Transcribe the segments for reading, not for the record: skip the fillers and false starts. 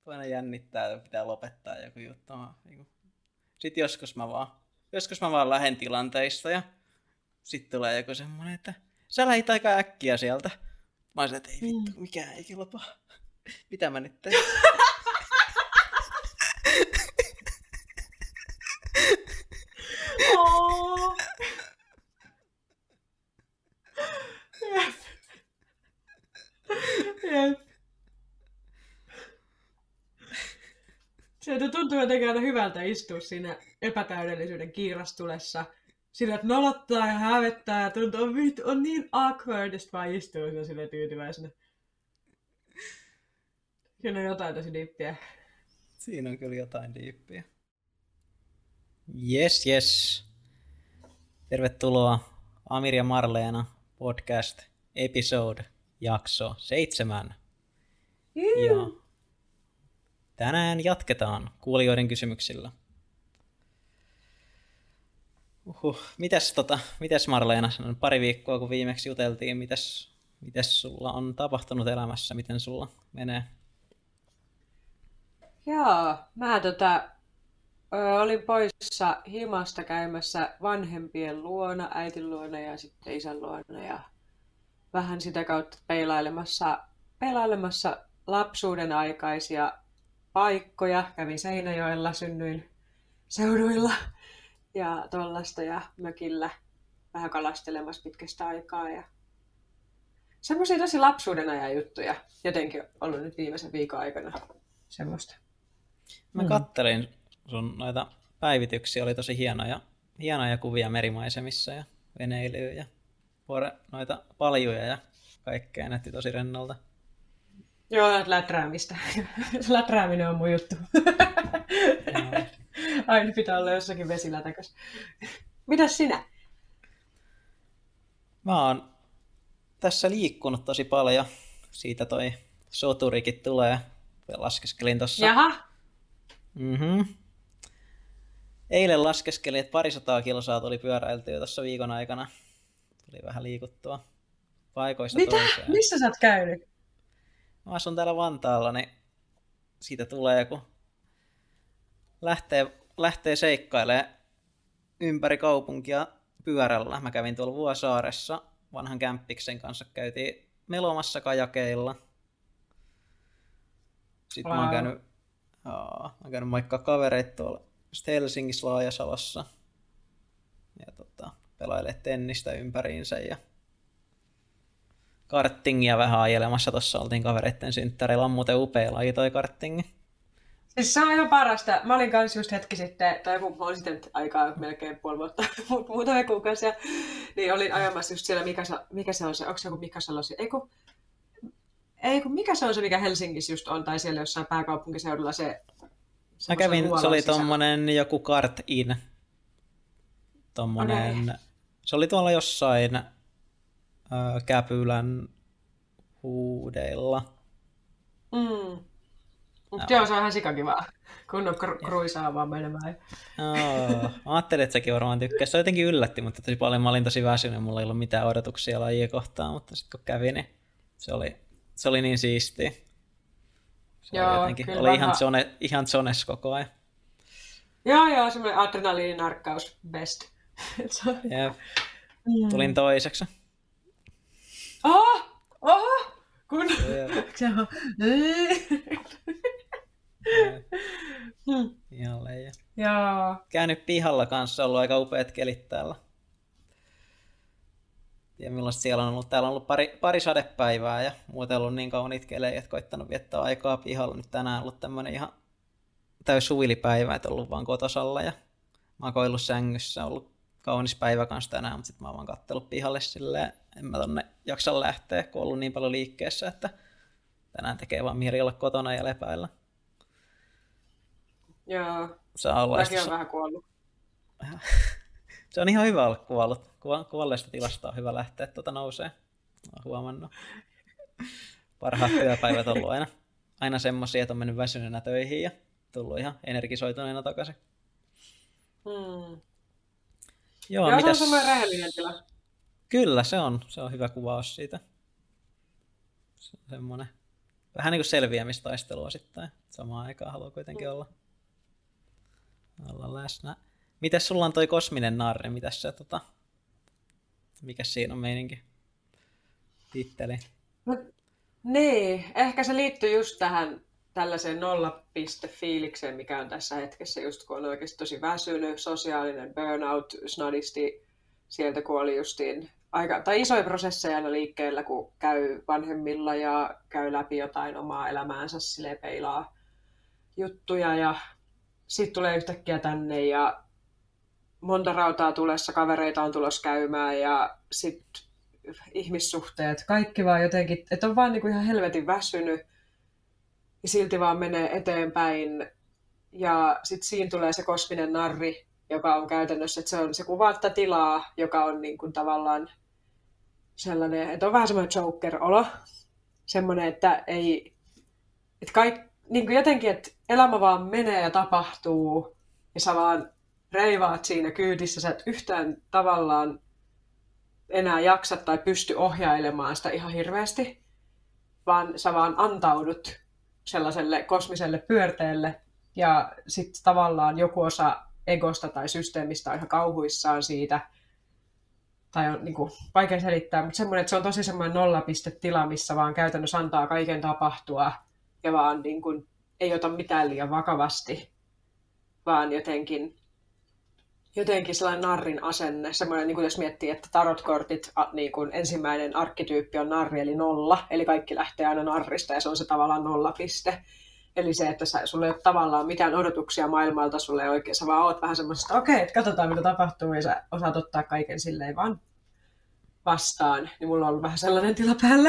aina jännittää, että pitää lopettaa joku juttu. Sitten joskus mä vaan lähden tilanteista ja sitten tulee joku semmoinen, että sä lähit aika äkkiä sieltä. Mä olisin, että ei vittu, mikään ei kelpaa. Mitä mä nyt teen? Se tuntuu jotenkin aina hyvältä istua siinä epätäydellisyyden kiirastulessa. Sillä, että nolottaa ja hävettää ja tuntuu, on niin awkward, että vaan istuu silleen tyytyväisenä. Siinä on jotain tosi diippiä. Siinä on kyllä jotain diippiä. Yes. Tervetuloa Amir ja Marleena podcast episode jakso 7. Ja tänään jatketaan kuulijoiden kysymyksillä. Mitäs Marleena, pari viikkoa kun viimeksi juteltiin, mitäs sulla on tapahtunut elämässä, miten sulla menee? Joo, mä olin poissa himasta käymässä vanhempien luona, äitin luona ja sitten isän luona ja vähän sitä kautta peilailemassa lapsuuden aikaisia paikkoja. Kävin Seinäjoella, synnyin seuduilla ja tollasta ja mökillä vähän kalastelemassa pitkästä aikaa. Ja semmoisia tosi lapsuuden ajan juttuja jotenkin ollut nyt viimeisen viikon aikana semmoista. Mä kattelin sun noita päivityksiä, oli tosi hienoja kuvia merimaisemissa ja veneilyä ja noita paljuja ja kaikkea, näytti tosi rennolta. Joo, läträämistä. Läträäminen on mun juttu. Aina pitää olla jossakin vesilätäkössä. Mitäs sinä? Mä oon tässä liikkunut tosi paljon. Siitä toi soturikin tulee. Laskeskelin tossa. Jaha. Eilen laskeskelin, että 200 kilsaa tuli pyöräiltyä tuossa viikon aikana. Tuli vähän liikuttua paikoista toiseen. Missä sä oot käynyt? Mä asun täällä Vantaalla, niin siitä tulee kun lähtee seikkailemaan ympäri kaupunkia pyörällä. Mä kävin tuolla Vuosaaressa vanhan kämppiksen kanssa, käytiin melomassa kajakeilla. Sitten mä oon käynyt moikkaa kavereita tuolla Helsingissä Laajasalossa ja pelailee tennistä ympäriinsä ja karttingia vähän ajelemassa. Tuossa oltiin kavereitten synttäreillä, on muuten upea laji toi karttingi. Siis se on ihan parasta. Mä olin kanssa just hetki sitten, tai mä olin sitten aikaa melkein puoli vuotta, muutamia kuukausia, niin olin ajamassa just siellä, mikä se on se, onko se joku Mikasalosi? Mikä se on se, mikä Helsingissä just on, tai siellä jossain pääkaupunkiseudulla se... Mä kävin, se oli tommonen joku kart-in. Tommonen, okay. Se oli tuolla jossain Käpylän huudeilla. Joo, se on ihan sikakivaa. Kun on kruisaa vaan menemään. Mä ajattelin, että säkin varmaan tykkäsi. Se jotenkin yllätti, mutta tosi paljon mä olin tosi väsynyt. Mulla ei ollut mitään odotuksia lajia kohtaan, mutta sitten kun kävin, niin se oli niin siistiä. Oli ihan zones koko ajan. Joo, semmoinen adrenaliininarkkaus best. Tulin toiseksi. Kun... Ihan leijä. Joo. Käynyt pihalla kanssa, ollut aika upeat kelit täällä. Ja millaista siellä on ollut? Täällä on ollut pari sadepäivää ja muuten ollut niin kauniit kelejä, että koittanut viettää aikaa pihalla. Nyt tänään on ollut tämmönen ihan täys suilipäivä, että ollut vaan kotosalla ja makoillut sängyssä. Ollut kaunis päivä kanssa tänään, mutta sitten mä oon vaan kattellut pihalle silleen. En mä tonne jaksa lähteä, kun on ollut niin paljon liikkeessä, että tänään tekee vaan mieli olla kotona ja lepäillä. Joo, mäkin on vähän kuollut. Se on ihan hyvä olla kuollut. Kuolleesta tilasta on hyvä lähteä nousee. Olen huomannut. Parhaat työpäivät on ollut aina semmosia, että on mennyt väsyneenä töihin ja tullut ihan energisoituneena takaisin. Joo, se on semmoinen rehellinen tila. Kyllä, se on hyvä kuvaus siitä. Se on semmoinen vähän niin kuin selviämistaistelua sitten. Samaan aikaan haluaa kuitenkin olla läsnä. Mites sulla on toi kosminen narri? Mitäs se, mikäs siinä on meininki? Titteli. No, niin, ehkä se liittyy just tähän tällaiseen nollapistefiilikseen, mikä on tässä hetkessä, just kun on oikeasti tosi väsynyt, sosiaalinen burnout, snadisti, sieltä kun oli justiin tai isoja prosesseja aina liikkeellä, kun käy vanhemmilla ja käy läpi jotain omaa elämäänsä, silleen peilaa juttuja ja sitten tulee yhtäkkiä tänne ja monta rautaa tulessa, kavereita on tulossa käymään ja sitten ihmissuhteet, kaikki vaan jotenkin, että on vaan niinku ihan helvetin väsynyt ja silti vaan menee eteenpäin. Ja sitten siinä tulee se kosminen narri, joka on käytännössä, että se kuvaa tätä tilaa, joka on niinku tavallaan sellainen, että on vähän semmoinen Joker-olo. Semmoinen, että ei, että niinku jotenkin, että elämä vaan menee ja tapahtuu ja sä vaan reivaat siinä kyydissä, sä et yhtään tavallaan enää jaksa tai pysty ohjailemaan sitä ihan hirveästi, vaan sä vaan antaudut sellaiselle kosmiselle pyörteelle ja sitten tavallaan joku osa egosta tai systeemistä on ihan kauhuissaan siitä, tai on niin kuin, vaikea selittää, mutta semmoinen, että se on tosi semmoinen nollapistetila, missä vaan käytännössä antaa kaiken tapahtua ja vaan niin kuin, ei ota mitään liian vakavasti, vaan jotenkin sellainen narrin asenne, semmoinen, niin kuin jos miettii, että tarotkortit, niin kuin ensimmäinen arkkityyppi on narri, eli nolla, eli kaikki lähtee aina narrista, ja se on se tavallaan nollapiste. Eli se, että sulla ei ole tavallaan mitään odotuksia maailmalta, sulla ei oikein, sä vaan oot vähän semmoista, okei, että katsotaan mitä tapahtuu, ja sä osaat ottaa kaiken silleen vaan vastaan. Niin mulla on ollut vähän sellainen tila päällä.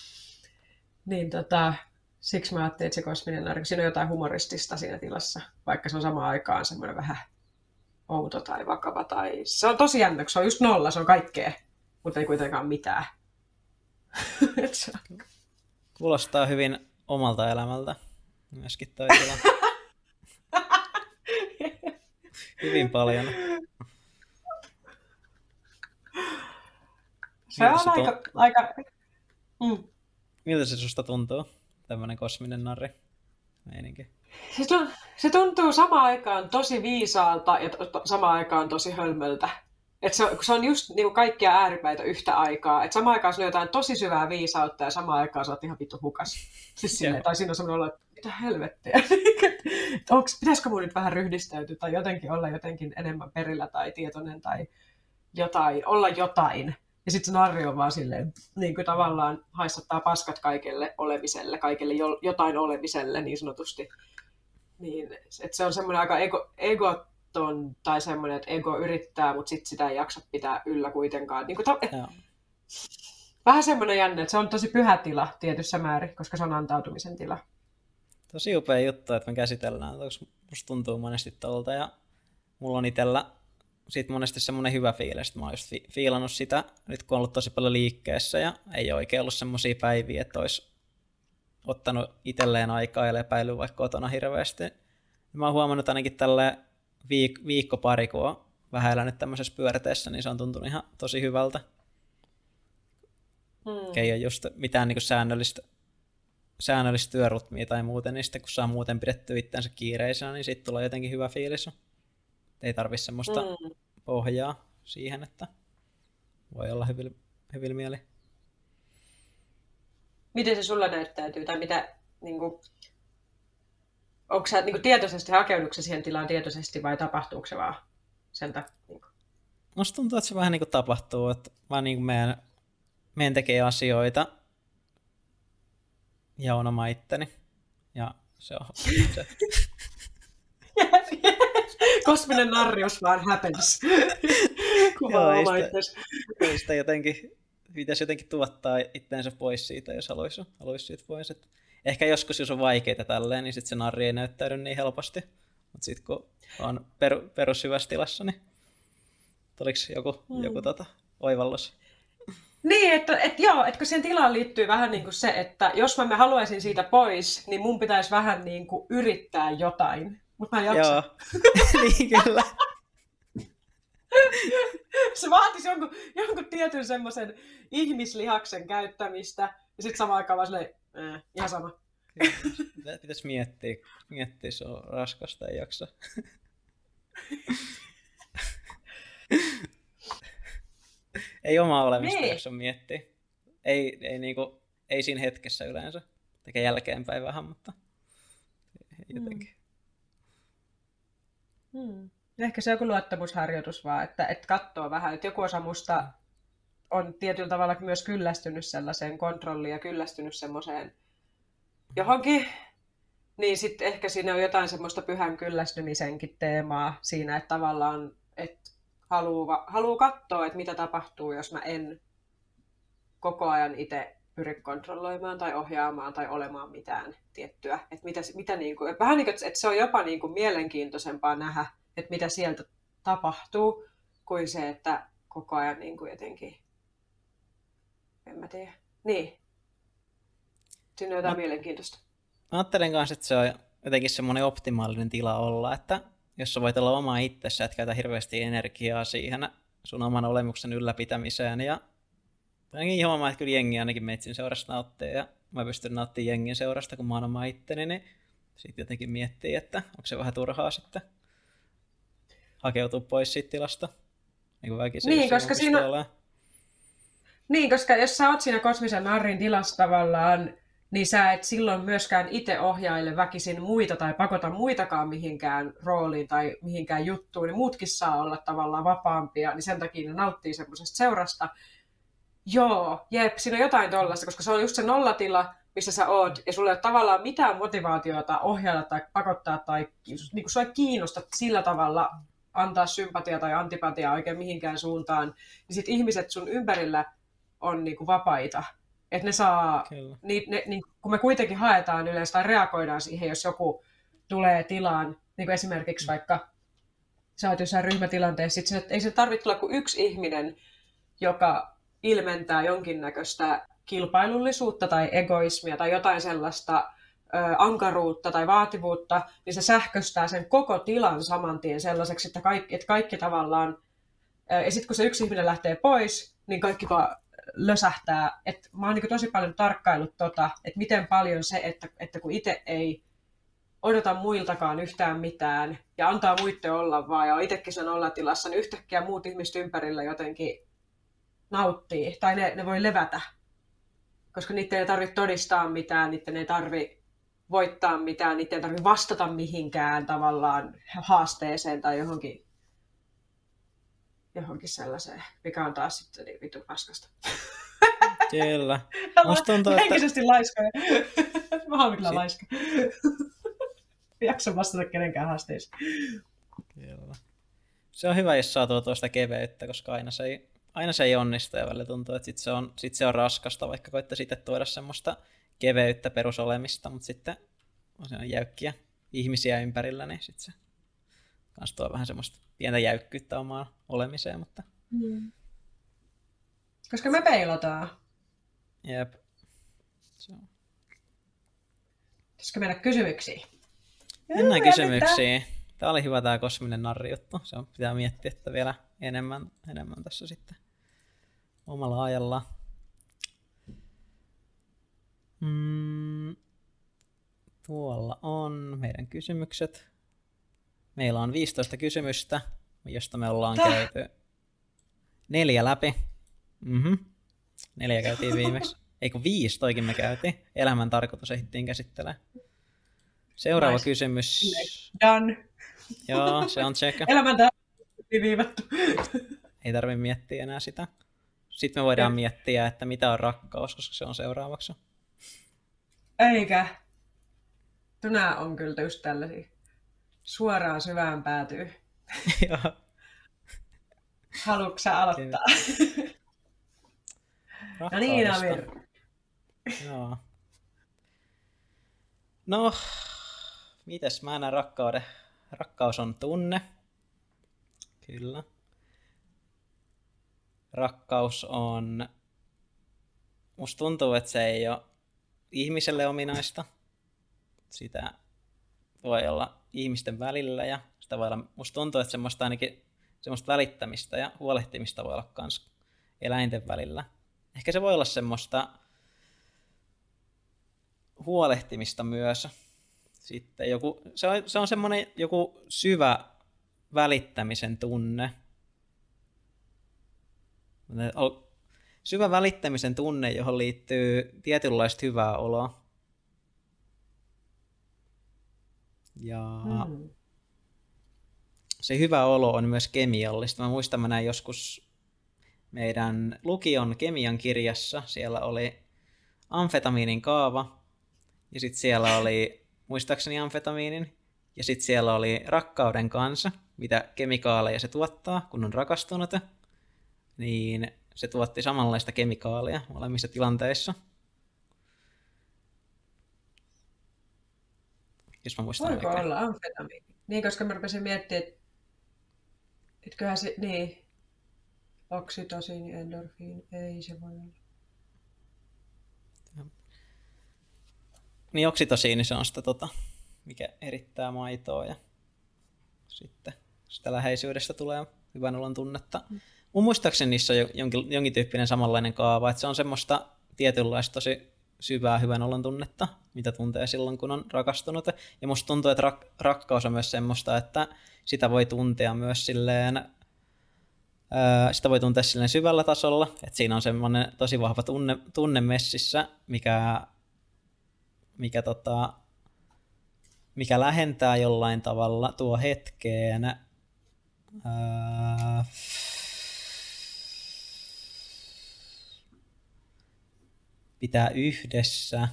Niin siksi mä ajattelin, että se kosminen narri, siinä on jotain humoristista siinä tilassa, vaikka se on samaan aikaan semmoinen vähän outo tai vakava. Tai se on tosi jännä, se on just nolla, se on kaikkea, mutta ei kuitenkaan mitään. Kuulostaa hyvin omalta elämältä myöskin toi tila. Hyvin paljon. Se on aika... Miltä se susta tuntuu, tämmönen kosminen narri meininki? Se tuntuu samaan aikaan tosi viisaalta ja samaan aikaan tosi hölmöltä. Et se on just niinku kaikkia ääripäitä yhtä aikaa. Et samaan aikaan sulla on jotain tosi syvää viisautta ja samaan aikaan sä oot ihan vittu hukas. Siis tai siinä on semmoinen olo, että mitä helvettiä. Pitäisikö mun nyt vähän ryhdistäytyä tai jotenkin olla jotenkin enemmän perillä tai tietoinen tai jotain, olla jotain. Ja sitten se narri on vaan silleen, niin kuin tavallaan haistattaa paskat kaikelle olemiselle, kaikelle jotain olemiselle niin sanotusti. Niin, että se on semmoinen aika egoton tai semmoinen, että ego yrittää, mutta sitten sitä ei jaksa pitää yllä kuitenkaan. Niin vähän semmoinen jänne, että se on tosi pyhä tila tietyssä määrin, koska se on antautumisen tila. Tosi upea juttu, että me käsitellään, koska musta tuntuu monesti tuolta ja mulla on itsellä sitten monesti semmoinen hyvä fiilis, että mä oon just fiilannut sitä, nyt kun on ollut tosi paljon liikkeessä ja ei oikein ollut semmoisia päiviä, että olisi ottanut itselleen aikaa ja lepäilyä vaikka kotona hirveästi. Mä oon huomannut ainakin tälleen viikko pari, kun on vähän elänyt tämmöisessä pyörteessä, niin se on tuntunut ihan tosi hyvältä. Ei ole just mitään niin kuin säännöllistä työrytmiä tai muuten, niin sitten kun saa muuten pidettyä itseänsä kiireisenä, niin siitä tulee jotenkin hyvä fiilis. Ei tarvitse semmoista pohjaa siihen, että voi olla hyvillä mieli. Miten se sulla näyttäytyy? Tai mitä, niin kuin, onko sä niin kuin tietoisesti hakeudutko siihen tilaan tietoisesti vai tapahtuuko se vaan sen niin kuin? Musta tuntuu, että se vähän niin kuin tapahtuu, että mä niin kuin meidän tekee asioita ja on oma itteni. Ja se on se. Kosminen narrius vaan happens. Joo, ei sitä pitäisi jotenkin tuottaa itteensä pois siitä, jos haluaisi siitä pois. Et ehkä joskus, jos on vaikeita tälleen, niin sit se narri ei näyttäydy niin helposti. Mutta sitten kun on perushyvässä tilassa, niin tuliko joku oivallus? Niin, että kun siihen tilaan liittyy vähän niin kuin se, että jos mä haluaisin siitä pois, niin mun pitäisi vähän niin kuin yrittää jotain. Mutta mä en jaksa. Joo, niin kyllä. Se vaatisi jonkun tietyn semmoisen ihmislihaksen käyttämistä, ja sitten samaan aikaan vaan silleen, ihan sama. Pitäisi miettiä, se on raskasta, ei jaksa. Ei omaa olemista Niin. jaksa miettiä. Ei siinä hetkessä yleensä. Tekee jälkeenpäin vähän, mutta jotenkin. Ehkä se on joku luottamusharjoitus vaan, että katsoo vähän, että joku osa musta on tietyllä tavalla myös kyllästynyt sellaiseen kontrolliin ja kyllästynyt semmoiseen johonkin, niin sitten ehkä siinä on jotain semmoista pyhän kyllästymisenkin teemaa siinä, että tavallaan että haluaa katsoa, että mitä tapahtuu, jos mä en koko ajan itse pyri kontrolloimaan tai ohjaamaan tai olemaan mitään tiettyä. Että mitä niin kuin, vähän niin kuin, että se on jopa niin kuin mielenkiintoisempaa nähdä, että mitä sieltä tapahtuu, kuin se, että koko ajan niin kuin jotenkin, en mä tiedä. Niin. Siinä on jotain mielenkiintoista. Mä ajattelen kanssa, että se on jotenkin semmoinen optimaalinen tila olla, että jos sä voit olla oma itsessä, et käytä hirveästi energiaa siihen sun oman olemuksen ylläpitämiseen. Ja ainakin huomaa, että kyllä jengi ainakin meitsin seurasta nauttii ja mä pystyn nauttimaan jengin seurasta, kun mä oon oma itteni, niin sitten jotenkin miettii, että onko se vähän turhaa sitten hakeutua pois siitä tilasta. Niin, koska koska jos sä oot siinä kosmisen narrin tilassa tavallaan, niin sä et silloin myöskään itse ohjaile väkisin muita tai pakota muitakaan mihinkään rooliin tai mihinkään juttuun, niin muutkin saa olla tavallaan vapaampia, niin sen takia ne nauttii semmoisesta seurasta. Joo, jep, siinä on jotain tollaista, koska se on just se nollatila, missä sä oot, ja sulla ei ole tavallaan mitään motivaatiota ohjailla tai pakottaa tai niin kuin sua ei kiinnosta sillä tavalla antaa sympatiaa tai antipatiaa oikein mihinkään suuntaan, niin sit ihmiset sun ympärillä on niin kuin vapaita. Että ne saa, kun me kuitenkin haetaan yleensä tai reagoidaan siihen, jos joku tulee tilaan, niin kuin esimerkiksi vaikka sä oot jossain ryhmätilanteessa, ei se tarvitse tulla kuin yksi ihminen, joka ilmentää jonkinnäköistä kilpailullisuutta tai egoismia tai jotain sellaista ankaruutta tai vaativuutta, niin se sähköstää sen koko tilan saman tien sellaiseksi, että kaikki tavallaan, ja sitten kun se yksi ihminen lähtee pois, niin kaikki vaan lösähtää. Et mä oon niin tosi paljon tarkkaillut että miten paljon se, että kun itse ei odota muiltakaan yhtään mitään ja antaa muiden olla vaan ja on itsekin sen ollatilassa, niin yhtäkkiä muut ihmiset ympärillä jotenkin nauttii tai ne voi levätä. Koska niiden ei tarvitse todistaa mitään, niiden ei tarvitse voittaa mitään, niiden ei tarvitse vastata mihinkään tavallaan haasteeseen tai johonkin sellaiseen, mikä on taas sitten niin vitun paskasta. Kyllä. Henkisesti laiskoja. Mä oon kyllä laiska. Jaksa vastata kenenkään haasteisiin. Kyllä. Se on hyvä, jos saa tuosta keveyttä, koska aina se ei onnistu ja välillä tuntuu, että sit se on raskasta, vaikka koittaa sitten tuoda semmoista keveyttä perusolemista, mutta sitten on jäykkiä ihmisiä ympärillä, niin sitten se kans tuo vähän semmoista pientä jäykkyyttä omaan olemiseen, mutta... Koska me peilataan. Jep. Pitäisikö mennä kysymyksiin? Mennään kysymyksiin. Tämä oli hyvä tämä kosminen narrijuttu. Se on, pitää miettiä, että vielä enemmän tässä sitten omalla ajalla. Tuolla on meidän kysymykset. Meillä on 15 kysymystä, josta me ollaan käyty 4 läpi. 4 käytiin viimeksi. Eikö 5, toikin me käytiin. Elämän tarkoitus ehdittiin käsittelemään. Seuraava kysymys. Done. Joo, se on check. Elämän tarkoitus viivattu. Ei tarvitse miettiä enää sitä. Sitten me voidaan miettiä, että mitä on rakkaus, koska se on seuraavaksi. Eikä. Nämä on kyllä just tällaisia. Suoraan syvään päätyy. Joo. Haluatko sä aloittaa? No niin, Amir. Joo. No, mites mä näen rakkauden? Rakkaus on tunne. Kyllä. Rakkaus on... Musta tuntuu, että se ei ole ihmiselle ominaista. Sitä voi olla ihmisten välillä ja sitä voi olla... Musta tuntuu, että semmoista ainakin semmoista välittämistä ja huolehtimista voi olla myös eläinten välillä. Ehkä se voi olla semmoista huolehtimista myös. Sitten se on semmoinen joku syvä välittämisen tunne. Syvä välittämisen tunne, johon liittyy tietynlaista hyvää oloa. Ja se hyvä olo on myös kemiallista. Mä muistan, mä näin joskus meidän lukion kemian kirjassa. Siellä oli amfetamiinin kaava. Ja sitten siellä oli, muistaakseni amfetamiinin. Ja sitten siellä oli rakkauden kanssa, mitä kemikaaleja se tuottaa, kun on rakastunut. Niin se tuotti samanlaista kemikaalia molemmissa tilanteissa. Jos mä muistan Voiko oikein. olla amfetamiini? Niin, koska mä rupesin miettimään, että kyllähän se, niin, oksitosiini, endorfiini, ei se voi olla. Niin oksitosiini se on sitä, mikä erittää maitoa ja sitten sitä läheisyydestä tulee hyvän olon tunnetta. Mun muistaakseni niissä on jonkin tyyppinen samanlainen kaava, että se on semmoista tietynlaista tosi syvää hyvän olon tunnetta, mitä tuntee silloin, kun on rakastunut. Ja musta tuntuu, että rakkaus on myös semmoista, että sitä voi tuntea myös silleen, syvällä tasolla, että siinä on semmoinen tosi vahva tunne messissä, mikä lähentää jollain tavalla tuo hetkeen pitää yhdessä.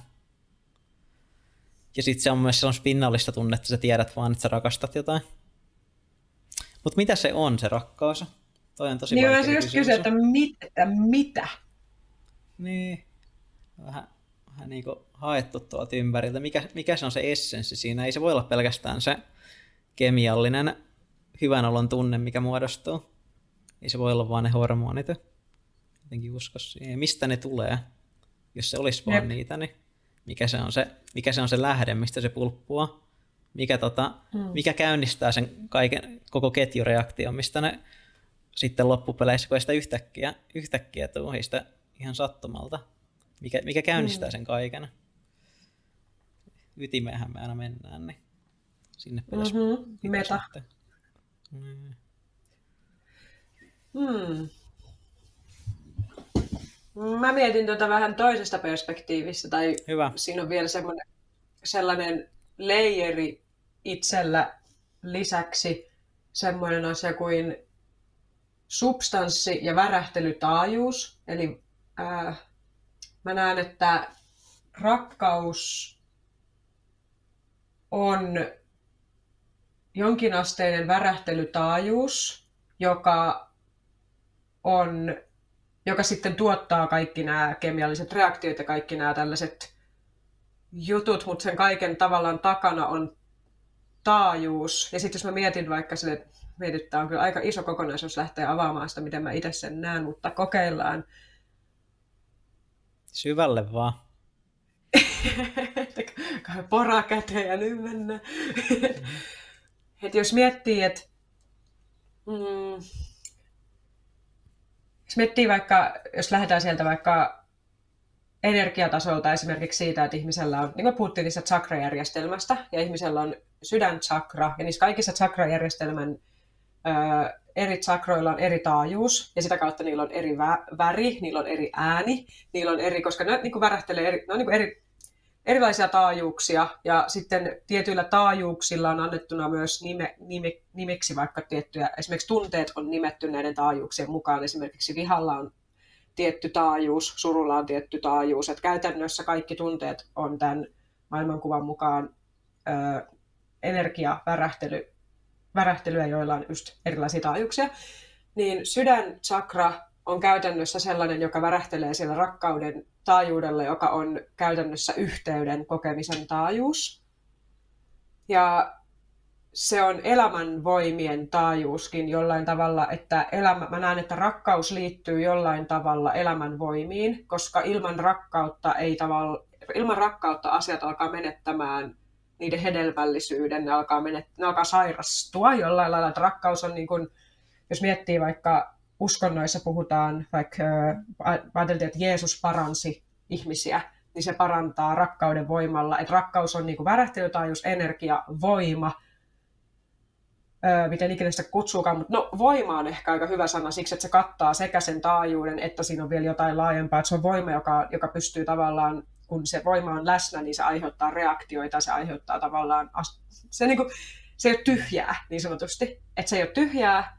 Ja sitten se on myös sellaista pinnallista tunnetta, että sä tiedät vaan, että sä rakastat jotain. Mutta mitä se on, se rakkaus? Toi on tosi vaikea Niin, mä just kysyin, että mitä? Niin, vähän niin kuin haettu tuolta ympäriltä. Mikä se on se essenssi siinä? Ei se voi olla pelkästään se kemiallinen hyvän olon tunne, mikä muodostuu. Ei se voi olla vaan ne hormonit. Jotenkin usko siihen. Mistä ne tulee? Jos se olisi vaan niitä, niin mikä se on se lähde, mistä se pulppua? Mikä käynnistää sen koko ketjureaktion, mistä ne sitten loppupeleissä, kun ei sitä yhtäkkiä tule sitä ihan sattumalta. Mikä käynnistää sen kaiken? Ytimeenhän me aina mennään, niin sinne pitäisi meta. Sitten. Mä mietin vähän toisesta perspektiivistä, tai Hyvä. Siinä on vielä sellainen leijeri itsellä lisäksi semmoinen asia kuin substanssi- ja värähtelytaajuus. Eli mä näen, että rakkaus on jonkinasteinen värähtelytaajuus, joka sitten tuottaa kaikki nämä kemialliset reaktiot ja kaikki nämä tällaiset jutut, mutta sen kaiken tavallaan takana on taajuus. Ja sitten jos mä mietin vaikka sille, mietittää on kyllä aika iso kokonaisuus lähteä avaamaan sitä, miten mä itse sen näen, mutta kokeillaan. Syvälle vaan. Pora käteen ja nyt mennään. Et jos miettii, että jos miettii vaikka, jos lähdetään sieltä vaikka energiatasolta esimerkiksi siitä, että ihmisellä on, niin me puhuttiin niistä chakrajärjestelmästä, ja ihmisellä on sydänchakra, ja niissä kaikissa chakrajärjestelmän eri chakroilla on eri taajuus, ja sitä kautta niillä on eri väri, niillä on eri ääni, niillä on eri, koska ne niin kuin värähtelee ne on niin kuin erilaisia taajuuksia, ja sitten tietyillä taajuuksilla on annettuna myös nimeksi vaikka tiettyjä, esimerkiksi tunteet on nimetty näiden taajuuksien mukaan, esimerkiksi vihalla on tietty taajuus, surulla on tietty taajuus, että käytännössä kaikki tunteet on tämän maailmankuvan mukaan energiavärähtelyä, joilla on just erilaisia taajuuksia, niin sydänchakra on käytännössä sellainen, joka värähtelee siellä rakkauden taajuudella, joka on käytännössä yhteyden kokemisen taajuus. Ja se on elämän voimien taajuuskin jollain tavalla, että mä näen, että rakkaus liittyy jollain tavalla elämän voimiin, koska ilman rakkautta asiat alkaa menettämään niiden hedelmällisyyden, ne alkaa sairastua jollain lailla. Että rakkaus on niin kuin, jos miettii vaikka uskonnoissa puhutaan, vaikka ajateltiin, että Jeesus paransi ihmisiä, niin se parantaa rakkauden voimalla. Että rakkaus on niin kuin värähtelytaajuus, energia, voima, miten ikinä sitä kutsuukaan, mutta no voima on ehkä aika hyvä sana siksi, että se kattaa sekä sen taajuuden, että siinä on vielä jotain laajempaa, että se on voima, joka pystyy tavallaan, kun se voima on läsnä, niin se aiheuttaa reaktioita, se aiheuttaa tavallaan, se ei ole tyhjää niin sanotusti, että se ei ole tyhjää,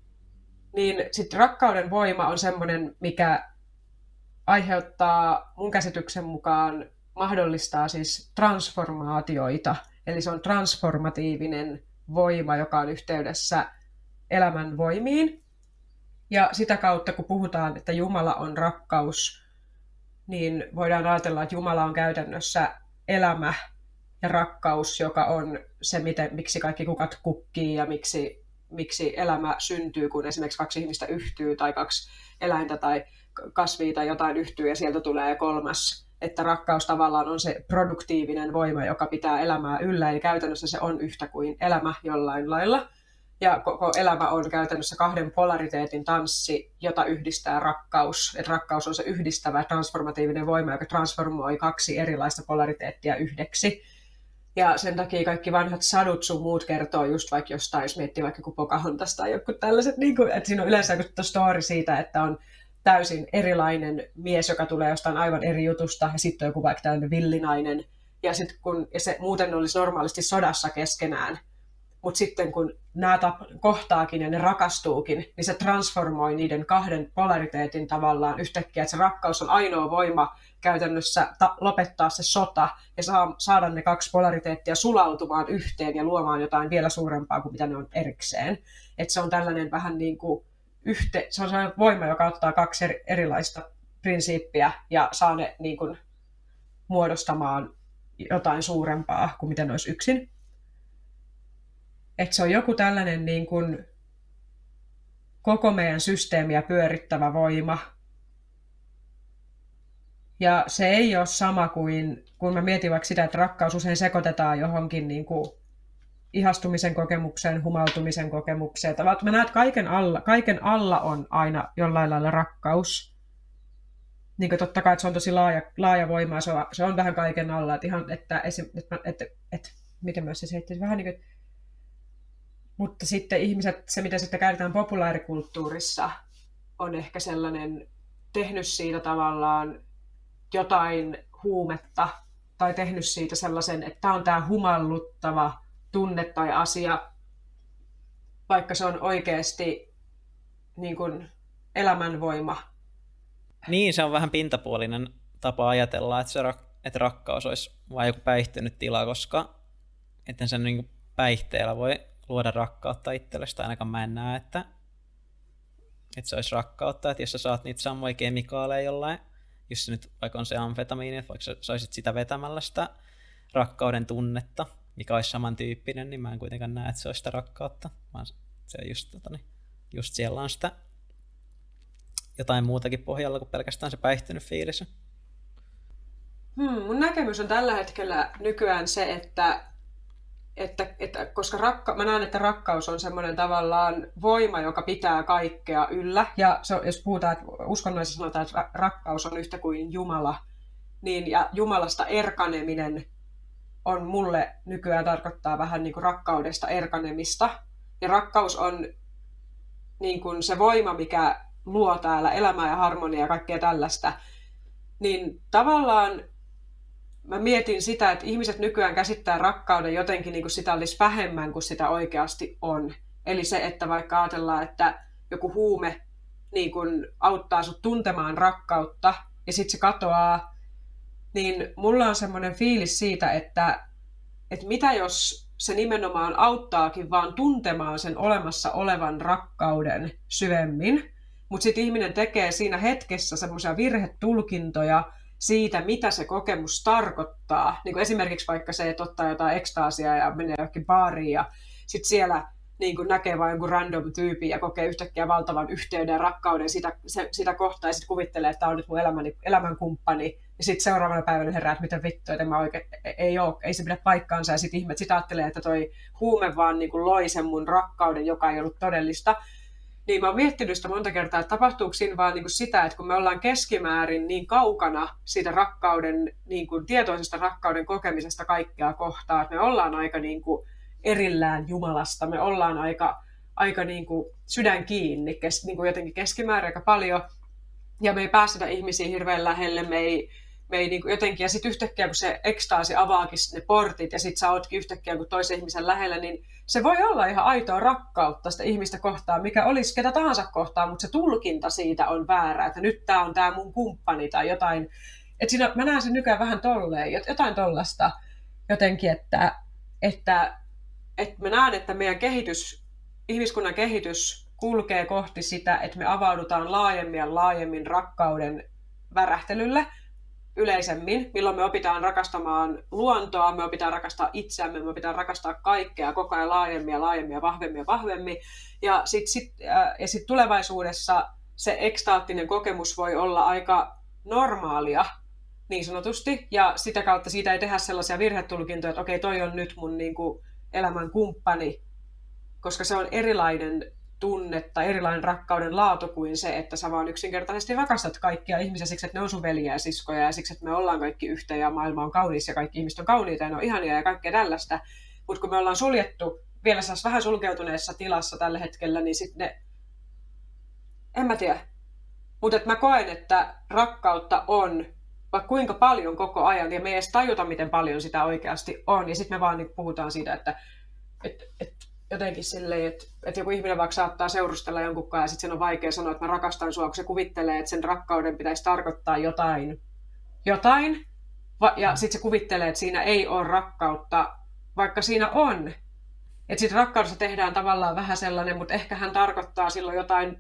niin sitten rakkauden voima on semmoinen, mikä aiheuttaa mun käsityksen mukaan, mahdollistaa siis transformaatioita, eli se on transformatiivinen voima, joka on yhteydessä elämän voimiin. Ja sitä kautta, kun puhutaan, että Jumala on rakkaus, niin voidaan ajatella, että Jumala on käytännössä elämä ja rakkaus, joka on se, miksi kaikki kukat kukkii ja miksi elämä syntyy, kun esimerkiksi 2 ihmistä yhtyy tai 2 eläintä tai kasvia tai jotain yhtyy ja sieltä tulee 3. Että rakkaus tavallaan on se produktiivinen voima, joka pitää elämää yllä, eli käytännössä se on yhtä kuin elämä jollain lailla. Ja koko elämä on käytännössä 2 polariteetin tanssi, jota yhdistää rakkaus. Että rakkaus on se yhdistävä transformatiivinen voima, joka transformoi 2 erilaista polariteettia yhdeksi. Ja sen takia kaikki vanhat sadut sun muut kertoo just vaikka jostain, jos miettii vaikka joku Pocahontas tai joku tällaiset, niin kuin, että siinä on yleensä joku story siitä, että on täysin erilainen mies, joka tulee jostain aivan eri jutusta, ja sitten on joku vaikka tällainen villinainen, ja sitten kun se muuten olisi normaalisti sodassa keskenään, mutta sitten kun nämä kohtaakin ja ne rakastuukin, niin se transformoi niiden 2 polariteetin tavallaan yhtäkkiä, että se rakkaus on ainoa voima käytännössä lopettaa se sota ja saada ne 2 polariteettia sulautumaan yhteen ja luomaan jotain vielä suurempaa kuin mitä ne on erikseen. Että se on tällainen vähän niin kuin se on sellainen voima, joka ottaa 2 erilaista prinsiippiä ja saa ne niin kuin muodostamaan jotain suurempaa kuin mitä ne olisi yksin. Että se on joku tällainen niin kuin koko meidän systeemiä pyörittävä voima. Ja se ei ole sama kuin, kun mä mietin vaikka sitä, että rakkaus usein sekoitetaan johonkin niin kuin ihastumisen kokemukseen, humaltumisen kokemukseen. Mä näen, että kaiken alla on aina jollain lailla rakkaus. Niin kuin totta kai, että se on tosi laaja voima, se on vähän kaiken alla. Miten myös se heittäisi vähän niin kuin, mutta sitten ihmiset, se mitä sitten käytetään populaarikulttuurissa, on ehkä sellainen tehnyt siitä tavallaan jotain huumetta tai tehnyt siitä sellaisen, että tämä on tämä humalluttava tunne tai asia, vaikka se on oikeasti niin kuin elämänvoima. Niin, se on vähän pintapuolinen tapa ajatella, että rakkaus olisi vain joku päihtynyt tila, koska etten sen niin kuin päihteellä voi luoda rakkautta itsellesi, ainakaan mä en näe, että se olisi rakkautta, että jos sä saat niitä samoja kemikaaleja jollain, jos se nyt vaikka on se amfetamiini, että vaikka sä saisit sitä vetämällä sitä rakkauden tunnetta, mikä olisi samantyyppinen, niin mä en kuitenkaan näe, että se olisi sitä rakkautta, vaan se on just siellä on sitä jotain muutakin pohjalla kuin pelkästään se päihtynyt fiilis. Mun näkemys on tällä hetkellä nykyään se, että koska mä näen, että rakkaus on semmoinen tavallaan voima, joka pitää kaikkea yllä. Ja jos puhutaan, että uskonnoissa sanotaan, että rakkaus on yhtä kuin Jumala, niin ja Jumalasta erkaneminen on mulle nykyään tarkoittaa vähän niin kuin rakkaudesta erkanemista. Ja rakkaus on niin kuin se voima, mikä luo täällä elämää ja harmoniaa ja kaikkea tällaista. Niin tavallaan mä mietin sitä, että ihmiset nykyään käsittää rakkauden jotenkin niin kuin sitä olisi vähemmän kuin sitä oikeasti on. Eli se, että vaikka ajatellaan, että joku huume niin kuin auttaa sut tuntemaan rakkautta ja sitten se katoaa, niin mulla on semmoinen fiilis siitä, että mitä jos se nimenomaan auttaakin vaan tuntemaan sen olemassa olevan rakkauden syvemmin, mutta sitten ihminen tekee siinä hetkessä semmoisia virhetulkintoja siitä, mitä se kokemus tarkoittaa. Niin kuin esimerkiksi vaikka se, että ottaa jotain ekstaasia ja menee johonkin baariin ja sitten siellä niin kuin näkee vain jonkun random tyypin ja kokee yhtäkkiä valtavan yhteyden ja rakkauden sitä kohtaa ja sitten kuvittelee, että tämä on nyt mun elämänkumppani. Ja sitten seuraavana päivänä herää, että mitä vittua, että ei se pidä paikkaansa. Ja sitten ajattelee, että toi huume vaan niin kuin loi sen mun rakkauden, joka ei ollut todellista. Niin mä oon miettinyt sitä monta kertaa, että tapahtuuko siinä vaan niin kuin sitä, että kun me ollaan keskimäärin niin kaukana siitä rakkauden, niin kuin tietoisesta rakkauden kokemisesta kaikkea kohtaa, että me ollaan aika niin kuin erillään Jumalasta, me ollaan aika niin kuin sydän kiinni, niin kuin jotenkin keskimäärin aika paljon, ja me ei päästetä ihmisiä hirveän lähelle, me ei niin kuin jotenkin, ja sitten yhtäkkiä kun se ekstaasi avaakin ne portit, ja sitten sä ootkin yhtäkkiä kun toisen ihmisen lähellä, niin se voi olla ihan aitoa rakkautta sitä ihmistä kohtaan, mikä olisi ketä tahansa kohtaan, mutta se tulkinta siitä on väärä, että nyt tämä on tämä mun kumppani tai jotain. Että siinä, mä näen sen nykyään vähän tolleen, jotain tollasta jotenkin, että mä näen, että meidän ihmiskunnan kehitys kulkee kohti sitä, että me avaudutaan laajemmin ja laajemmin rakkauden värähtelylle yleisemmin, milloin me opitaan rakastamaan luontoa, me opitaan rakastaa itseämme, me opitaan rakastaa kaikkea koko ajan laajemmin ja laajemmin ja vahvemmin ja vahvemmin. Ja sit tulevaisuudessa se ekstaattinen kokemus voi olla aika normaalia, niin sanotusti, ja sitä kautta siitä ei tehdä sellaisia virhetulkintoja, että okei, toi on nyt mun niin kuin elämän kumppani, koska se on erilainen tunne tai erilainen rakkauden laatu kuin se, että sä vaan yksinkertaisesti rakastat kaikkia ihmisiä siksi, että ne on sun veljiä ja siskoja ja siksi, että me ollaan kaikki yhtä ja maailma on kaunis ja kaikki ihmiset on kauniita ja ne on ihania ja kaikkea tällaista. Mutta kun me ollaan suljettu vielä vähän sulkeutuneessa tilassa tällä hetkellä, niin sitten ne, en mä tiedä. Mutta mä koen, että rakkautta on vaikka kuinka paljon koko ajan ja me ei edes tajuta, miten paljon sitä oikeasti on. Ja sitten me vaan niin puhutaan siitä, että jotenkin silleen, että joku ihminen vaikka saattaa seurustella jonkun kanssa ja sitten sen on vaikea sanoa, että mä rakastan sua, kun se kuvittelee, että sen rakkauden pitäisi tarkoittaa jotain. Ja sitten se kuvittelee, että siinä ei ole rakkautta, vaikka siinä on. Että sitten rakkaudessa tehdään tavallaan vähän sellainen, mutta ehkä hän tarkoittaa silloin jotain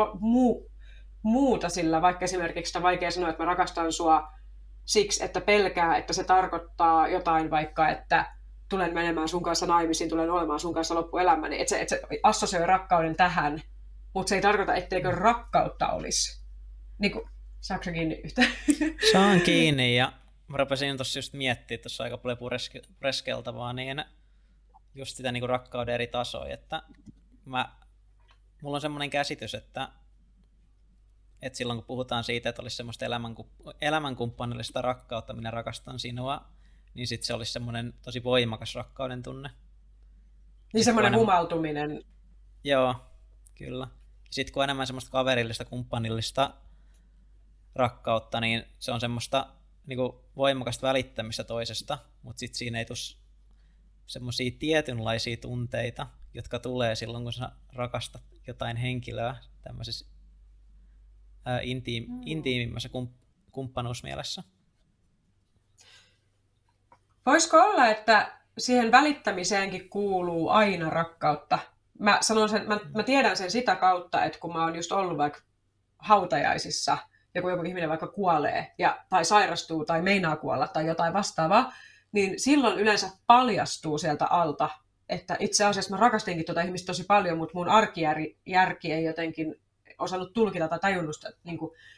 muuta sillä, vaikka esimerkiksi sitä vaikea sanoa, että mä rakastan sua siksi, että pelkää, että se tarkoittaa jotain vaikka, että tulen menemään sun kanssa naimisiin, tulen olemaan sun kanssa loppuelämäni. Että se assosioi rakkauden tähän, mutta se ei tarkoita, etteikö rakkautta olisi. Niin kuin, saako sä kiinni yhtä? Saan kiinni, ja mä rupesin tuossa just miettimään tuossa aika paljon pureskeltavaa, niin just sitä niin kuin rakkauden eri tasoja, että mulla on semmoinen käsitys, että silloin kun puhutaan siitä, että olisi semmoista elämänkumppanillista rakkautta, minä rakastan sinua, niin sitten se olisi semmoinen tosi voimakas rakkauden tunne. Niin semmoinen humaltuminen. Joo, kyllä. Sitten kun on enemmän semmoista kaverillista, kumppanillista rakkautta, niin se on semmoista niin kuin voimakasta välittämistä toisesta, mutta sitten siinä ei tule semmoisia tietynlaisia tunteita, jotka tulee silloin, kun sä rakastat jotain henkilöä tämmöisessä intiimimmässä kumppanuusmielessä. Voisiko olla, että siihen välittämiseenkin kuuluu aina rakkautta? Mä tiedän sen sitä kautta, että kun mä oon just ollut vaikka hautajaisissa, ja kun joku ihminen vaikka kuolee, tai sairastuu, tai meinaa kuolla, tai jotain vastaavaa, niin silloin yleensä paljastuu sieltä alta, että itse asiassa mä rakastinkin tuota ihmistä tosi paljon, mutta mun arkijärki ei jotenkin osannut tulkita tai tajunnut sitä. Niin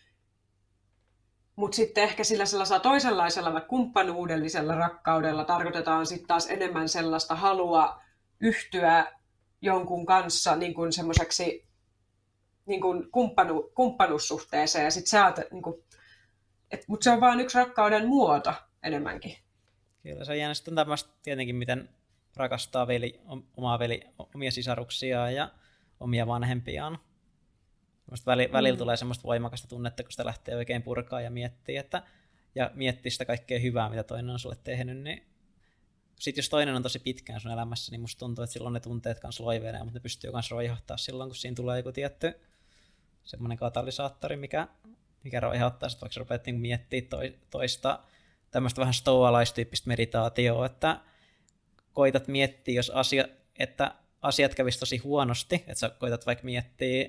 mutta sitten ehkä sillä sellaisella toisenlaisella kumppanuudellisella rakkaudella tarkoitetaan sitten taas enemmän sellaista halua yhtyä jonkun kanssa niin kuin semmoiseksi niin kuin kumppanuussuhteeseen. Ja sit niin mutta se on vain yksi rakkauden muoto enemmänkin. Kyllä se on jännä. Sitten on tämmöistä tietenkin, miten rakastaa omia sisaruksiaan ja omia vanhempiaan. Välillä tulee semmoista voimakasta tunnetta, kun sitä lähtee oikein purkaa ja miettii sitä kaikkea hyvää, mitä toinen on sulle tehnyt. Niin sitten jos toinen on tosi pitkään sun elämässä, niin musta tuntuu, että silloin ne tunteet kanssa loiveenee, mutta ne pystyy myös roihahtaa silloin, kun siinä tulee joku tietty semmoinen katalysaattori, mikä roihauttaa, että vaikka sä rupeat niin miettimään toista tämmöistä vähän stoalaistyyppistä meditaatioa, että koitat miettiä, jos asiat kävisi tosi huonosti, että sä koitat vaikka miettiä.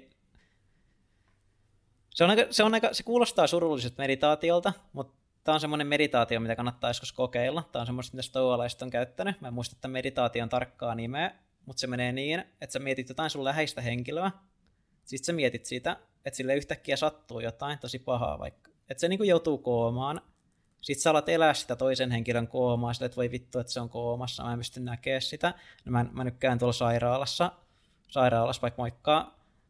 Se kuulostaa surulliselta meditaatiolta, mutta tämä on semmoinen meditaatio, mitä kannattaa joskus kokeilla. Tämä on semmoista, mitä stoalaiset on käyttänyt. Mä en muista tämän meditaation tarkkaa nimeä, mutta se menee niin, että sä mietit jotain sun läheistä henkilöä. Sitten sä mietit sitä, että sille yhtäkkiä sattuu jotain tosi pahaa vaikka. Että se niinku joutuu koomaan. Sitten sä alat elää sitä toisen henkilön koomaa, sille, että voi vittu, että se on koomassa, mä en pysty näkemään sitä. No mä nyt käyn tuolla sairaalassa vaikka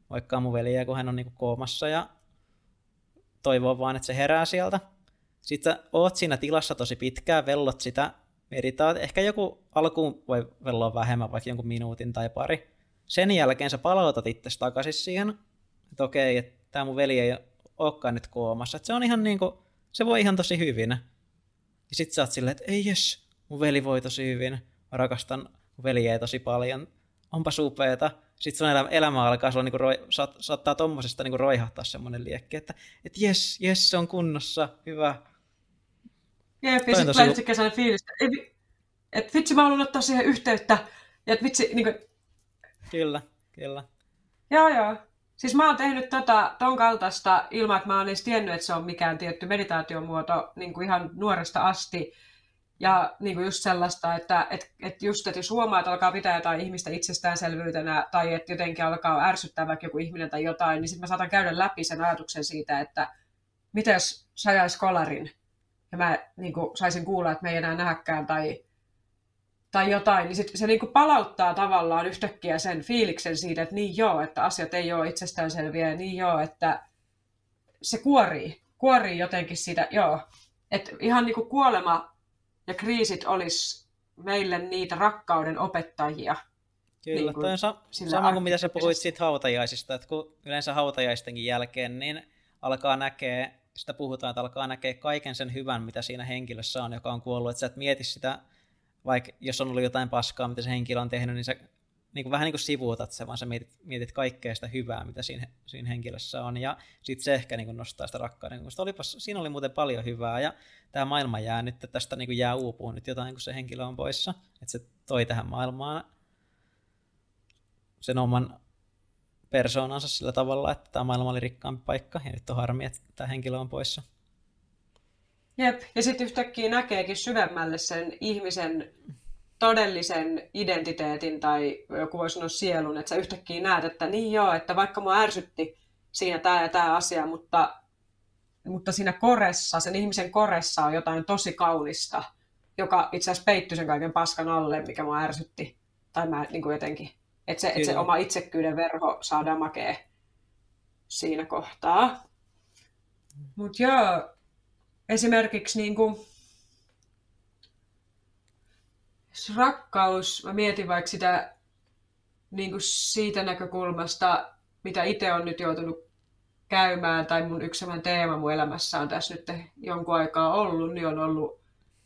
moikkaa mun veliä, kun hän on niinku koomassa ja toivoo vaan, että se herää sieltä. Sitten oot siinä tilassa tosi pitkään, vellot sitä meditaat. Ehkä joku alkuun voi velloa vähemmän, vaikka jonkun minuutin tai pari. Sen jälkeen sä palautat itse takaisin siihen, että okei, että tää mun veli ei olekaan nyt koomassa. Että se on ihan niinku, se voi ihan tosi hyvin. Ja sit sä oot silleen, että ei jes, mun veli voi tosi hyvin. Mä rakastan mun veljeä tosi paljon. Onpa supeeta. Sitten sun elämä alkaa, sulla niinku saattaa tommosesta niinku roihahtaa semmonen liekki, että jes, se on kunnossa, hyvä. Jep, ja sitten tulee yhtäkkiä sellainen fiilis, että vitsi, mä haluan ottaa siihen yhteyttä. Ja että vitsi, niin kuin... Kyllä. Joo. Siis mä oon tehnyt ton kaltaista ilman, että mä oon edes tiennyt, että se on mikään tietty meditaatiomuoto niin kuin ihan nuoresta asti. Ja niin kuin just sellaista, että jos huomaa, että alkaa pitää jotain ihmistä itsestäänselvyytenä tai että jotenkin alkaa ärsyttää vaikka joku ihminen tai jotain, niin sitten mä saatan käydä läpi sen ajatuksen siitä, että mitä jos sajais kolarin ja mä niin kuin saisin kuulla, että me ei enää nähäkään tai jotain, niin sit se niin kuin palauttaa tavallaan yhtäkkiä sen fiiliksen siitä, että niin joo, että asiat ei ole itsestäänselviä ja niin joo, että se kuorii jotenkin siitä, joo. Että ihan niin kuin kuolema ja kriisit olisi meille niitä rakkauden opettajia. Kyllä, niin toi on sama kuin mitä sä puhuit siitä hautajaisista, että kun yleensä hautajaistenkin jälkeen niin alkaa näkee, sitä puhutaan, että alkaa näkee kaiken sen hyvän, mitä siinä henkilössä on, joka on kuollut, että sä et mieti sitä, vaikka jos on ollut jotain paskaa, mitä se henkilö on tehnyt, niin sä niin kuin vähän niin kuin sivuutat se, vaan sä mietit kaikkea sitä hyvää, mitä siinä henkilössä on, ja sitten se ehkä niin kuin nostaa sitä rakkauden, koska siinä oli muuten paljon hyvää, ja tämä maailma jää nyt, tästä niin kuin jää uupuun nyt jotain, kun se henkilö on poissa, että se toi tähän maailmaan sen oman persoonansa sillä tavalla, että tämä maailma oli rikkaampi paikka, ja nyt on harmi, että tämä henkilö on poissa. Jep, ja sitten yhtäkkiä näkeekin syvemmälle sen ihmisen todellisen identiteetin tai joku voi sanoa sielun, että sä yhtäkkiä näet, että niin joo, että vaikka mua ärsytti siinä tämä ja tämä asia, mutta siinä koressa, sen ihmisen koressa on jotain tosi kaunista, joka itse asiassa peittyi sen kaiken paskan alle, mikä mua ärsytti. Tai mä niin kuin jotenkin, että se oma itsekkyyden verho saadaan makea siinä kohtaa. Mutta joo, esimerkiksi niin kuin rakkaus, mä mietin vaikka sitä niin kuin siitä näkökulmasta, mitä itse on nyt joutunut käymään, tai mun yksi sellainen teema mun elämässä on tässä nyt jonkun aikaa ollut, niin on ollut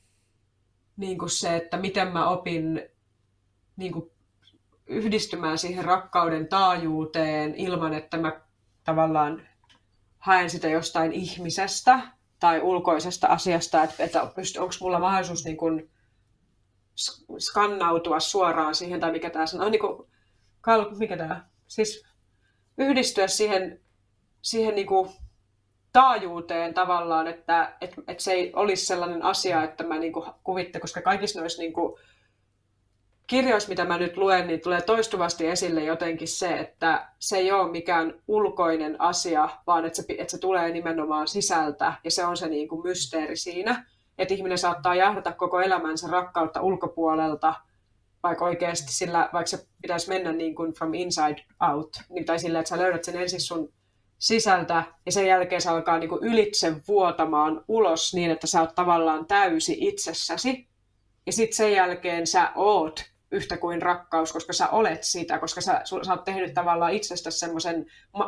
niin kuin se, että miten mä opin niin kuin yhdistymään siihen rakkauden taajuuteen ilman, että mä tavallaan haen sitä jostain ihmisestä tai ulkoisesta asiasta, että onko mulla mahdollisuus niin kuin skannautua suoraan siihen, tai mikä tämä sanoo, niin kuin, mikä tämä, siis yhdistyä siihen niin kuin taajuuteen tavallaan, että se ei olisi sellainen asia, että mä niin kuin kuvittelen, koska kaikissa noissa niin kuin kirjoissa, mitä mä nyt luen, niin tulee toistuvasti esille jotenkin se, että se ei ole mikään ulkoinen asia, vaan että se tulee nimenomaan sisältä, ja se on se niin kuin mysteeri siinä, että ihminen saattaa jahdata koko elämänsä rakkautta ulkopuolelta, vaikka oikeasti sillä, vaikka se pitäisi mennä niin kuin from inside out, tai sillä, että sä löydät sen ensin sun sisältä, ja sen jälkeen se alkaa niin kuin ylitse vuotamaan ulos niin, että sä oot tavallaan täysi itsessäsi, ja sitten sen jälkeen sä oot yhtä kuin rakkaus, koska sä olet sitä, koska sä oot tehnyt tavallaan itsestäsi semmoisen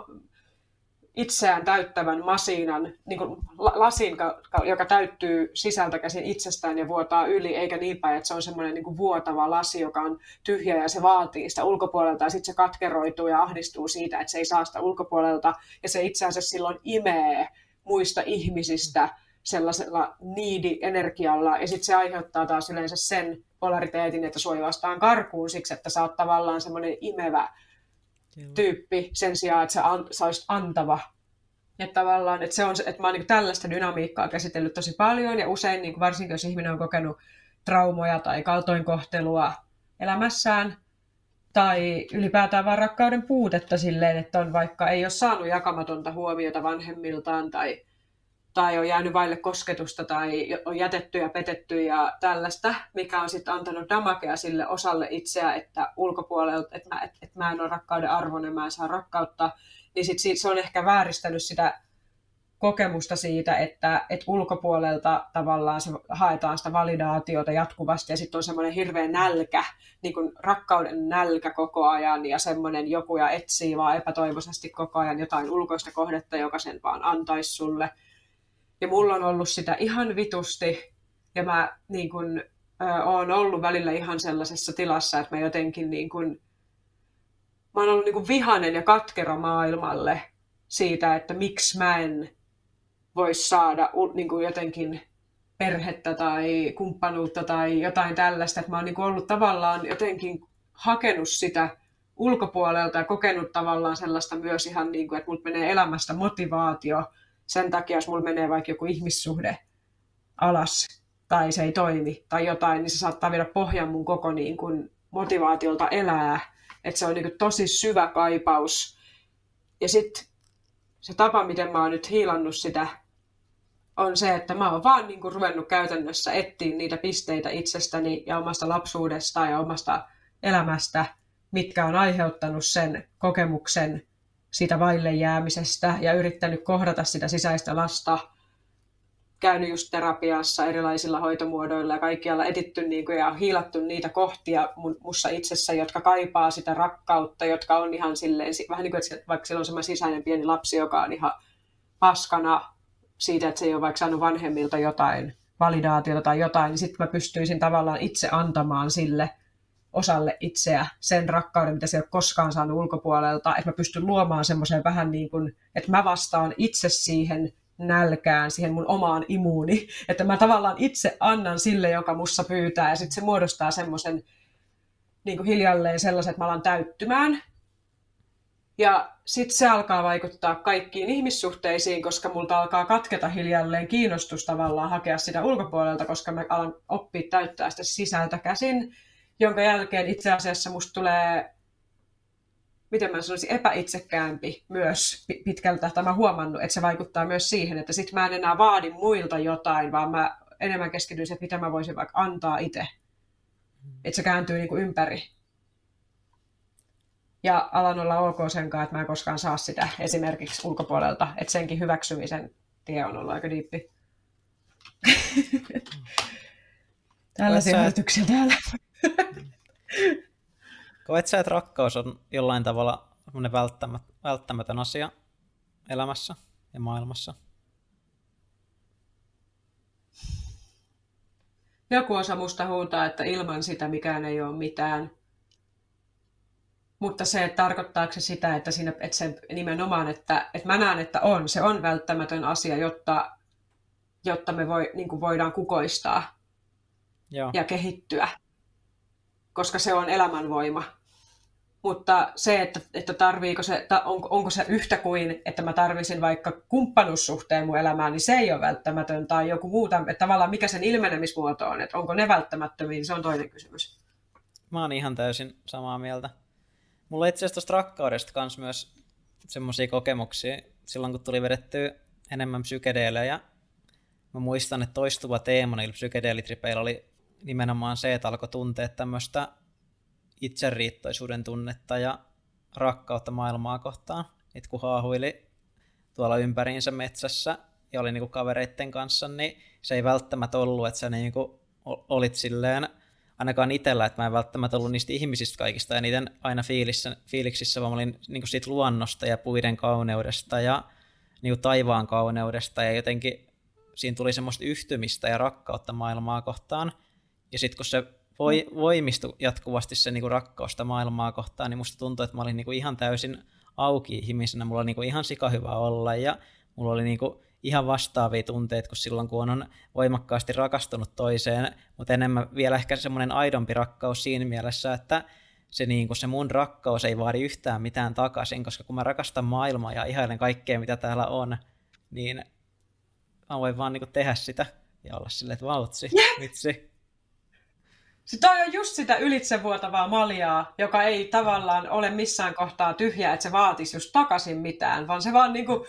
itseään täyttävän masiinan, niin kuin lasin, joka täyttyy sisältä käsin itsestään ja vuotaa yli, eikä niin päin, että se on semmoinen niin kuin vuotava lasi, joka on tyhjä ja se vaatii sitä ulkopuolelta ja sitten se katkeroituu ja ahdistuu siitä, että se ei saa sitä ulkopuolelta ja se itse asiassa silloin imee muista ihmisistä sellaisella needy-energialla ja sitten se aiheuttaa taas yleensä sen polariteetin, että sua juostaan karkuun siksi, että sä oot tavallaan semmoinen imevä tyyppi sen sijaan, että sä olisit antava. Että tavallaan, että mä oon niin tällaista dynamiikkaa käsitellyt tosi paljon ja usein, niin varsinkin jos ihminen on kokenut traumoja tai kaltoinkohtelua elämässään tai ylipäätään vaan rakkauden puutetta silleen, että on vaikka ei ole saanut jakamatonta huomiota vanhemmiltaan tai tai on jäänyt vaille kosketusta tai on jätetty ja petetty ja tällaista, mikä on sitten antanut damakea sille osalle itseä, että ulkopuolelta, että mä en ole rakkauden arvoinen, mä en saa rakkautta, niin sit se on ehkä vääristänyt sitä kokemusta siitä, että ulkopuolelta tavallaan se haetaan sitä validaatiota jatkuvasti ja sitten on semmoinen hirveä nälkä, niin kuin rakkauden nälkä koko ajan ja semmoinen joku ja etsii vaan epätoivoisesti koko ajan jotain ulkoista kohdetta, joka sen vaan antaisi sulle. Ja mulla on ollut sitä ihan vitusti ja mä niin kun, oon ollut välillä ihan sellaisessa tilassa, että mä jotenkin niin kun, mä oon ollut niin kun vihainen ja katkera maailmalle siitä, että miksi mä en voisi saada niin kuin jotenkin perhettä tai kumppanuutta tai jotain tällaista. Että mä oon niin kuin ollut tavallaan jotenkin hakenut sitä ulkopuolelta ja kokenut tavallaan sellaista myös ihan, niin kuin, että mulla menee elämästä motivaatio sen takia, jos mulla menee vaikka joku ihmissuhde alas tai se ei toimi tai jotain, niin se saattaa viedä pohjan mun koko niin kuin motivaatiolta elää. Että se on niin kuin tosi syvä kaipaus. Ja sitten se tapa, miten mä oon nyt hiilannut sitä, on se, että mä oon vaan niin kuin ruvennut käytännössä etsiä niitä pisteitä itsestäni ja omasta lapsuudesta ja omasta elämästä, mitkä on aiheuttanut sen kokemuksen siitä vaille jäämisestä ja yrittänyt kohdata sitä sisäistä lasta, käynyt just terapiassa erilaisilla hoitomuodoilla ja kaikkialla etitty niin kuin, ja hiilattu niitä kohtia mussa itsessä, jotka kaipaa sitä rakkautta, jotka on ihan silleen, vähän niin kuin, että vaikka siellä on semmoinen sisäinen pieni lapsi, joka on ihan paskana siitä, että se ei ole vaikka saanut vanhemmilta jotain validaatiota tai jotain, niin sitten mä pystyisin tavallaan itse antamaan sille osalle itseä sen rakkauden, mitä se ei ole koskaan saanut ulkopuolelta, että mä pystyn luomaan semmoisen vähän niin kuin, että mä vastaan itse siihen nälkään, siihen mun omaan imuuni, että mä tavallaan itse annan sille, joka mussa pyytää, ja sitten se muodostaa semmoisen niin kuin hiljalleen sellaisen, että mä alan täyttymään. Ja sitten se alkaa vaikuttaa kaikkiin ihmissuhteisiin, koska multa alkaa katketa hiljalleen kiinnostus tavallaan hakea sitä ulkopuolelta, koska mä alan oppia täyttää sitä sisältä käsin, jonka jälkeen itse asiassa musta tulee, miten mä sanoisin, epäitsekäämpi myös pitkältä. Tai mä huomannut, että se vaikuttaa myös siihen, että sit mä en enää vaadi muilta jotain, vaan mä enemmän keskityn siihen, että mitä mä voisin vaikka antaa itse. Että se kääntyy niin kuin ympäri. Ja alan olla ok sen kanssa, että mä en koskaan saa sitä esimerkiksi ulkopuolelta. Että senkin hyväksymisen tie on ollut aika diippi. Tällaisia ajatuksia täällä. Koet sä, että rakkaus on jollain tavalla välttämätön asia elämässä ja maailmassa? Joku osa musta huutaa, että ilman sitä mikään ei ole mitään. Mutta se, että tarkoittaako se sitä, että, että se nimenomaan, että mä näen, että se on välttämätön asia, jotta me niin kuin voidaan kukoistaa. Joo. Ja kehittyä, koska se on elämänvoima. Mutta se, että tarviiko se, onko se yhtä kuin, että mä tarvisin vaikka kumppanuussuhteen mun elämään, niin se ei ole välttämätön, tai joku muuta, että tavallaan mikä sen ilmenemismuoto on, että onko ne välttämättömiä, niin se on toinen kysymys. Mä oon ihan täysin samaa mieltä. Mulla itse asiassa tuosta rakkaudesta kans myös semmoisia kokemuksia, silloin kun tuli vedettyä enemmän psykedeelejä. Mä muistan, että toistuva teema niillä psykedeelitripeillä oli nimenomaan se, että alkoi tuntea tämmöistä itseriittoisuuden tunnetta ja rakkautta maailmaa kohtaan. Et kun haahuili tuolla ympäriinsä metsässä ja oli niinku kavereitten kanssa, niin se ei välttämättä ollut, että sä niinku olit silleen, ainakaan itsellä, että mä en välttämättä ollut niistä ihmisistä kaikista eniten aina fiiliksissä, vaan mä olin niinku siitä luonnosta ja puiden kauneudesta ja niinku taivaan kauneudesta ja jotenkin siinä tuli semmoista yhtymistä ja rakkautta maailmaa kohtaan. Ja sitten kun se voimistui jatkuvasti se niinku rakkausta maailmaa kohtaan, niin musta tuntui, että mä olin niinku ihan täysin auki ihmisenä. Mulla oli niinku ihan sikahyvä olla ja mulla oli niinku ihan vastaavia tunteita kuin silloin, kun on voimakkaasti rakastunut toiseen, mutta enemmän vielä ehkä semmoinen aidompi rakkaus siinä mielessä, että se mun rakkaus ei vaadi yhtään mitään takaisin, koska kun mä rakastan maailmaa ja ihailen kaikkea, mitä täällä on, niin mä voin vaan niinku tehdä sitä ja olla silleen, että vautsi, vitsi. Se toi on just sitä ylitsevuotavaa maljaa, joka ei tavallaan ole missään kohtaa tyhjää, että se vaatisi just takaisin mitään, vaan se vaan niinku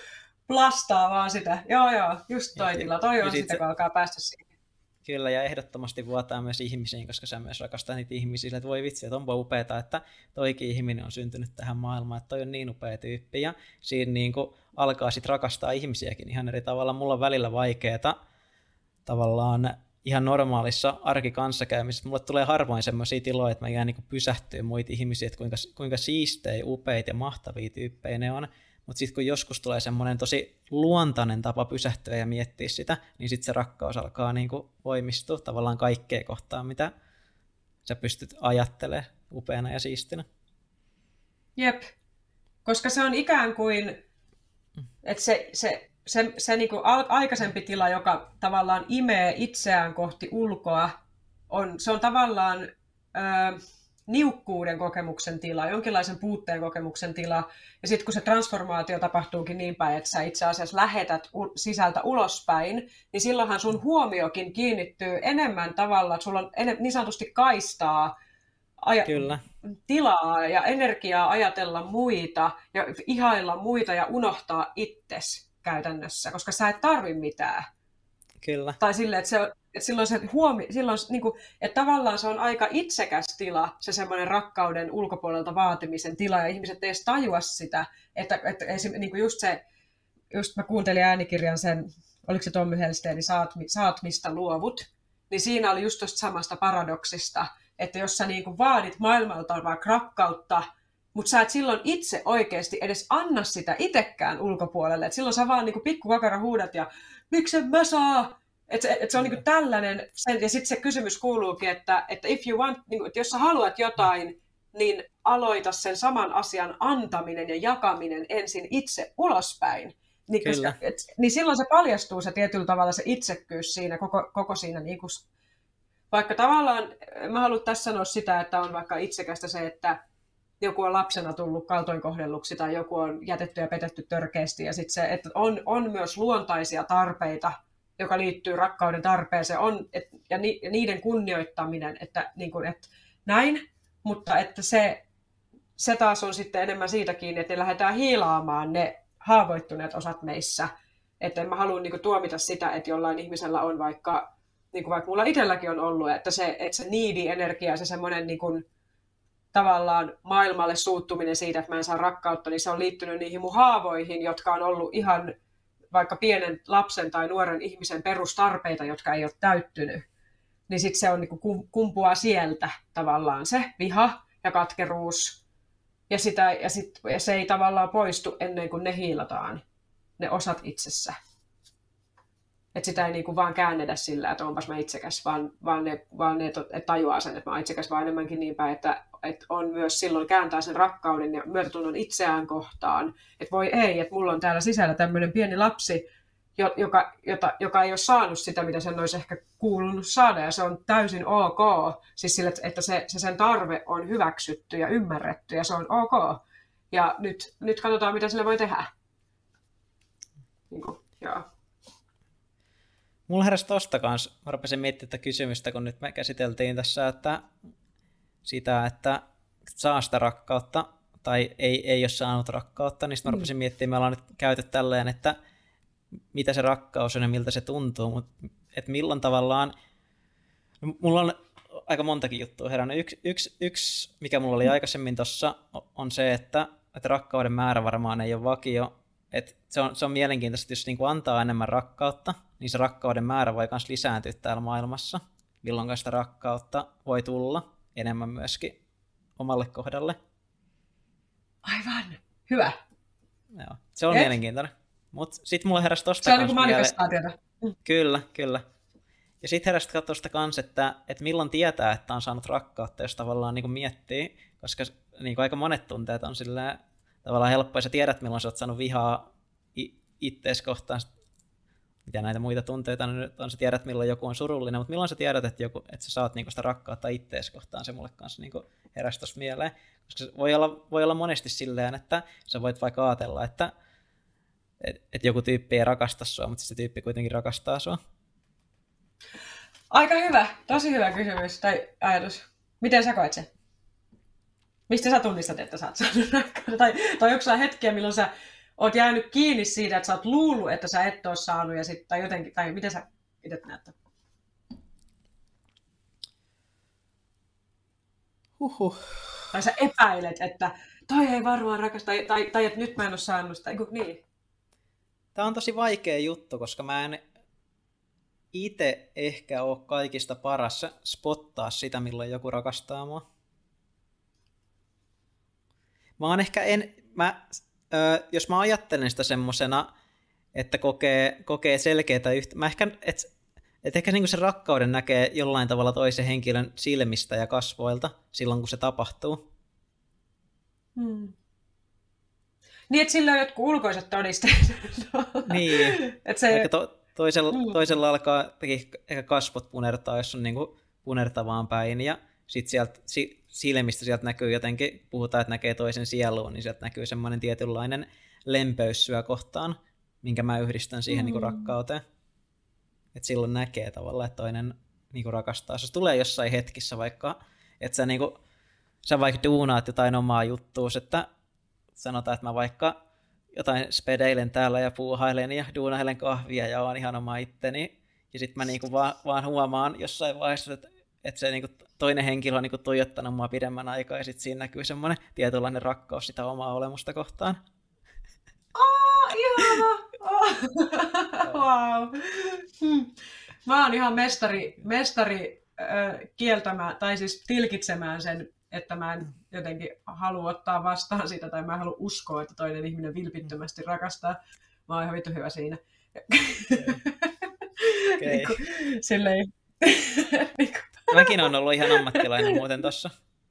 plastaa vaan sitä. Joo, just toi tila. Toi on sitä, kun alkaa päästä siihen. Kyllä, ja ehdottomasti vuotaa myös ihmisiin, koska sä myös rakastaa niitä ihmisiä, että voi vitsi, että onpa upeeta, että toikin ihminen on syntynyt tähän maailmaan, että toi on niin upea tyyppi, ja siinä niin kuin alkaa sitten rakastaa ihmisiäkin ihan eri tavalla. Mulla on välillä vaikeeta tavallaan ihan normaalissa arkikanssakäymisessä. Mulle tulee harvoin semmoisia tiloja, että mä jään niin pysähtyä muita ihmisiä, että kuinka siistejä, upeita ja mahtavia tyyppejä ne on. Mutta sitten kun joskus tulee semmoinen tosi luontainen tapa pysähtyä ja miettiä sitä, niin sitten se rakkaus alkaa niinku voimistua tavallaan kaikkea kohtaan, mitä sä pystyt ajattelemaan upeana ja siistinä. Jep, koska se on ikään kuin, että se niinku aikaisempi tila, joka tavallaan imee itseään kohti ulkoa, se on tavallaan niukkuuden kokemuksen tila, jonkinlaisen puutteen kokemuksen tila. Ja sitten kun se transformaatio tapahtuukin niin päin, että sä itse asiassa lähetät sisältä ulospäin, niin silloinhan sun huomiokin kiinnittyy enemmän tavalla, että sulla on niin sanotusti kaistaa, tilaa ja energiaa ajatella muita ja ihailla muita ja unohtaa itsesi käytännössä, koska sä et tarvi mitään. Kyllä. Tai silleen, että silloin niin kuin, että tavallaan se on aika itsekäs tila, se semmoinen rakkauden ulkopuolelta vaatimisen tila, ja ihmiset ei edes tajua sitä, että niin kuin just mä kuuntelin äänikirjan sen, oliko se Tommy Hellsteinin Saat mistä luovut, niin siinä oli just tuosta samasta paradoksista, että jos sä niin kuin vaadit maailmalta vaikka rakkautta, mutta sä et silloin itse oikeasti edes anna sitä itsekään ulkopuolelle, että silloin sä vaan niin kuin pikkukakara huudat ja miksen mä saa? Että se on niinku tällainen, ja sitten se kysymys kuuluukin, että if you want, niinku, että jos sä haluat jotain, niin aloita sen saman asian antaminen ja jakaminen ensin itse ulospäin. Niin silloin se paljastuu se tietyllä tavalla se itsekkyys siinä, koko siinä. Niinku, vaikka tavallaan, mä haluan tässä sanoa sitä, että on vaikka itsekästä se, että joku on lapsena tullut kaltoinkohdelluksi tai joku on jätetty ja petetty törkeästi. Ja sitten se, että on myös luontaisia tarpeita, joka liittyy rakkauden tarpeeseen, ja niiden kunnioittaminen, että, niin kuin, että näin, mutta että se taas on sitten enemmän siitä kiinni, että lähdetään hiilaamaan ne haavoittuneet osat meissä. Että en mä halua niin kuin tuomita sitä, että jollain ihmisellä on vaikka, niin kuin vaikka mulla itselläkin on ollut, että se needy-energia, se semmoinen niin kuin, tavallaan maailmalle suuttuminen siitä, että mä en saa rakkautta, niin se on liittynyt niihin mun haavoihin, jotka on ollut ihan vaikka pienen lapsen tai nuoren ihmisen perustarpeita, jotka ei ole täyttynyt, niin sitten se on niinku kumpuaa sieltä tavallaan se viha ja katkeruus, ja se ei tavallaan poistu ennen kuin ne hiilataan, ne osat itsessä. Että sitä ei niinku vaan käännetä sillä, että onpas mä itsekäs, vaan ne tajuaa sen, että mä oon itsekäs, vaan enemmänkin niin päin, että on myös silloin kääntää sen rakkauden ja myötätunnon itseään kohtaan. Että voi ei, että mulla on täällä sisällä tämmöinen pieni lapsi, joka ei ole saanut sitä, mitä sen olisi ehkä kuulunut saada, ja se on täysin ok. Siis sille, että se sen tarve on hyväksytty ja ymmärretty, ja se on ok. Ja nyt katsotaan, mitä sille voi tehdä. Niin kuin, joo. Mulla heräsi tosta kanssa, mä rupesin miettimään tätä kysymystä, kun nyt me käsiteltiin tässä, että sitä, että saa sitä rakkautta tai ei ole saanut rakkautta, niin sitten mä rupesin miettimään, me ollaan nyt käyty tälleen, että mitä se rakkaus on ja miltä se tuntuu, mutta että milloin tavallaan, mulla on aika montakin juttua herännyt. Yksi mikä mulla oli aikaisemmin tuossa, on se, että rakkauden määrä varmaan ei ole vakio. Että se on mielenkiintoista, että jos niinku antaa enemmän rakkautta, niin se rakkauden määrä voi myös lisääntyä täällä maailmassa, milloin sitä rakkautta voi tulla enemmän myöskin omalle kohdalle. Aivan, hyvä. Joo, se on mielenkiintoinen. Mutta sitten mulla heräsi tosta se on niin kuin manifestaatiota. Kyllä. Ja sitten heräsi tuosta kanssa, että milloin tietää, että on saanut rakkautta, jos tavallaan niin kuin miettii, koska niin kuin aika monet tunteet on silleen tavallaan helppoa, sä tiedät, milloin sä oot saanut vihaa ittees kohtaan, mitä näitä muita tunteita nyt on, sä tiedät, milloin joku on surullinen, mutta milloin sä tiedät, että sä saat niinku sitä rakkautta ittees kohtaan, se mulle kanssa niinku heräsi tosta mieleen, koska se voi olla monesti silleen, että sä voit vaikka ajatella, että joku tyyppi ei rakasta sua, mutta se tyyppi kuitenkin rakastaa sua. Aika hyvä, tosi hyvä kysymys tai ajatus. Miten sä koet sen? Mistä sä tunnistat, että sä oot saanut rakkautta? Tai onko sulla hetkiä, milloin sä oot jäänyt kiinni siitä, että sä oot luullut, että sä et ole saanut ja sit, tai jotenkin, tai miten sä itse näet? Huhhuh. Tai sä epäilet, että toi ei varmaan rakasta, tai että nyt mä en ole saanut sitä, niin. Tämä on tosi vaikea juttu, koska mä en itse ehkä ole kaikista paras spottaa sitä, milloin joku rakastaa mua. Mä oon ehkä jos mä ajattelen sitä semmosena, että kokee selkeätä mä ehkä, että ehkä niin kuin se rakkauden näkee jollain tavalla toisen henkilön silmistä ja kasvoilta silloin, kun se tapahtuu. Niin, että sillä on jotkut ulkoiset todisteet. Niin, se... toisella alkaa ehkä kasvot punertaa, jos on niin kuin punertavaan päin, ja sitten sieltä silmistä sieltä näkyy jotenkin, puhutaan, että näkee toisen sieluun, niin sieltä näkyy semmoinen tietynlainen lempeys syö kohtaan, minkä mä yhdistän siihen niin kuin rakkauteen. Että silloin näkee tavallaan, että toinen niin kuin rakastaa. Se tulee jossain hetkissä vaikka, että sä vaikka duunaat jotain omaa juttuus, että sanotaan, että mä vaikka jotain spedeilen täällä ja puuhailen ja duunailen kahvia ja oon ihan oma itteni. Ja sitten mä niinku vaan huomaan jossain vaiheessa, että se niinku toinen henkilö on niinku tuijottanut mua pidemmän aikaa ja sitten siinä näkyy semmoinen tietynlainen rakkaus sitä omaa olemusta kohtaan. Ihana! Wow. Mä oon ihan mestari kieltämään, tai siis tilkitsemään sen, että mä en jotenkin halua ottaa vastaan sitä, tai mä en halua uskoa, että toinen ihminen vilpittömästi rakastaa. Mä oon ihan vittu hyvä siinä. Okay. Silleen. Mäkin on ollut ihan ammattilainen muuten tossa.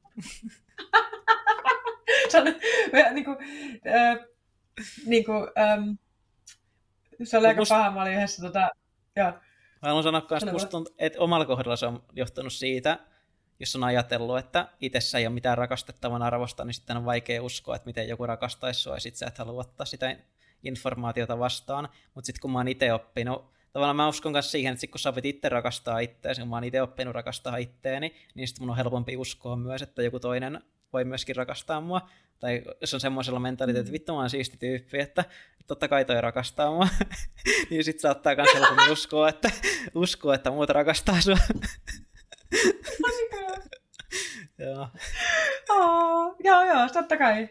Se oli aika paha, mä olin yhdessä Mä haluan sanoa että omalla kohdalla se on johtunut siitä, jos on ajatellut, että itsessä ei ole mitään rakastettavan arvosta, niin sitten on vaikea uskoa, että miten joku rakastaisi sua, ja sitten sä et halua ottaa sitä informaatiota vastaan. Mutta sitten kun mä oon itse oppinut, tavallaan mä uskon myös siihen, että sit kun sä opit itse rakastaa itseäsi, kun mä oon itse oppinut rakastaa itteeni, niin sitten mun on helpompi uskoa myös, että joku toinen voi myöskin rakastaa mua. Tai jos on semmoisella mentaliteetillä, että vittu mä oon siisti tyyppi, että totta kai toi rakastaa mua, niin sit saattaa myös helpommin uskoa, että muut rakastaa sua. Joo, totta kai.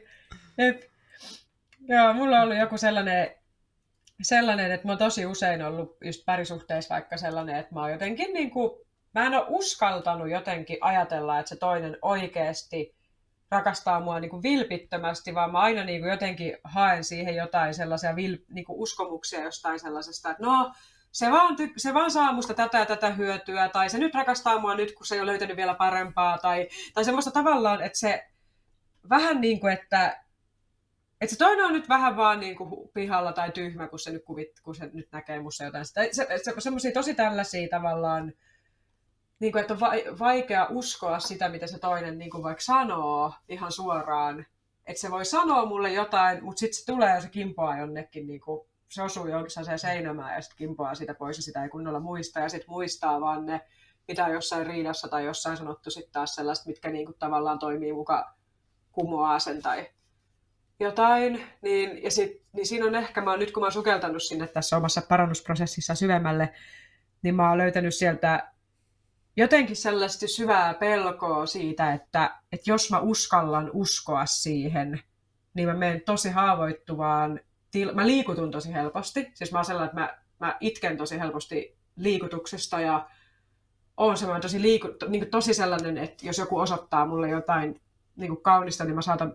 Joo, mulla on ollut joku sellainen, että mä oon tosi usein ollut just parisuhteissa vaikka sellainen, että mä oon jotenkin mä en ole uskaltanut jotenkin ajatella, että se toinen oikeasti rakastaa mua vilpittömästi, vaan mä aina jotenkin haen siihen jotain sellaisia uskomuksia jostain sellaisesta, että no, se vaan saa musta tätä ja tätä hyötyä, tai se nyt rakastaa mua nyt, kun se ei ole löytänyt vielä parempaa, tai semmoista tavallaan, että se vähän että se toinen on nyt vähän vaan pihalla tai tyhmä, kun se nyt näkee musta jotain. Se on semmoisia tosi tällaisia tavallaan, että on vaikea uskoa sitä, mitä se toinen vaikka sanoo ihan suoraan. Että se voi sanoa mulle jotain, mutta sitten se tulee ja se kimpoaa jonnekin, se osuu johonkin seinämään ja sitten kimpoaa sitä pois ja sitä ei kunnolla muista. Ja sitten muistaa vaan ne, mitä on jossain riidassa tai jossain sanottu sitten taas sellaista, mitkä tavallaan toimii muka kumoaa sen tai jotain. Niin siinä on ehkä, nyt kun mä oon sukeltanut sinne tässä omassa parannusprosessissa syvemmälle, niin mä oon löytänyt sieltä jotenkin sellaista syvää pelkoa siitä, että jos mä uskallan uskoa siihen, niin mä menen tosi haavoittuvaan, mä liikutun tosi helposti. Siis mä oon sellainen, että mä itken tosi helposti liikutuksesta ja oon semmoinen tosi sellainen, että jos joku osoittaa mulle jotain kaunista, niin mä saatan,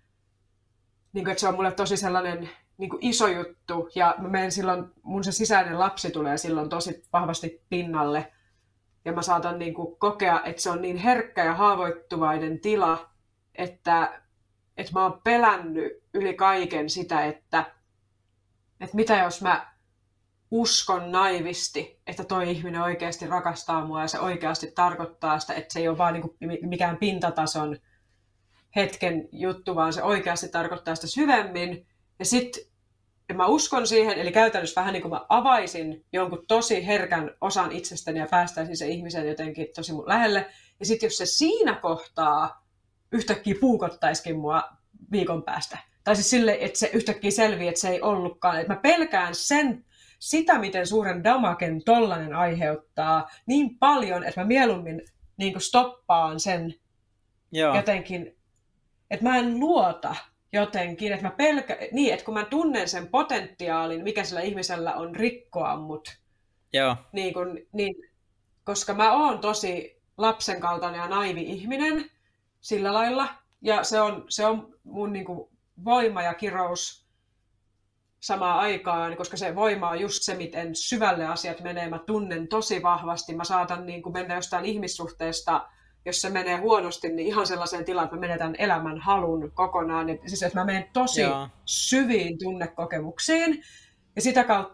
että se on mulle tosi sellainen iso juttu ja mä menen silloin, mun se sisäinen lapsi tulee silloin tosi vahvasti pinnalle. Ja mä saatan kokea, että se on niin herkkä ja haavoittuvainen tila, että mä oon pelännyt yli kaiken sitä, että mitä jos mä uskon naivisti, että toi ihminen oikeasti rakastaa mua ja se oikeasti tarkoittaa sitä, että se ei ole vaan mikään pintatason hetken juttu, vaan se oikeasti tarkoittaa sitä syvemmin. Ja sitten mä uskon siihen, eli käytännössä vähän niin kuin mä avaisin jonkun tosi herkän osan itsestäni ja päästäisin se ihmisen jotenkin tosi mun lähelle. Ja sitten jos se siinä kohtaa yhtäkkiä puukottaisikin mua viikon päästä, Tai siis sille, että se yhtäkkiä selvii, että se ei ollutkaan. Että mä pelkään sitä, miten suuren damaken tollanen aiheuttaa niin paljon, että mä mieluummin niin kuin stoppaan sen jotenkin, että mä en luota jotenkin, että että kun mä tunnen sen potentiaalin, mikä sillä ihmisellä on rikkoa mut, niin, koska mä oon tosi lapsen kaltainen ja naivi ihminen sillä lailla, ja se on mun niin kuin voima ja kirous samaan aikaan, koska se voima on just se, miten syvälle asiat menee. Mä tunnen tosi vahvasti. Mä saatan niin kuin mennä jostain ihmissuhteesta, jos se menee huonosti, niin ihan sellaiseen tilaan, että mä menetän elämän halun kokonaan. Ja siis, että mä menen tosi syviin tunnekokemuksiin. Ja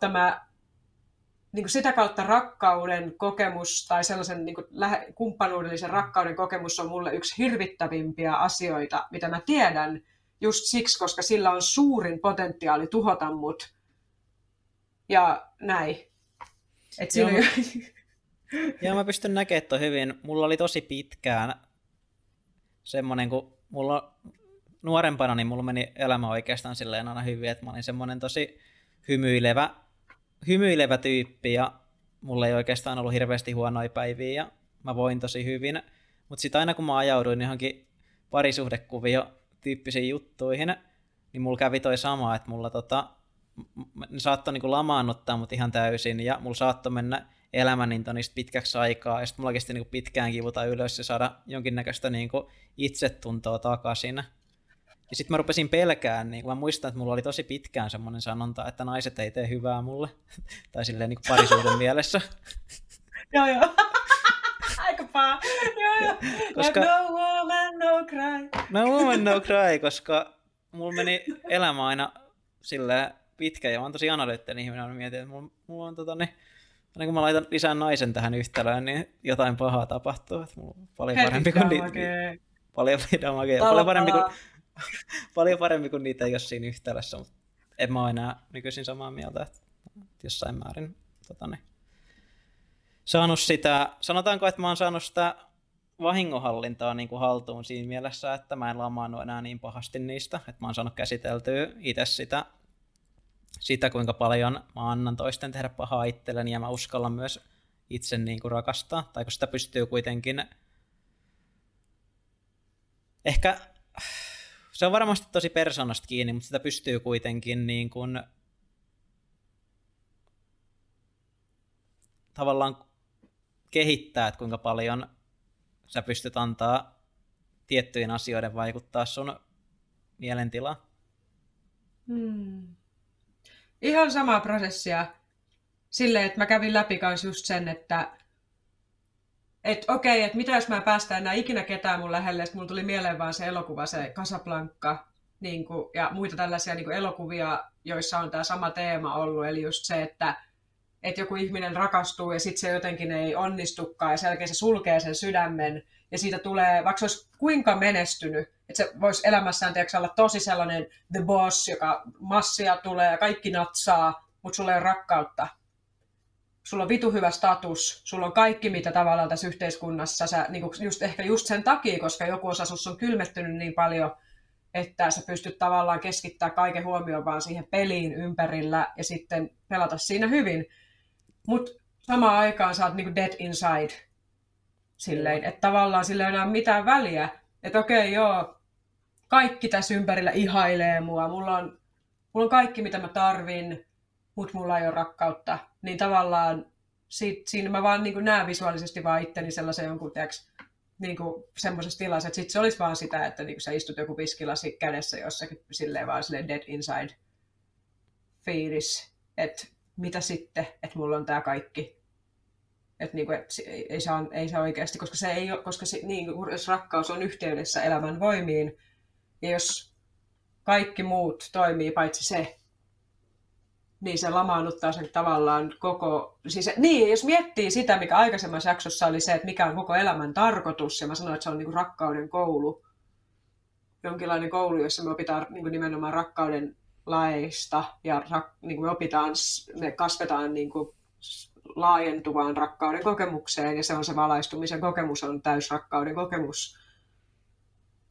sitä kautta rakkauden kokemus tai sellaisen niin kuin kumppanuudellisen rakkauden kokemus on mulle yksi hirvittävimpiä asioita, mitä mä tiedän. Just siksi, koska sillä on suurin potentiaali tuhota mut. Ja näin. Joo, mä pystyn näkemään toi hyvin. Mulla oli tosi pitkään semmoinen, kun mulla nuorempana, niin mulla meni elämä oikeastaan silleen aina hyvin, että mä olin semmoinen tosi hymyilevä tyyppi ja mulla ei oikeastaan ollut hirveästi huonoja päiviä ja mä voin tosi hyvin. Mutta sitten aina kun mä ajauduin johonkin parisuhdekuvio tyyppisiin juttuihin, niin mulla kävi toi sama, että mulla ne saattoi niinku lamaannuttaa mut ihan täysin, ja mulla saattoi mennä elämän niistä pitkäksi aikaa, ja sitten mulla kesti niinku pitkään kivuta ylös ja saada jonkinnäköistä niinku itsetuntoa takaisin. Ja sitten mä rupesin pelkään, niin mä muistan, että mulla oli tosi pitkään semmoinen sanonta, että naiset ei tee hyvää mulle, tai silleen niinku parisuuden mielessä. Joo. Aika paha. Koska no woman, no cry. No woman, no cry, koska mulla meni elämä aina silleen pitkä, ja mä oon tosi analyyttinen ihminen, mietin, että mulla on aina kun mä laitan lisää naisen tähän yhtälöön, niin jotain pahaa tapahtuu. Että mulla on paljon parempi kuin niitä. Paljon parempi kuin niitä ei ole siinä yhtälössä, mutta en mä ole enää nykyisin samaa mieltä, että jossain määrin saanut sitä, sanotaanko, että mä oon saanut sitä vahingonhallintaa niin kuin haltuun siinä mielessä, että mä en lamaannut enää niin pahasti niistä, että mä oon saanut käsiteltyä itse sitä, kuinka paljon mä annan toisten tehdä pahaa itselleni, ja mä uskallan myös itse niin kuin rakastaa, tai kun sitä pystyy kuitenkin, ehkä se on varmasti tosi persoonasta kiinni, mutta sitä pystyy kuitenkin niin kuin tavallaan kehittää, että kuinka paljon sä pystyt antaa tiettyjen asioiden vaikuttaa sun mielentilaan. Ihan samaa prosessia silleen, että mä kävin läpi kans just sen, että okei, että mitä jos mä päästään enää ikinä ketään mun lähelle, sitten mulla tuli mieleen vaan se elokuva, se Casablanca, niin kuin, ja muita tällaisia niin kuin elokuvia, joissa on tämä sama teema ollut, eli just se, että joku ihminen rakastuu ja sitten se jotenkin ei onnistukaan ja sen jälkeen se sulkee sen sydämen ja siitä tulee, vaikka se olisi kuinka menestynyt, että se voisi elämässään olla tosi sellainen the boss, joka massia tulee ja kaikki natsaa, mutta sulla ei ole rakkautta. Sulla on vitu hyvä status, sulla on kaikki, mitä tavallaan tässä yhteiskunnassa, sä, niin ehkä just sen takia, koska joku osa sussa on kylmettynyt niin paljon, että sä pystyt tavallaan keskittämään kaiken huomioon vaan siihen peliin ympärillä ja sitten pelata siinä hyvin. Mutta samaan aikaan sä oot niinku dead inside. Silleen, että tavallaan sillä ei ole enää mitään väliä. Että okei, joo, kaikki tässä ympärillä ihailee mua. Mulla on kaikki, mitä mä tarvin, mutta mulla ei ole rakkautta. Niin tavallaan siinä mä vaan niin näen visuaalisesti vaan itteni sellaisen jonkun niin semmoisessa tilassa, että sit se olisi vaan sitä, että niin sä istut joku viskilasi kädessä jossakin silleen vaan silleen dead inside fiilis, että mitä sitten, että mulla on tää kaikki. Että niinku, ei se oikeasti, koska se ei ole, jos rakkaus on yhteydessä elämän voimiin, ja jos kaikki muut toimii paitsi se, niin se lamaannuttaa sen tavallaan koko... Niin, jos miettii sitä, mikä aikaisemmassa jaksossa oli se, että mikä on koko elämän tarkoitus, ja mä sanoin, että se on niinku rakkauden koulu. Jonkinlainen koulu, jossa me opitaan niinku nimenomaan rakkauden laeista, ja niinku me kasvetaan niinku laajentuvaan rakkauden kokemukseen, ja se on se valaistumisen kokemus, on täysrakkauden kokemus.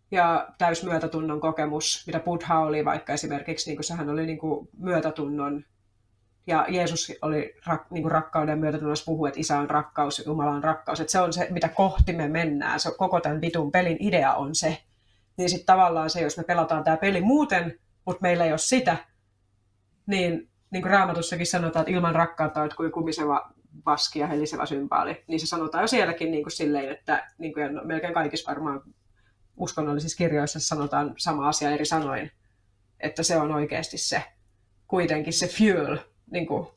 ja täysmyötätunnon kokemus, mitä Buddha oli vaikka esimerkiksi, niin kuin sehän oli niin kuin myötätunnon, ja Jeesus oli niin kuin rakkauden ja myötätunnossa puhuu, että Isä on rakkaus, Jumala on rakkaus, että se on se, mitä kohti me mennään, se koko tämän vitun pelin idea on se, niin sitten tavallaan se, jos me pelataan tämä peli muuten, mutta meillä ei ole sitä, niin kuin Raamatussakin sanotaan, että ilman rakkautta olet kuin kumiseva vaski ja helisevä symbaali, niin se sanotaan jo sielläkin niin kuin silleen, että niin kuin, ja melkein kaikissa varmaan uskonnollisissa kirjoissa sanotaan sama asia eri sanoin, että se on oikeasti se, kuitenkin se fuel, niin kuin,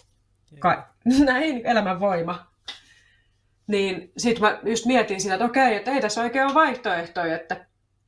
näin elämän voima. Niin sitten mä just mietin sitä, että okei, että ei tässä oikein ole vaihtoehtoja, että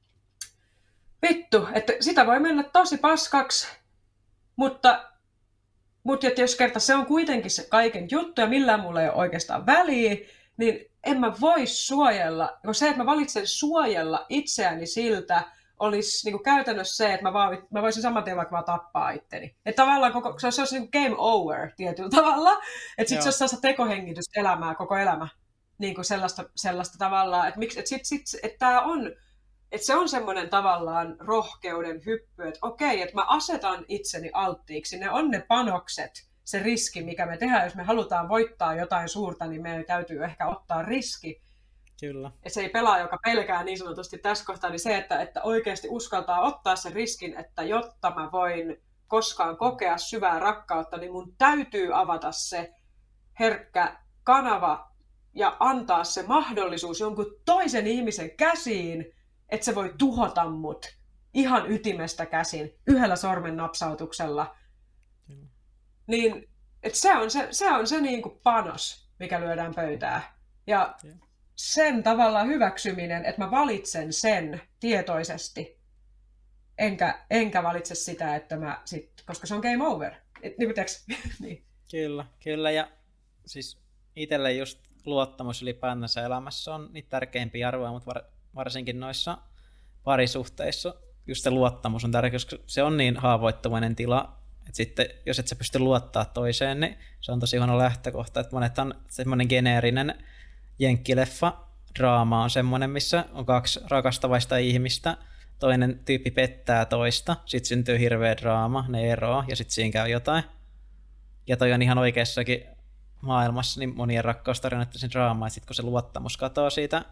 vittu, että sitä voi mennä tosi paskaksi, mutta että jos kerta se on kuitenkin se kaiken juttu ja millään mulla ei ole oikeastaan väliä, niin en mä voi suojella, kun se, että mä valitsen suojella itseäni siltä, olisi niin kuin käytännössä se, että mä voisin saman tien vaikka vaan tappaa itteni. Että tavallaan se olisi niin kuin game over tietyllä tavalla, että sitten se olisi sellaista tekohengitystä elämää koko elämä. Niin kuin sellaista tavallaan, että miksi, että tämä on, että se on semmoinen tavallaan rohkeuden hyppy, että okei, että mä asetan itseni alttiiksi, ne on ne panokset, se riski, mikä me tehdään, jos me halutaan voittaa jotain suurta, niin meidän täytyy ehkä ottaa riski. Kyllä. Että se ei pelaa, joka pelkää niin sanotusti tässä kohtaa, niin se, että oikeasti uskaltaa ottaa sen riskin, että jotta mä voin koskaan kokea syvää rakkautta, niin mun täytyy avata se herkkä kanava ja antaa se mahdollisuus jonkun toisen ihmisen käsiin, että se voi tuhota mut ihan ytimestä käsin, yhdellä sormen napsautuksella. Niin, että se on se niin kuin panos, mikä lyödään pöytään. Ja sen tavallaan hyväksyminen, että mä valitsen sen tietoisesti, enkä valitse sitä, että koska se on game over. Niin. Kyllä. Ja siis itselle just luottamus ylipäätänsä elämässä on niitä tärkeimpiä arvoja, mutta varsinkin noissa parisuhteissa just se luottamus on tärkeä, koska se on niin haavoittuvainen tila, että sitten jos et sä pysty luottaa toiseen, niin se on tosi huono lähtökohta. Että monethan semmoinen geneerinen jenkkileffa, draama on semmoinen, missä on kaksi rakastavaista ihmistä, toinen tyyppi pettää toista, sitten syntyy hirveä draama, ne eroaa ja sitten siinä käy jotain. Ja toi on ihan oikeassakin maailmassa niin monien rakkaustarinoiden draamaa, että sitten kun se luottamus katoaa siitä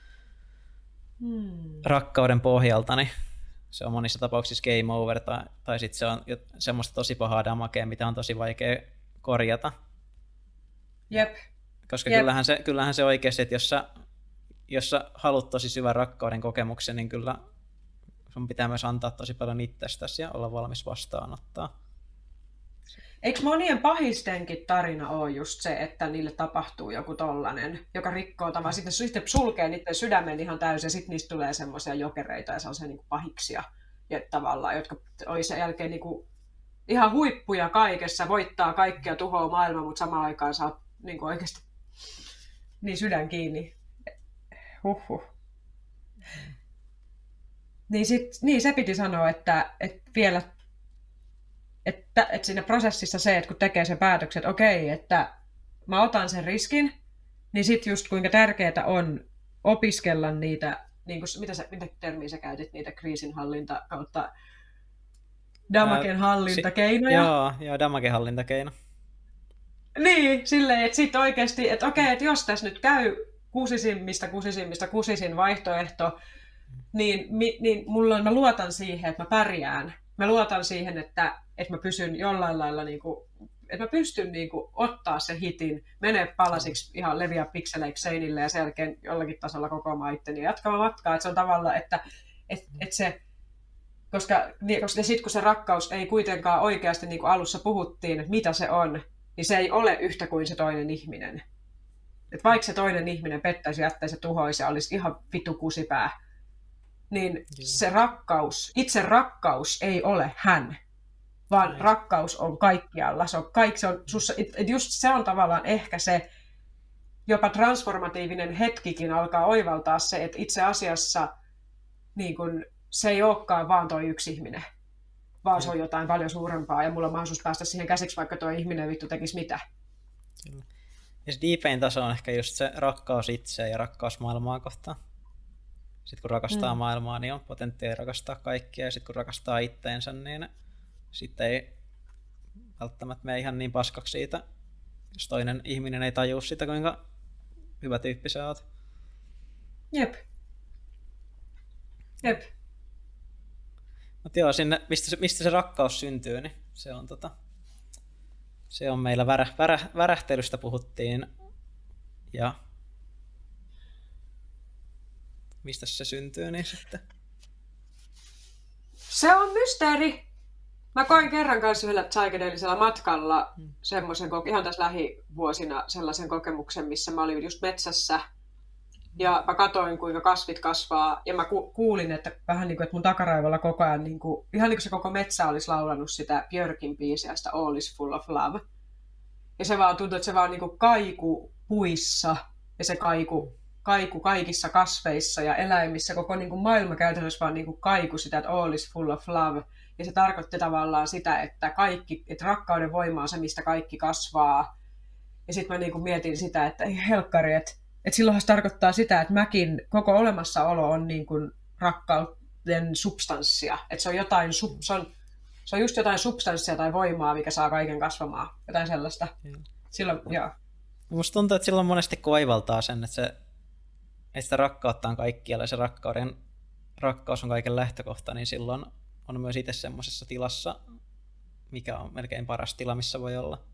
rakkauden pohjalta, niin se on monissa tapauksissa game over, tai sitten se on semmoista tosi pahaa damakea, mitä on tosi vaikea korjata. Jep. Koska kyllähän se oikeasti, että jos sä haluat tosi syvän rakkauden kokemuksen, niin kyllä sun pitää myös antaa tosi paljon itsestäsi ja olla valmis vastaanottaa. Eikö monien pahistenkin tarina ole just se, että niille tapahtuu joku tollanen, joka rikkoo tavallaan, sitten sulkee niiden sydämen ihan täysin, ja sitten niistä tulee semmoisia jokereita ja sellaisia niin kuin pahiksia, ja tavallaan, jotka oli sen jälkeen niin kuin ihan huippuja kaikessa, voittaa kaikkia, tuhoaa maailmaa, mutta samaan aikaan saa niin kuin oikeasti niin sydän kiinni. Huhhuh. Niin se piti sanoa, että vielä että siinä prosessissa se, että kun tekee sen päätöksen, että okei, että mä otan sen riskin, niin sitten just kuinka tärkeää on opiskella niitä, niin kuin, mitä termiä sä käytit, niitä kriisinhallinta kautta damagen hallintakeinoja. Joo, damagen hallintakeino. Niin, silleen, että sitten oikeasti, että okei, että jos tässä nyt käy kusisin vaihtoehto, niin mä luotan siihen, että mä pärjään. Mä luotan siihen, että mä pysyn jollain lailla, että mä pystyn ottaa sen hitin, menee palasiksi, ihan leviä pikseleiksi seinille ja sen jälkeen jollakin tasolla kokoamaan itteni ja jatkaa matkaa. Että se on tavallaan, että se, koska sitten kun se rakkaus ei kuitenkaan oikeasti, niin kuin alussa puhuttiin, että mitä se on, niin se ei ole yhtä kuin se toinen ihminen. Että vaikka se toinen ihminen pettäisi, jättäisi ja tuhoisi ja olisi ihan vittu kusipää, niin se rakkaus, itse rakkaus ei ole hän, vaan rakkaus on kaikkialla. Se on sussa, just se on tavallaan ehkä se jopa transformatiivinen hetkikin alkaa oivaltaa se, että itse asiassa niin kun, se ei olekaan vaan toi yksi ihminen, vaan se on jotain paljon suurempaa ja mulla on mahdollisuus päästä siihen käsiksi, vaikka tuo ihminen vittu tekisi mitä. Ja se deepein taso on ehkä just se rakkaus itseä ja rakkaus maailmaa kohtaan. Sitten kun rakastaa maailmaa, niin on potentiaalia rakastaa kaikkia. Ja sitten kun rakastaa itteensä, niin sitten ei välttämättä mene ihan niin paskaksi siitä, jos toinen ihminen ei tajua sitä, kuinka hyvä tyyppi sä oot. Jep. Jep. Mutta joo, sinne, mistä se rakkaus syntyy, niin se on meillä värähtelystä puhuttiin. Ja mistä se syntyy, niin sitten? Se on mysteeri. Mä koin kerran kanssa yhdellä psykedeellisellä matkalla semmoisen, ihan tässä lähivuosina sellaisen kokemuksen, missä mä olin just metsässä. Ja mä katsoin, kuinka kasvit kasvaa, ja mä kuulin, että vähän niin kuin, että mun takaraivolla koko ajan, niin kuin, ihan niin kuin se koko metsä olisi laulanut sitä Björkin biisiä, sitä All is full of love. Ja se vaan tuntui, että se vaan niin kuin kaiku puissa, ja se kaiku kaikissa kasveissa ja eläimissä. Koko niin kuin maailma käytännössä vaan niin kuin kaiku sitä, että all is full of love. Ja se tarkoitti tavallaan sitä, että rakkauden voima on se, mistä kaikki kasvaa. Ja sitten mä niin kuin mietin sitä, että ei helkkari, että silloinhan se tarkoittaa sitä, että mäkin koko olemassaolo on niin kuin rakkauden substanssia. Että se on just jotain substanssia tai voimaa, mikä saa kaiken kasvamaan. Jotain sellaista. Silloin, joo. Musta tuntuu, että silloin monesti koivaltaa sen, että sitä rakkautta on kaikkialla ja se rakkaus on kaiken lähtökohta, niin silloin on myös itse semmoisessa tilassa, mikä on melkein paras tila, missä voi olla.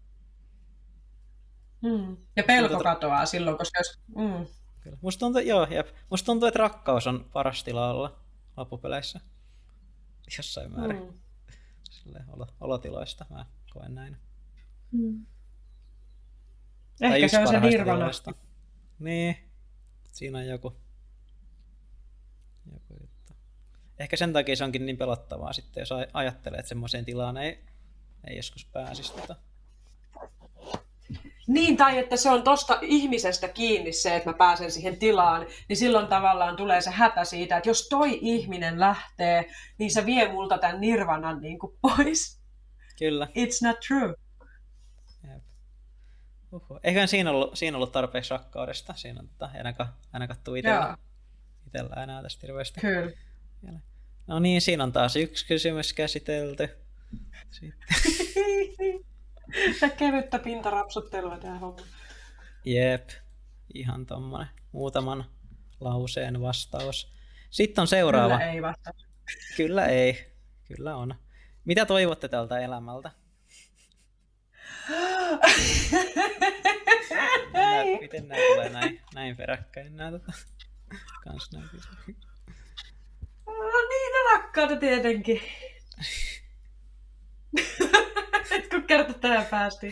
Ja pelko katoaa silloin, koska jos... Kyllä. Musta tuntuu, että rakkaus on paras tila olla loppupeleissä. Jossain määrin. Olotiloista mä koen näin. Ehkä se on se nirvana. Niin, siinä on joku juttu. Ehkä sen takia se onkin niin pelottavaa sitten, jos ajattelee, että semmoiseen tilaan ei joskus pääsisi. Niin, tai että se on tosta ihmisestä kiinni se, että mä pääsen siihen tilaan, niin silloin tavallaan tulee se hätä siitä, että jos toi ihminen lähtee, niin se vie multa tämän nirvanan niin kuin pois. Kyllä. It's not true. Eiköhän siinä ollut tarpeeksi rakkaudesta. Siinä on ainakaan tuu itsellä enää tästä hirveästi. Kyllä. No niin, siinä on taas yksi kysymys käsitelty. Sä kevyttä pintarapsuttelua tää homma. Jep, ihan tommonen muutaman lauseen vastaus. Sitten on seuraava. Kyllä ei vastaus. Kyllä ei, kyllä on. Mitä toivotte tältä elämältä? Miten nämä tulee näin peräkkäin? Kans näin. No niin, rakkautta tietenkin. Kun kerta tänään päästiin.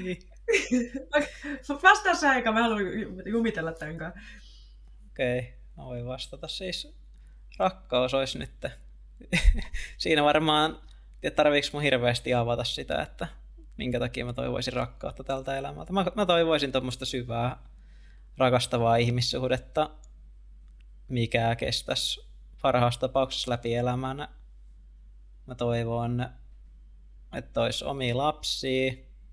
Vastausaika, mä haluan jumitella tämän kanssa. Okei, mä voin vastata siis. Rakkaus olisi nyt. Siinä varmaan, tarviiko mun hirveästi avata sitä, että minkä takia mä toivoisin rakkautta tältä elämältä. Mä toivoisin tuommoista syvää, rakastavaa ihmissuhdetta, mikä kestäisi parhaassa tapauksessa läpi elämän. Mä toivon, että olisi omia lapsia,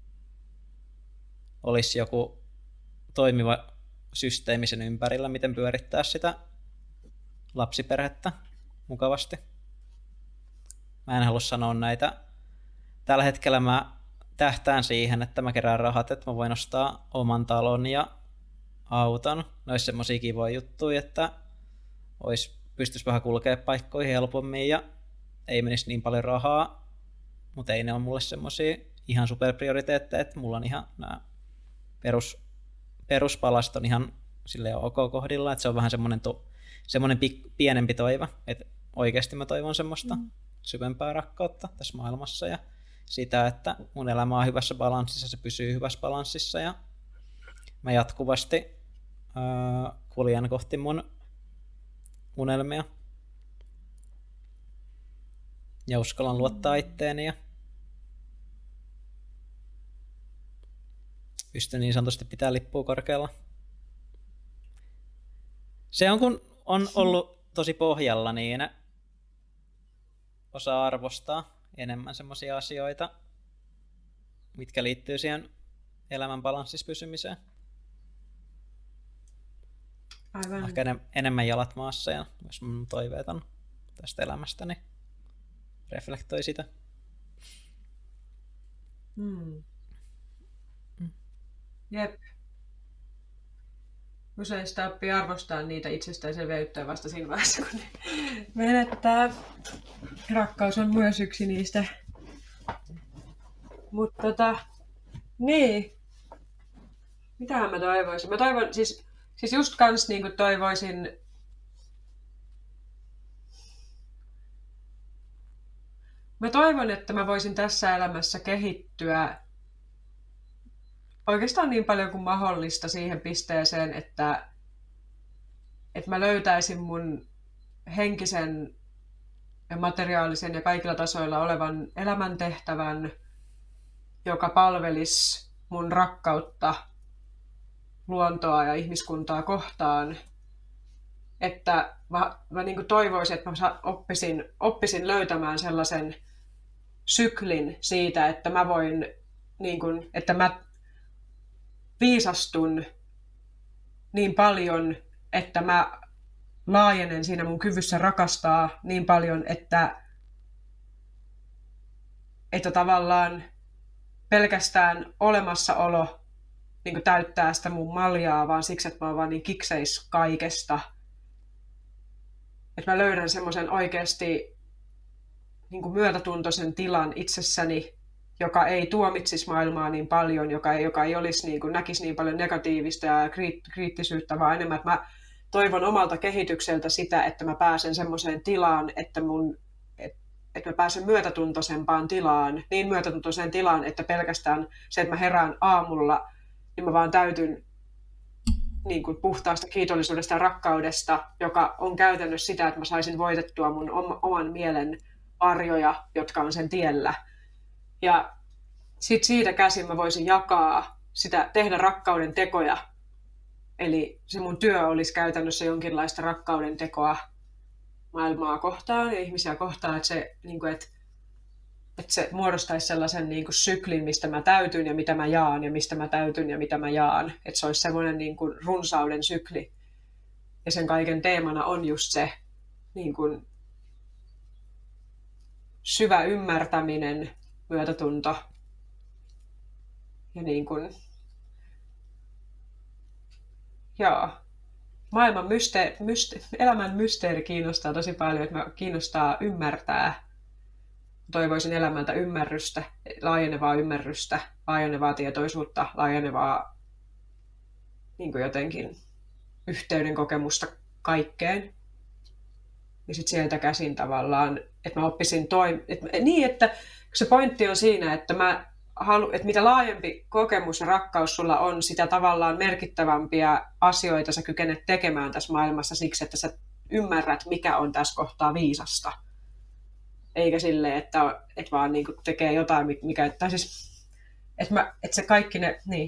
olisi joku toimiva systeemi sen ympärillä, miten pyörittää sitä lapsiperhettä mukavasti. Mä en halua sanoa näitä. Tällä hetkellä mä tähtään siihen, että mä kerään rahat, että mä voin ostaa oman talon ja auton. Ne olisi semmosia kivoja juttuja, että pystyisi vähän kulkea paikkoihin helpommin ja ei menisi niin paljon rahaa, mutta ei ne ole mulle semmosia ihan superprioriteetteja, että mulla on ihan nämä peruspalast on ihan silleen ok kohdilla, että se on vähän semmoinen pienempi toive, että oikeasti mä toivon semmoista syvempää rakkautta tässä maailmassa ja sitä, että mun elämä on hyvässä balanssissa, se pysyy hyvässä balanssissa ja mä jatkuvasti kuljen kohti mun unelmia ja uskallan luottaa itteeni ja pystyn niin sanotusti pitää lippua korkealla. Se on, kun on ollut tosi pohjalla, niin osaa arvostaa enemmän semmoisia asioita, mitkä liittyy siihen elämän balanssissa pysymiseen. Aivan. Ehkä enemmän jalat maassa ja myös mun toiveet on tästä elämästä, niin reflektoi sitä. Jep. Usein sitä oppii arvostaa niitä itsestäänselvyyttä vasta siinä vaiheessa, kun ne menettää. Rakkaus on myös yksi niistä. Mutta niin. Mitähän mä toivoisin? Mä toivon, siis just kans niin kuin toivoisin. Mä toivon, että mä voisin tässä elämässä kehittyä oikeastaan niin paljon kuin mahdollista siihen pisteeseen, että mä löytäisin mun henkisen ja materiaalisen ja kaikilla tasoilla olevan elämäntehtävän, joka palvelisi mun rakkautta luontoa ja ihmiskuntaa kohtaan. Että mä niin kuin toivoisin, että mä oppisin löytämään sellaisen syklin siitä, että mä voin, niin kuin, että mä viisastun niin paljon, että mä laajenen siinä mun kyvyssä rakastaa niin paljon, että tavallaan pelkästään olemassaolo niin kuin täyttää sitä mun maljaa, vaan siksi, että mä oon vaan niin kikseis kaikesta. Että mä löydän semmoisen oikeasti niin kuin myötätuntoisen tilan itsessäni, joka ei tuomitsisi maailmaa niin paljon, joka ei olisi niin kuin, näkisi niin paljon negatiivista ja kriittisyyttä, vaan enemmän, että mä toivon omalta kehitykseltä sitä, että mä pääsen semmoiseen tilaan, että mä pääsen myötätuntoisempaan tilaan, niin myötätuntoiseen tilaan, että pelkästään se, että mä herään aamulla, niin mä vaan täytyn niin kuin puhtaasta kiitollisuudesta ja rakkaudesta, joka on käytännössä sitä, että mä saisin voitettua mun oman mielen arjoja, jotka on sen tiellä. Ja sit siitä käsin mä voisin jakaa sitä, tehdä rakkauden tekoja. Eli se mun työ olisi käytännössä jonkinlaista rakkauden tekoa maailmaa kohtaan ja ihmisiä kohtaan, että se, niin kuin, että se muodostaisi sellaisen niin kuin syklin, mistä mä täytyn ja mitä mä jaan ja mistä mä täytyn ja mitä mä jaan. Että se olisi semmoinen niin kuin runsauden sykli. Ja sen kaiken teemana on just se niin kuin syvä ymmärtäminen, myötätunto ja niin kuin, maailman elämän mysteeri kiinnostaa tosi paljon, että mä kiinnostaa ymmärtää. Toivoisin elämältä ymmärrystä, laajenevaa tietoisuutta, laajenevaa niin kuin jotenkin yhteyden kokemusta kaikkeen. Ja sitten sieltä käsin tavallaan, että mä oppisin että se pointti on siinä, että että mitä laajempi kokemus ja rakkaus sulla on, sitä tavallaan merkittävämpiä asioita sä kykenet tekemään tässä maailmassa siksi, että sä ymmärrät, mikä on tässä kohtaa viisasta. Eikä silleen, että vaan niin kuin tekee jotain, mikä... Tai siis, että se kaikki ne... Niin.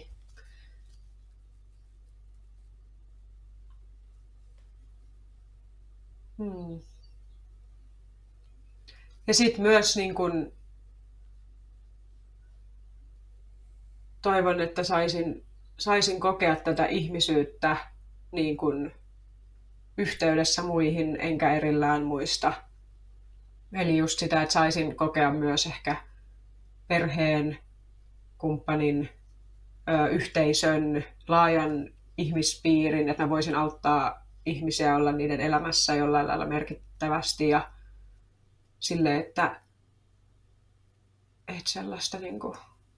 Ja sitten myös niin kun, toivon, että saisin kokea tätä ihmisyyttä niin kun, yhteydessä muihin, enkä erillään muista. Eli just sitä, että saisin kokea myös ehkä perheen, kumppanin, yhteisön, laajan ihmispiirin, että mä voisin auttaa ihmisiä olla niiden elämässä jollain lailla merkittävästi ja silleen, että sellaista niinku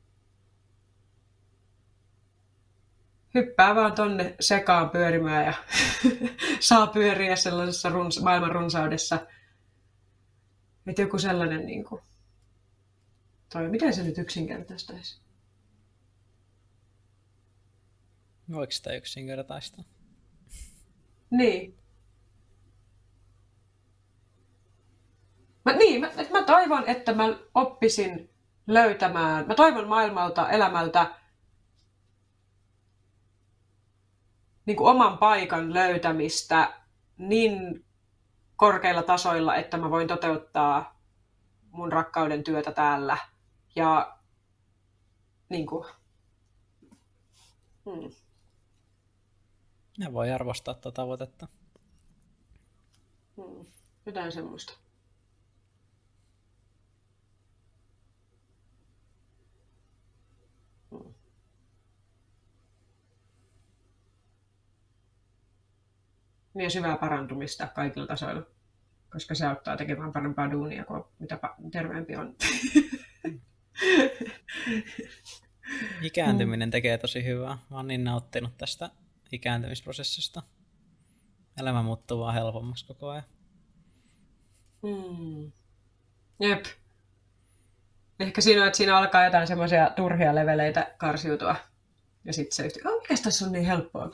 hyppää vaan tonne sekaan pyörimään ja saa pyöriä sellaisessa maailman runsaudessa. Että joku sellainen niinku... Miten se nyt yksinkertaistaisi? Voiko sitä yksinkertaista? Niin. Mä toivon, että mä oppisin löytämään... Mä toivon maailmalta, elämältä niin kuin oman paikan löytämistä niin korkeilla tasoilla, että mä voin toteuttaa mun rakkauden työtä täällä. Ja niin kuin, Ja voi arvostaa tuota tavoitetta. Jotain semmoista. Niin syvää parantumista kaikilla tasoilla, koska se auttaa tekemään parempaa duunia, kuin mitä terveempi on. Ikääntyminen tekee tosi hyvää. Mä oon niin nauttinut tästä ikääntymisprosessista. Elämä muuttuu vaan helpommaksi koko ajan. Jep. Ehkä siinä on, että siinä alkaa jotain semmoisia turhia leveleitä karsiutua. Ja sitten se yhtä, mikäs tässä on niin helppoa?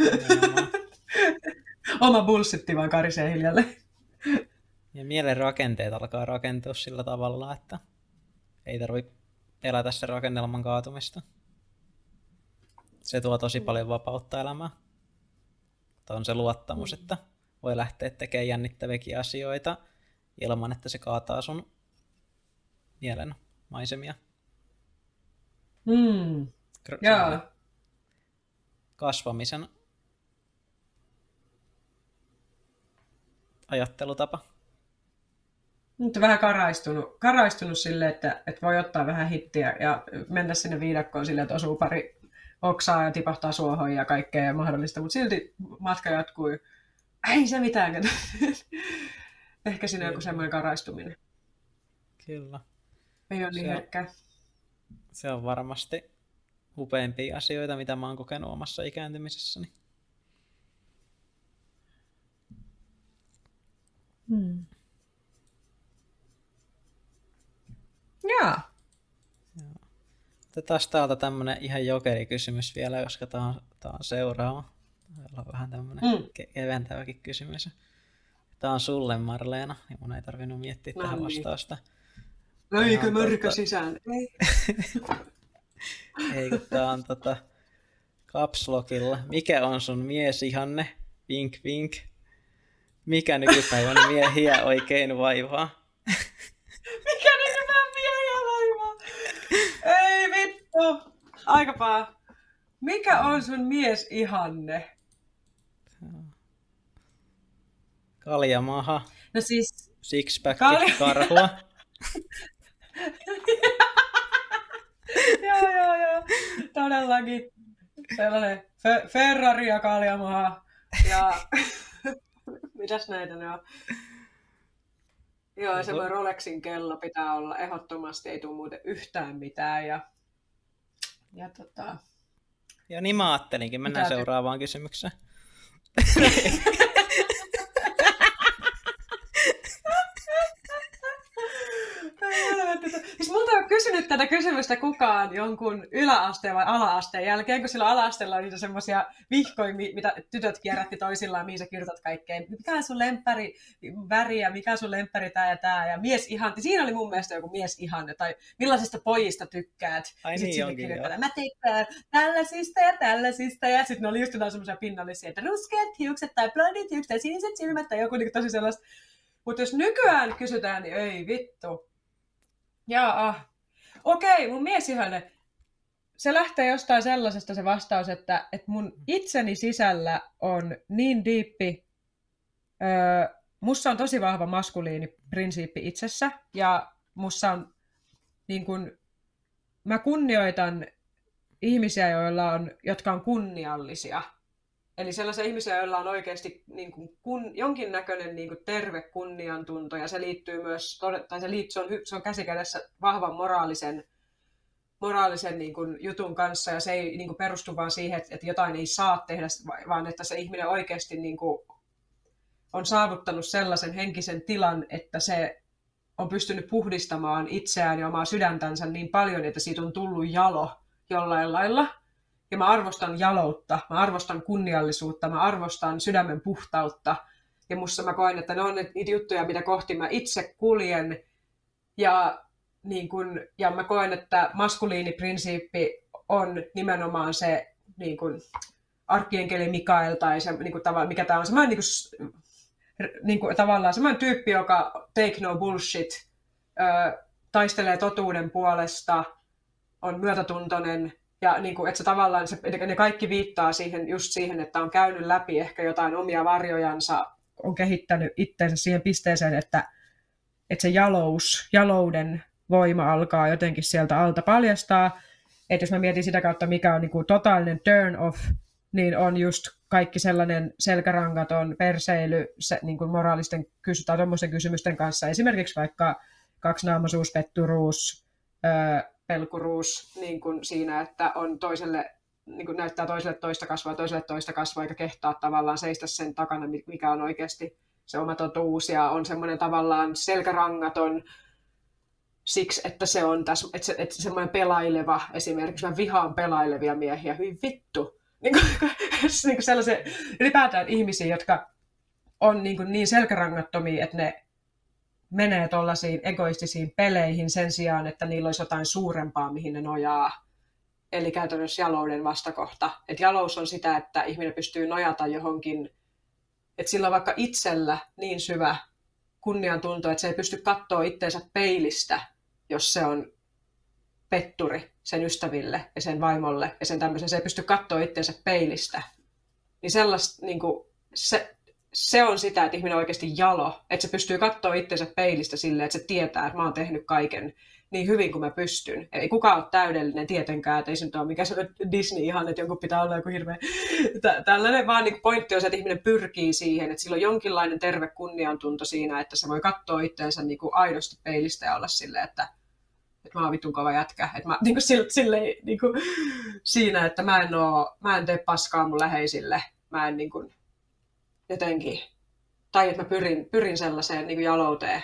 Oma bullshitti vaan karisee hiljalleen. Ja mielen rakenteet alkaa rakentua sillä tavalla, että ei tarvitse pelätä sen rakennelman kaatumista. Se tuo tosi paljon vapautta elämään. On se luottamus, että voi lähteä tekemään jännittäviäkin asioita ilman, että se kaataa sun mielen maisemia. Kasvamisen ajattelutapa. Nyt on vähän karaistunut silleen, että voi ottaa vähän hittiä ja mennä sinne viidakkoon silleen, että osuu pari oksaa ja tipahtaa suohon ja kaikkea mahdollista, mutta silti matka jatkuu. Ei se mitään. Ehkä siinä on joku semmoinen karaistuminen. Kyllä. Ei ole niin herkkää. Se on varmasti upeimpia asioita, mitä mä oon kokenut omassa ikääntymisessäni. Jaa. Otetaan täältä tämmönen ihan jokerikysymys vielä, koska tää on seuraava. Täällä on vähän tämmönen keventäväkin kysymys. Tää on sulle, Marleena, niin mun ei tarvinnut miettiä tähän vastausta. Eikö mörkö sisään? Ei. Ei, kun tää on Caps Lockilla. Mikä on sun miesihanne? Vink vink. Mikä nykypäivän miehiä oikein vaivaa? Mikä nykypäivän miehiä vaivaa? Ei vittu. Aika paha. Mikä on sun miesihanne? Kaljamaha. No siis... Sixpack karhua. Joo. Todellakin. Sellainen Ferrari ja kaljamaha. Ja... Mitäs näitä ne on? Joo, semmoinen Rolexin kello pitää olla ehdottomasti, ei tule muuten yhtään mitään. Ja niin mä ajattelinkin, mennään seuraavaan kysymykseen. Siis multa on kysynyt tätä kysymystä kukaan jonkun yläasteen vai ala-asteen jälkeen, kun sillä ala-asteella oli semmoisia vihkoja, mitä tytöt kierrätti toisillaan, mihin sä kirjoitat kaikkeen. Mikä on sun lemppari väri ja mikä on sun lemppari tää ja tää ja miesihanne. Siinä oli mun mielestä joku miesihanne tai millaisista pojista tykkäät. Ai niin onkin joo. Mä tykkään tällaisista ja sitten ne oli just jotain semmoisia pinnallisia, että ruskeat hiukset tai blondit hiukset tai siniset silmät tai joku niin tosi sellaista. Mutta jos nykyään kysytään, niin ei vittu. Okei, mun miesihanne. Se lähtee jostain sellaisesta se vastaus, että mun itseni sisällä on niin diippi. Mussa on tosi vahva maskuliiniprinsiippi itsessä. Ja mussa on, niin kun, mä kunnioitan ihmisiä, jotka on kunniallisia. Eli sellaisia ihmisiä, joilla on oikeasti niin kuin jonkinnäköinen niin kuin terve kunniantunto, ja se liittyy myös, tai se on käsikädessä vahvan moraalisen niin kuin jutun kanssa, ja se ei niin kuin perustu vaan siihen, että jotain ei saa tehdä, vaan että se ihminen oikeasti niin kuin on saavuttanut sellaisen henkisen tilan, että se on pystynyt puhdistamaan itseään ja omaa sydäntänsä niin paljon, että siitä on tullut jalo jollain lailla. Ja mä arvostan jaloutta, mä arvostan kunniallisuutta, mä arvostan sydämen puhtautta. Ja mä koen, että ne on niitä juttuja, mitä kohti mä itse kuljen. Ja mä koen, että maskuliiniprinsiippi on nimenomaan se niin kuin arkkienkeli Mikael tai se, niin kuin, mikä tämä on. Semmoinen, tavallaan semmoinen tyyppi, joka take no bullshit, taistelee totuuden puolesta, on myötätuntoinen, Ja niin kuin, että se tavallaan, ne kaikki viittaa just siihen, että on käynyt läpi ehkä jotain omia varjojansa, on kehittänyt itseensä siihen pisteeseen, että se jalouden voima alkaa jotenkin sieltä alta paljastaa. Että jos mä mietin sitä kautta, mikä on niin kuin totaalinen turn off, niin on just kaikki sellainen selkärangaton perseily niin kuin moraalisten tai tuommoisten kysymysten kanssa. Esimerkiksi vaikka kaksinaamaisuus, petturuus, pelkuruus niin kuin siinä, että on toiselle, niin kuin näyttää toiselle toista kasvaa, eikä kehtaa tavallaan seistä sen takana, mikä on oikeasti se oma totuus, ja on semmoinen tavallaan selkärangaton siksi, että se on tässä, että semmoinen pelaileva esimerkiksi. Mä vihaan pelailevia miehiä, hyvin vittu. Niin kuin sellaisia ylipäätään ihmisiä, jotka on niin selkärangattomia, että ne menee tuollaisiin egoistisiin peleihin sen sijaan, että niillä olisi jotain suurempaa, mihin ne nojaa. Eli käytännössä jalouden vastakohta. Että jalous on sitä, että ihminen pystyy nojata johonkin, että sillä on vaikka itsellä niin syvä kunniantunto, että se ei pysty katsoa itseensä peilistä, jos se on petturi sen ystäville ja sen vaimolle ja sen tämmöisen. Se ei pysty katsoa itseensä peilistä. Niin sellaista, niin kuin, se on sitä, että ihminen on oikeasti jalo. Että se pystyy katsoa itseensä peilistä silleen, että se tietää, että mä oon tehnyt kaiken niin hyvin kuin mä pystyn. Ei kukaan ole täydellinen tietenkään, että ei se nyt ole mikään Disney ihan, että jonkun pitää olla joku hirveä. Tällainen vaan niin pointti on se, että ihminen pyrkii siihen, että sillä on jonkinlainen terve kunniantunto siinä, että se voi katsoa itseensä niin kuin aidosti peilistä ja olla silleen, että mä oon vitun kova jätkä. Että mä niin kuin silleen, niin kuin siinä, että mä en tee paskaa mun läheisille. Mä en niin kuin jotenkin, tai että mä pyrin sellaiseen niin kuin jalouteen.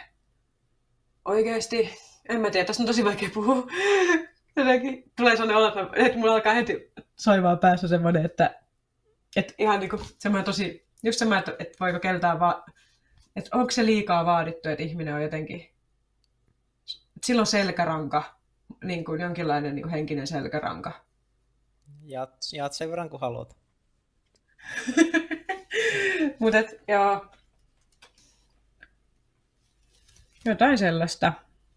Oikeesti, en mä tiedä, tässä on tosi vaikea puhua. Jotenkin tulee sellainen olo, että mulla alkaa heti soimaan päässä semmoinen, että ihan niin kuin semmoinen tosi, just semmoinen, että voiko keltään että onko se liikaa vaadittu, että ihminen on jotenkin, että sillä on selkäranka, niin kuin jonkinlainen niin kuin henkinen selkäranka. Jaat sen verran, kun haluat. Mutta joo. Jotain sellaista.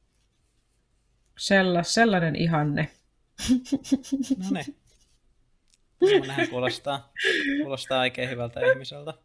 Sellainen ihanne. No ne. Nähän kuulostaa oikein hyvältä ihmiseltä.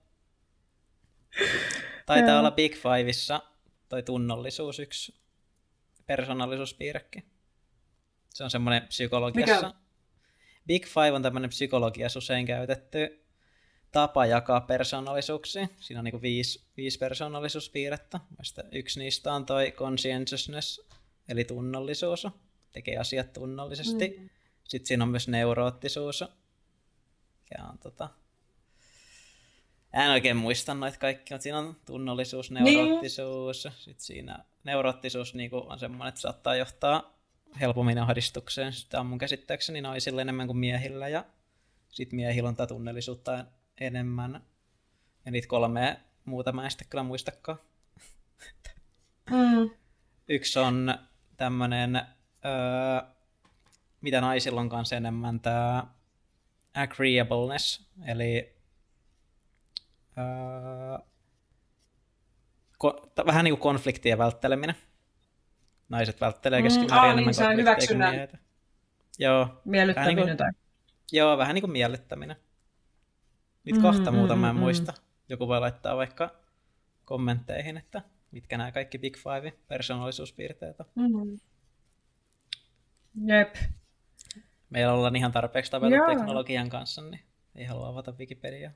Taitaa olla Big Fiveissa toi tunnollisuus yksi persoonallisuuspiirrekin. Se on semmoinen psykologiassa. Mikä? Big Five on tämmöinen psykologiassa usein käytetty tapa jakaa persoonallisuuksia. Siinä on niin kuin viisi persoonallisuuspiirrettä. Yksi niistä on toi conscientiousness, eli tunnollisuus. Tekee asiat tunnollisesti. Sitten siinä on myös neuroottisuus. Ja on en oikein muista noita kaikki, mutta siinä on tunnollisuus, neuroottisuus. Sitten siinä neuroottisuus niin on semmoinen, että saattaa johtaa helpommin ahdistukseen. Sitä on mun käsittääkseni naisilla enemmän kuin miehillä. Ja sitten miehillä on tätä tunnellisuutta enemmän. Ja niitä kolmea muuta mä en sitten kyllä muistakaan. Yksi on tämmöinen, mitä naisilla on kanssa enemmän, tämä agreeableness, eli vähän niin kuin konfliktien vältteleminen. Naiset välttelee keskimäärin enemmän konflikteja kuin miehet. Joo, miellyttäminen tai? Joo, vähän niin kuin miellyttäminen. Niitä kahta muuta mä en muista. Joku voi laittaa vaikka kommentteihin, että mitkä nämä kaikki Big Five persoonallisuuspiirteet on. Jep. Meillä ollaan ihan tarpeeksi tapeltu teknologian kanssa, niin ei halua avata Wikipediaa.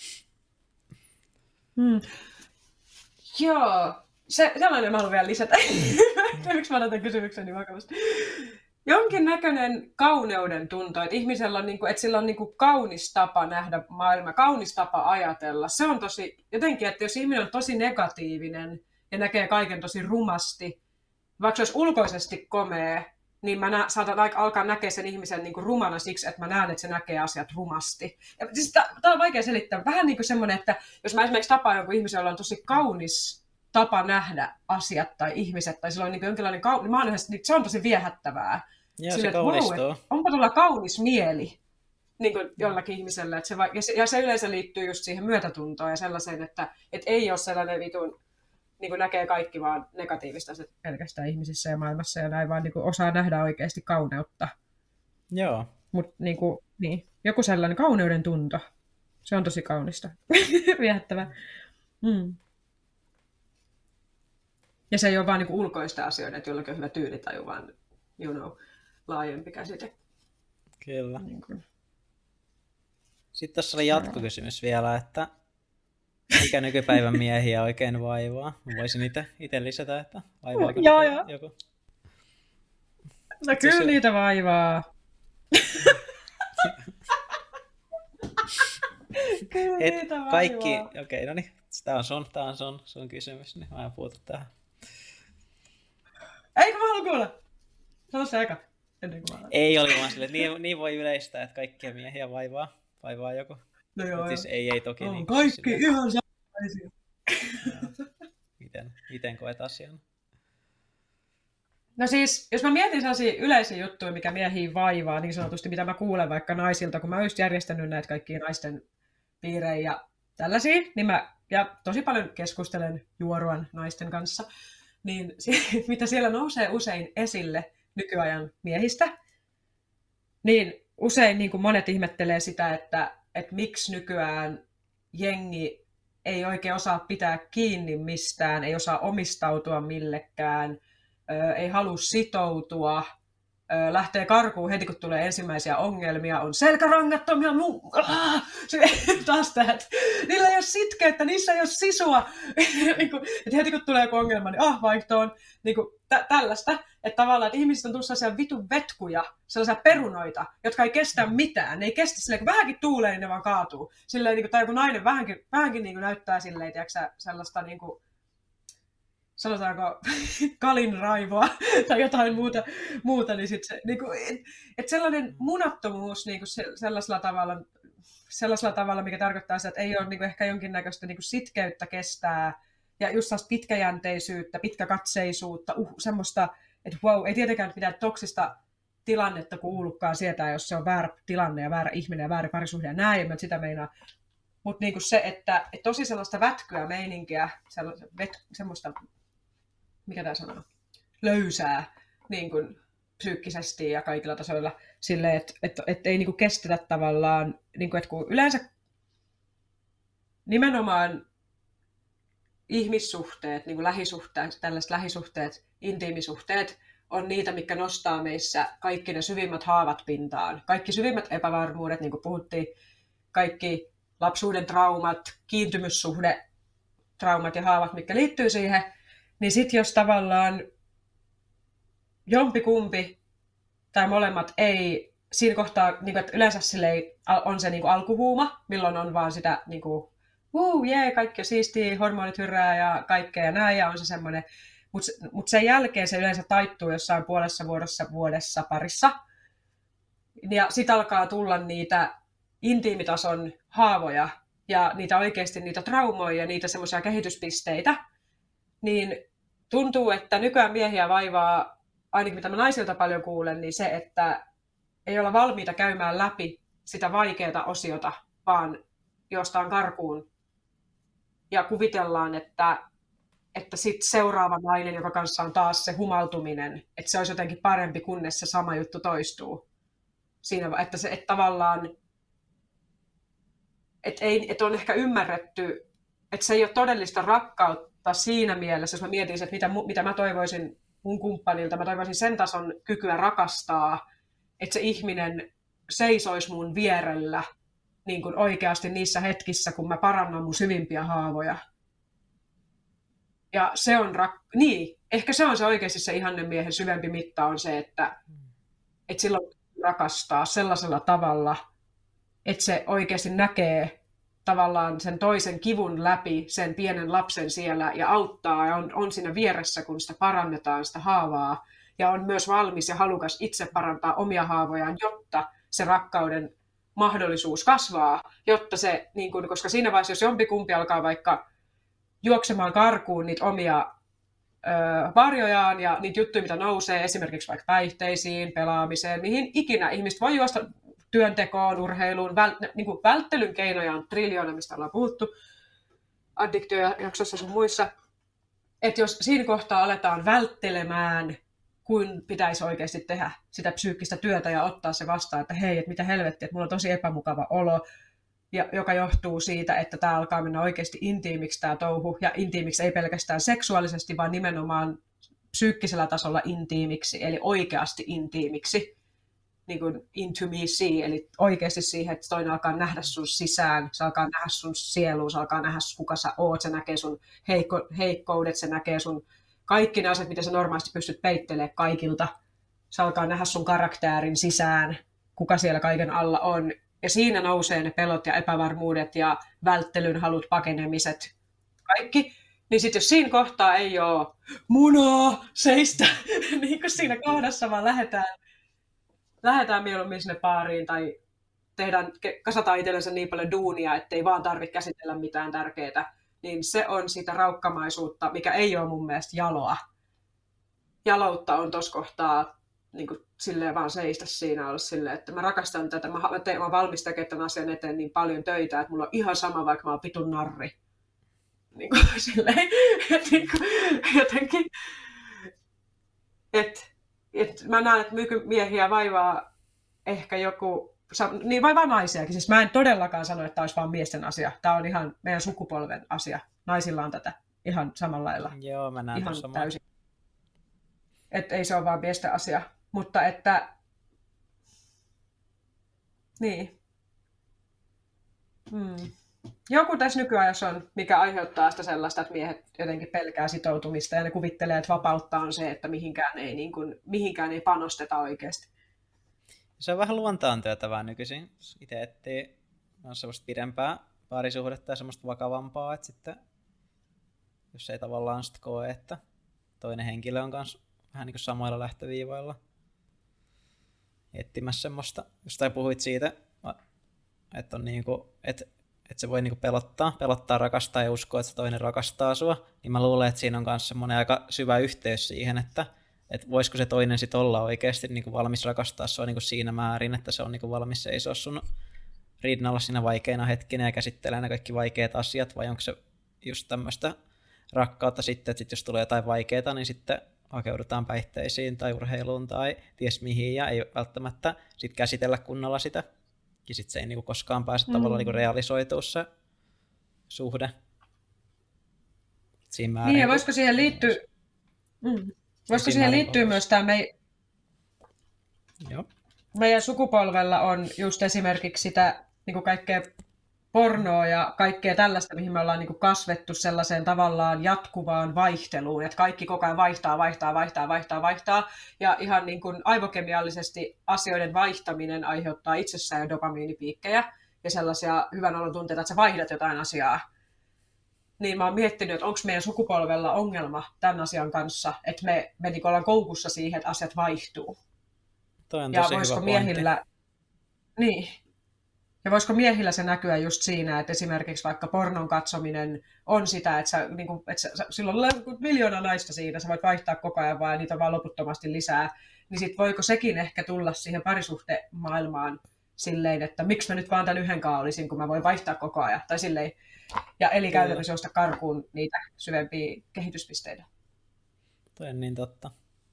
Joo, sellainen mä haluan vielä lisätä. Miksi mä otan tämän kysymyksen niin vakavasti? Jonkinnäköinen kauneuden tunto, että ihmisellä on, että sillä on kaunis tapa nähdä maailma, kaunis tapa ajatella. Se on tosi, jotenkin, että jos ihminen on tosi negatiivinen ja näkee kaiken tosi rumasti, vaikka se olisi ulkoisesti komea, niin mä saatan alkaa näkeä sen ihmisen rumana siksi, että mä näen, että se näkee asiat rumasti. Ja siis tämä on vaikea selittää. Vähän niin kuin semmoinen, että jos mä esimerkiksi tapaan jonkun ihmisen, jolla on tosi kaunis tapa nähdä asiat tai ihmiset, tai sillä on jonkinlainen kaunis, mä yhdessä, se on tosi viehättävää. Joo, se kaunistuu. Wow, onpa tuolla kaunis mieli niin kuin jollakin ihmisellä. Että ja se yleensä liittyy just siihen myötätuntoon ja sellaiseen, että ei ole sellainen vitun, niin kuin näkee kaikki vaan negatiivista pelkästään ihmisissä ja maailmassa ja näin, vaan niin kuin osaa nähdä oikeasti kauneutta. Joo, Mutta niin, joku sellainen kauneuden tunto. Se on tosi kaunista. Viehättävä. Mm. Ja se ei ole vaan niin ulkoista asioita, että jollakin on hyvä tyylitaju, vaan laajempi käsite. Kyllä. Niin kuin. Sitten tuossa oli jatkokysymys vielä, että mikä nykypäivän miehiä oikein vaivaa? Mä voisin itse lisätä, että vaivaako joku? No kyllä niitä vaivaa. Kyllä niitä vaivaa. Kaikki, okei, no niin, tää on sun kysymys, niin mä en puutu tähän. Eikö mä haluan kuulla? Sano se eka. Ei oli vaan sille, että niin voi yleistää, että kaikkia miehiä vaivaa joku. No joo, siis ei toki. Niin kaikki sille. Ihan samanlaisia. Miten koet asian? No siis, jos mä mietin sellaisia yleisiä juttuja, mikä miehiä vaivaa, niin sanotusti, mitä mä kuulen vaikka naisilta, kun mä oon just järjestänyt näitä kaikkia naisten piirejä ja tällaisia, niin ja tosi paljon keskustelen juoruan naisten kanssa, niin mitä siellä nousee usein esille nykyajan miehistä, niin usein niin kuin monet ihmettelee sitä, että miksi nykyään jengi ei oikein osaa pitää kiinni mistään, ei osaa omistautua millekään, ei halua sitoutua, lähtee karkuun heti, kun tulee ensimmäisiä ongelmia, on selkärangattomia, taas tähän. Niillä ei ole sitkeyttä, niissä ei ole sisua. Et heti, kun tulee joku ongelma, niin vaihtoon. Tällaista, että tavallaan että ihmiset on tullut sellaisia vitun vetkuja, sellaisia perunoita, jotka ei kestä mitään. Ne ei kestä silleen, kun vähänkin tuulee, niin ne vaan kaatuu. Silleen, tai joku nainen vähänkin niin näyttää silleen, tiiäksä, sellaista niin kuin, sanotaanko kalin raivoa tai jotain muuta niin sit se, niinku, et sellainen munattomuus niinku sellaisella tavalla, mikä tarkoittaa sitä, että ei ole niinku ehkä jonkinnäköistä niinku sitkeyttä kestää ja just sellaista pitkäjänteisyyttä, pitkäkatseisuutta, semmoista, että wow, ei tietenkään mitään toksista tilannetta kuulukaan sietää, jos se on väärä tilanne ja väärä ihminen ja väärä parisuhde ja näin, mä sitä meinaa. Mutta niinku se, että tosi sellaista vätkyä meininkiä, semmoista, mikä tämä sanoo, löysää niin kuin psyykkisesti ja kaikilla tasoilla silleen, että ei niin kuin kestetä tavallaan, niin kuin, että kun yleensä nimenomaan ihmissuhteet, niin kuin lähisuhteet, tällaiset lähisuhteet, intiimisuhteet on niitä, mitkä nostaa meissä kaikki ne syvimmät haavat pintaan. Kaikki syvimmät epävarmuudet, niin kuin puhuttiin, kaikki lapsuuden traumat, kiintymyssuhde, traumat ja haavat, mitkä liittyy siihen, niin sitten jos tavallaan jompikumpi tai molemmat ei siinä kohtaa, niin että yleensä on se niin alkuhuuma, milloin on vaan sitä niin kuin, kaikki on siistiä, hormonit hyrrää ja kaikkea ja näin, ja on se semmoinen, mutta sen jälkeen se yleensä taittuu jossain vuodessa, parissa, ja sitten alkaa tulla niitä intiimitason haavoja ja niitä oikeasti niitä traumoja ja niitä semmoisia kehityspisteitä, niin tuntuu, että nykyään miehiä vaivaa, ainakin mitä mä naisilta paljon kuulen, niin se, että ei olla valmiita käymään läpi sitä vaikeaa osiota, vaan juostaan karkuun ja kuvitellaan, että sitten seuraava nainen, joka kanssa on taas se humaltuminen, että se olisi jotenkin parempi, kunnes se sama juttu toistuu. Siinä, että tavallaan että on ehkä ymmärretty, että se ei ole todellista rakkautta siinä mielessä, jos mä mietin, että mitä mä toivoisin mun kumppanilta, mä toivoisin sen tason kykyä rakastaa, että se ihminen seisoisi mun vierellä niin kuin oikeasti niissä hetkissä, kun mä parannan mun syvimpiä haavoja. Ja se on, ehkä se on se oikeasti se ihannen miehen syvempi mitta on se, että silloin rakastaa sellaisella tavalla, että se oikeasti näkee tavallaan sen toisen kivun läpi sen pienen lapsen siellä ja auttaa ja on siinä vieressä, kun sitä parannetaan, sitä haavaa. Ja on myös valmis ja halukas itse parantaa omia haavojaan, jotta se rakkauden mahdollisuus kasvaa, jotta se, niin kun, koska siinä vaiheessa, jos jompikumpi alkaa vaikka juoksemaan karkuun niitä omia varjojaan ja niitä juttuja, mitä nousee, esimerkiksi vaikka päihteisiin, pelaamiseen, mihin ikinä ihmiset voi juosta työntekoon, urheiluun, niin kuin välttelyn keinoja on triljoona, mistä ollaan puhuttu addiktiojaksossa sun muissa, että jos siinä kohtaa aletaan välttelemään kuin pitäisi oikeasti tehdä sitä psyykkistä työtä ja ottaa se vastaan, että hei, että mitä helvettiä, että mulla on tosi epämukava olo, ja joka johtuu siitä, että tämä alkaa mennä oikeasti intiimiksi tämä touhu, ja intiimiksi ei pelkästään seksuaalisesti, vaan nimenomaan psyykkisellä tasolla intiimiksi, eli oikeasti intiimiksi, niin kuin intimacy, eli oikeasti siihen, että toinen alkaa nähdä sun sisään, se alkaa nähdä sun sieluun, se alkaa nähdä kuka sä oot, se näkee sun heikkoudet, se näkee sun kaikki ne asiat, mitä sä normaalisti pystyt peittelemään kaikilta, se alkaa nähdä sun karakterin sisään, kuka siellä kaiken alla on, ja siinä nousee ne pelot ja epävarmuudet ja välttelyn halut, pakenemiset, kaikki. Niin sitten jos siinä kohtaa ei ole munaa, seistä, niin kuin siinä kohdassa vaan lähdetään mieluummin sinne baariin tai kasataan itsellensä niin paljon duunia, ettei vaan tarvitse käsitellä mitään tärkeää, niin se on sitä raukkamaisuutta, mikä ei ole mun mielestä jaloa. Jaloutta on tuossa kohtaa niin kuin silleen vaan seistä siinä, olla silleen, että mä rakastan tätä, mä oon valmis tekemään tämän asian eteen niin paljon töitä, että mulla on ihan sama, vaikka mä oon pitun narri. Niin kuin silleen, että niin kuin, jotenkin, että mä näen, että miehiä vaivaa ehkä joku, niin vaivaa naisiakin, siis mä en todellakaan sano, että tämä olisi vaan miesten asia, tämä on ihan meidän sukupolven asia, naisilla on tätä ihan samalla lailla. Joo, mä näen ihan samaa. täysin. Että ei se ole vaan miesten asia, mutta että, niin. Joku tässä nykyajassa on, mikä aiheuttaa sitä sellaista, että miehet jotenkin pelkää sitoutumista ja ne kuvittelee, että vapautta on se, että mihinkään ei panosteta oikeasti. Se on vähän luontaan työtä vaan nykyisin. Itse etsii semmoista pidempää parisuhdetta ja semmoista vakavampaa, että sitten jos ei tavallaan sitten koe, että toinen henkilö on kanssa vähän niin kuin samoilla lähtöviivoilla etsimässä semmoista. Just puhuit siitä, että on niin kuin, että se voi niinku pelottaa, rakastaa ja uskoa, että se toinen rakastaa sua, niin mä luulen, että siinä on myös semmoinen aika syvä yhteys siihen, että voisiko se toinen sit olla oikeasti niinku valmis rakastaa sua niinku siinä määrin, että se on niinku valmis seisoa sun rinnalla siinä vaikeina hetkinä ja käsittelee ne kaikki vaikeat asiat, vai onko se just tämmöistä rakkautta sitten, että sit jos tulee jotain vaikeaa, niin sitten hakeudutaan päihteisiin tai urheiluun tai ties mihin, ja ei välttämättä sit käsitellä kunnolla sitä. Ja sitten se ei niinku koskaan pääse tavallaan niinku realisoitua se suhde. Niin, ja voisiko siihen liittyä myös tämä meidän sukupolvella on just esimerkiksi sitä niinku kaikkea pornoa ja kaikkea tällaista, mihin me ollaan niinku kasvettu sellaiseen tavallaan jatkuvaan vaihteluun, että kaikki koko ajan vaihtaa, ja ihan niin kuin aivokemiallisesti asioiden vaihtaminen aiheuttaa itsessään jo dopamiinipiikkejä ja sellaisia hyvän olon tunteita, että sä vaihdat jotain asiaa. Niin mä oon miettinyt, että onko meidän sukupolvella ongelma tämän asian kanssa, että me niin ollaan koukussa siihen, että asiat vaihtuu. Toi on ja tosi voisiko hyvä miehillä... Niin. Ja voisiko miehillä se näkyä just siinä, että esimerkiksi vaikka pornon katsominen on sitä, että silloin on 1,000,000 naista siinä, sä voit vaihtaa koko ajan vaan ja niitä on vaan loputtomasti lisää, niin sit voiko sekin ehkä tulla siihen parisuhtemaailmaan silleen, että miksi mä nyt vaan tämän yhden kanssa olisin, kun mä voin vaihtaa koko ajan, tai silleen, ja eli käytännössä josta karkuun niitä syvempiä kehityspisteitä. Toi on niin totta.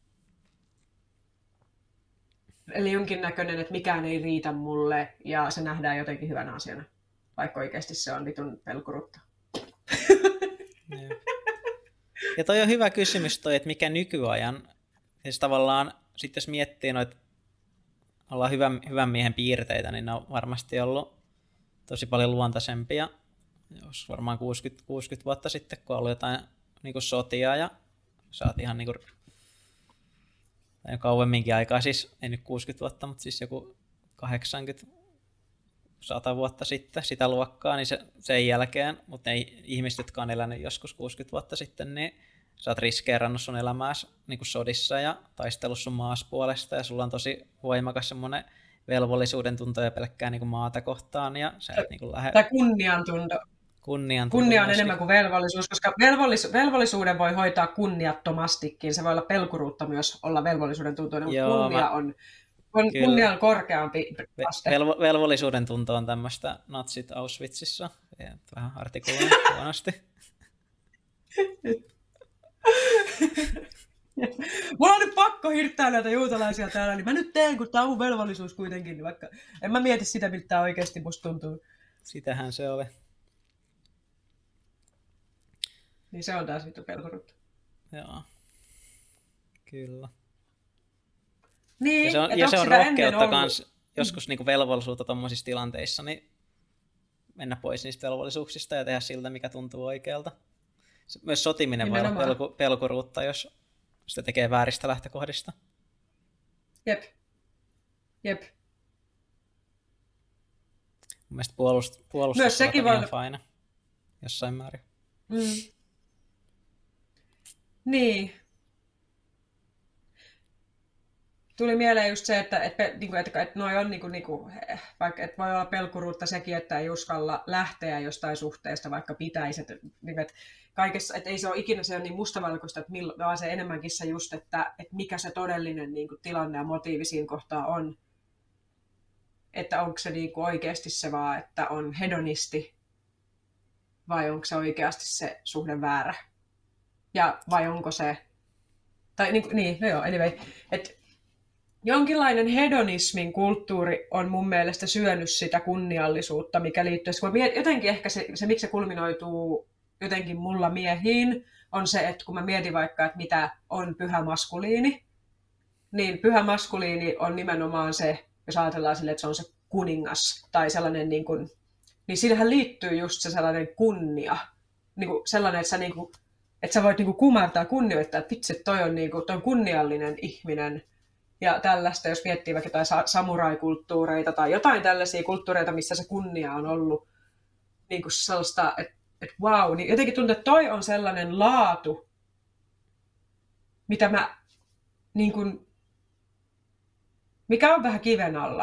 Eli jonkinnäköinen, että mikään ei riitä mulle ja se nähdään jotenkin hyvänä asiana, vaikka oikeasti se on vitun pelkurutta. Ja toi on hyvä kysymys toi, että mikä nykyajan, siis tavallaan sitten jos miettii noita ollaan hyvän miehen piirteitä, niin ne on varmasti ollut tosi paljon luontaisempia, jos varmaan 60 vuotta sitten, kun on ollut jotain niin kuin sotia ja sä oot ihan niin kuin kauemminkin aikaa, siis ei nyt 60 vuotta, mutta siis joku 80-100 vuotta sitten sitä luokkaa, niin sen jälkeen, mutta ne ihmiset, jotka on elänyt joskus 60 vuotta sitten, niin sä oot riskeerannut sun elämääsi niin kuin sodissa ja taistellut sun maas puolesta ja sulla on tosi voimakas semmoinen velvollisuuden tunto ja pelkkää niin kuin maata kohtaan ja sä et niin kuin lähde... Tai kunniantunto. Kunnia on enemmän kuin velvollisuus, koska velvollisuuden voi hoitaa kunniattomastikin. Se voi olla pelkuruutta myös olla velvollisuuden tuntoinen, mutta kunnia on korkeampi aste. Velvollisuuden tunto on tämmöistä natsit Auschwitzissa. Vähän artikuloin huonosti. Mulla on nyt pakko hirttää näitä juutalaisia täällä, niin mä nyt teen, kun tää on mun velvollisuus kuitenkin, niin vaikka en mä mieti sitä, miltä tää oikeasti musta tuntuu. Sitähän se oli. Niin se on taas vittu pelkurutta. Joo. Kyllä. Niin, ja se on rohkeutta kans joskus niinku velvollisuutta tommosissa tilanteissa, niin mennä pois niistä velvollisuuksista ja tehdä siltä, mikä tuntuu oikealta. Myös sotiminen voi olla pelkuruutta, jos sitä tekee vääristä lähtökohdista. Jep. Mun mielestä puolustus sekin voi olla fine jossain määrin. Niin. Tuli mieleen just se, että noi on vaikka et voi olla pelkuruutta sekin, että ei uskalla lähteä jostain suhteesta, vaikka pitäisi. Että kaikessa, että ei se ole ikinä se on niin mustavalkoista, vaan se enemmänkin se just, että mikä se todellinen niin kuin tilanne ja motiivi siinä kohtaa on. Että onko se niin kuin oikeasti se vaan, että on hedonisti, vai onko se oikeasti se suhde väärä. Ja vai onko se, tai anyway, että jonkinlainen hedonismin kulttuuri on mun mielestä syönyt sitä kunniallisuutta, mikä liittyy, kun jotenkin ehkä se, miksi se kulminoituu jotenkin mulla miehiin, on se, että kun mä mietin vaikka, että mitä on pyhä maskuliini, niin pyhä maskuliini on nimenomaan se, jos ajatellaan sille, että se on se kuningas, tai sellainen, niin sillähän liittyy just se sellainen kunnia, niin kuin sellainen, että sä voit niin kuin kumartaa, kunnioittaa, että vitsi, toi on kunniallinen ihminen. Ja tällaista, jos miettii vaikka jotain samurai-kulttuureita tai jotain tällaisia kulttuureita, missä se kunnia on ollut niin kuin sellaista, että wow, niin jotenkin tuntuu, että toi on sellainen laatu, mitä mä, niin kuin, mikä on vähän kiven alla.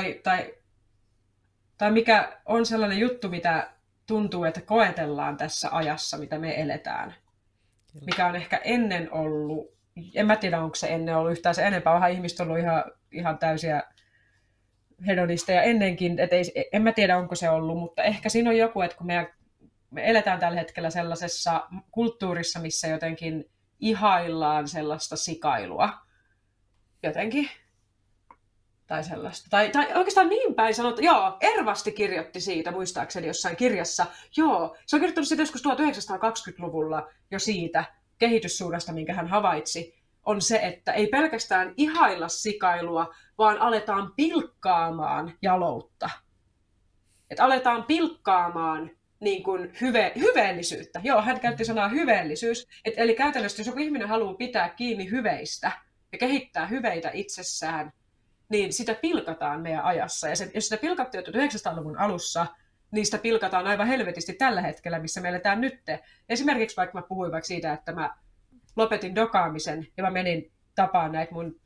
Tai mikä on sellainen juttu, mitä tuntuu, että koetellaan tässä ajassa, mitä me eletään. Mikä on ehkä ennen ollut, en mä tiedä, onko se ennen ollut yhtään se enempää. Onhan ihmiset ollut ihan täysiä hedonisteja ennenkin. En mä tiedä, onko se ollut, mutta ehkä siinä on joku, että kun me eletään tällä hetkellä sellaisessa kulttuurissa, missä jotenkin ihaillaan sellaista sikailua. Jotenkin. Tai sellaista. Tai oikeastaan niin päin sanottu. Joo, Ervasti kirjoitti siitä, muistaakseni jossain kirjassa. Joo, se on kirjoittanut siitä joskus 1920-luvulla jo siitä kehityssuunnasta, minkä hän havaitsi, on se, että ei pelkästään ihailla sikailua, vaan aletaan pilkkaamaan jaloutta. Että aletaan pilkkaamaan niin kuin hyveellisyyttä. Joo, hän käytti sanaa hyveellisyys. Eli käytännössä, jos joku ihminen haluaa pitää kiinni hyveistä ja kehittää hyveitä itsessään, niin sitä pilkataan meidän ajassa. Ja jos sitä pilkattiin 1900-luvun alussa, niin sitä pilkataan aivan helvetisti tällä hetkellä, missä me eletään nyt. Esimerkiksi vaikka mä puhuin vaikka siitä, että mä lopetin dokaamisen ja mä menin tapaan näitä mun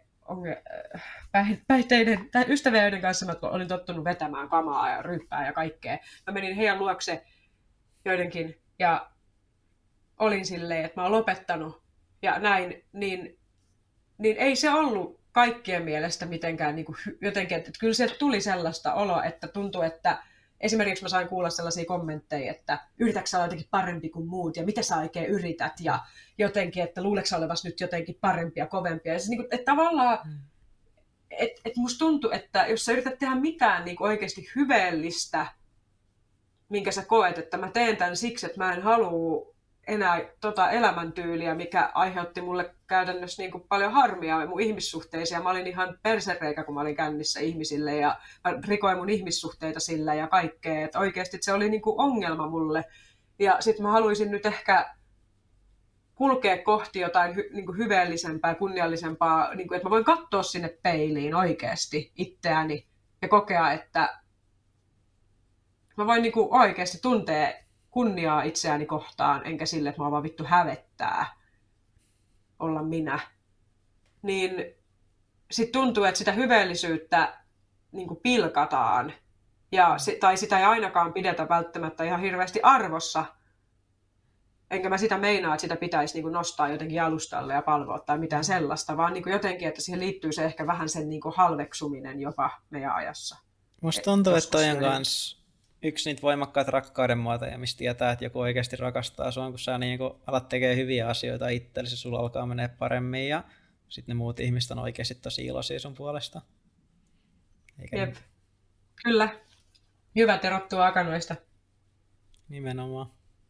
päihteiden tai ystäviä, joiden kanssa mä olin tottunut vetämään kamaa ja ryppää ja kaikkea. Mä menin heidän luokse joidenkin ja olin silleen, että mä oon lopettanut ja näin, niin ei se ollut kaikkien mielestä mitenkään niin kuin jotenkin, että kyllä sieltä tuli sellaista oloa, että tuntui, että esimerkiksi mä sain kuulla sellaisia kommentteja, että yritätkö sä olla jotenkin parempi kuin muut ja mitä sä oikein yrität ja jotenkin, että luuleeko sä olevasi nyt jotenkin parempia ja kovempia. Ja siis, niin kuin, että tavallaan, että musta tuntuu, että jos sä yrität tehdä mitään niin kuin oikeasti hyveellistä, minkä sä koet, että mä teen tämän siksi, että mä en halua enää elämäntyyliä, mikä aiheutti mulle käytännössä niin kuin paljon harmia mun ihmissuhteisia. Mä olin ihan persereikä, kun mä olin kännissä ihmisille ja mä rikoin mun ihmissuhteita sillä ja kaikkea. Että oikeasti se oli niin kuin ongelma mulle. Ja sitten mä haluaisin nyt ehkä kulkea kohti jotain niin kuin hyveellisempää, kunniallisempaa, niin kuin, että mä voin katsoa sinne peiliin oikeasti itseäni ja kokea, että mä voin niin kuin oikeasti tuntea kunniaa itseäni kohtaan, enkä sille, että mä vaan vittu hävettää olla minä. Niin sit tuntuu, että sitä hyveellisyyttä niin kuin pilkataan, tai sitä ei ainakaan pidetä välttämättä ihan hirveästi arvossa. Enkä mä sitä meinaa, että sitä pitäisi niin kuin nostaa jotenkin alustalle ja palvoa tai mitään sellaista, vaan niin kuin jotenkin, että siihen liittyy se ehkä vähän sen niin kuin halveksuminen jopa meidän ajassa. Musta tuntuu, että toi on kans yksi niitä voimakkaita rakkauden muotoja, mistä tietää, että joku oikeasti rakastaa sua, kun sä niin kun alat tekemään hyviä asioita itsellesi, sulla alkaa menee paremmin ja sitten ne muut ihmiset on oikeasti tosi iloisia sun puolesta. Eikä Jep. Kyllä. Hyvät erottuu akanoista. Nimenomaan.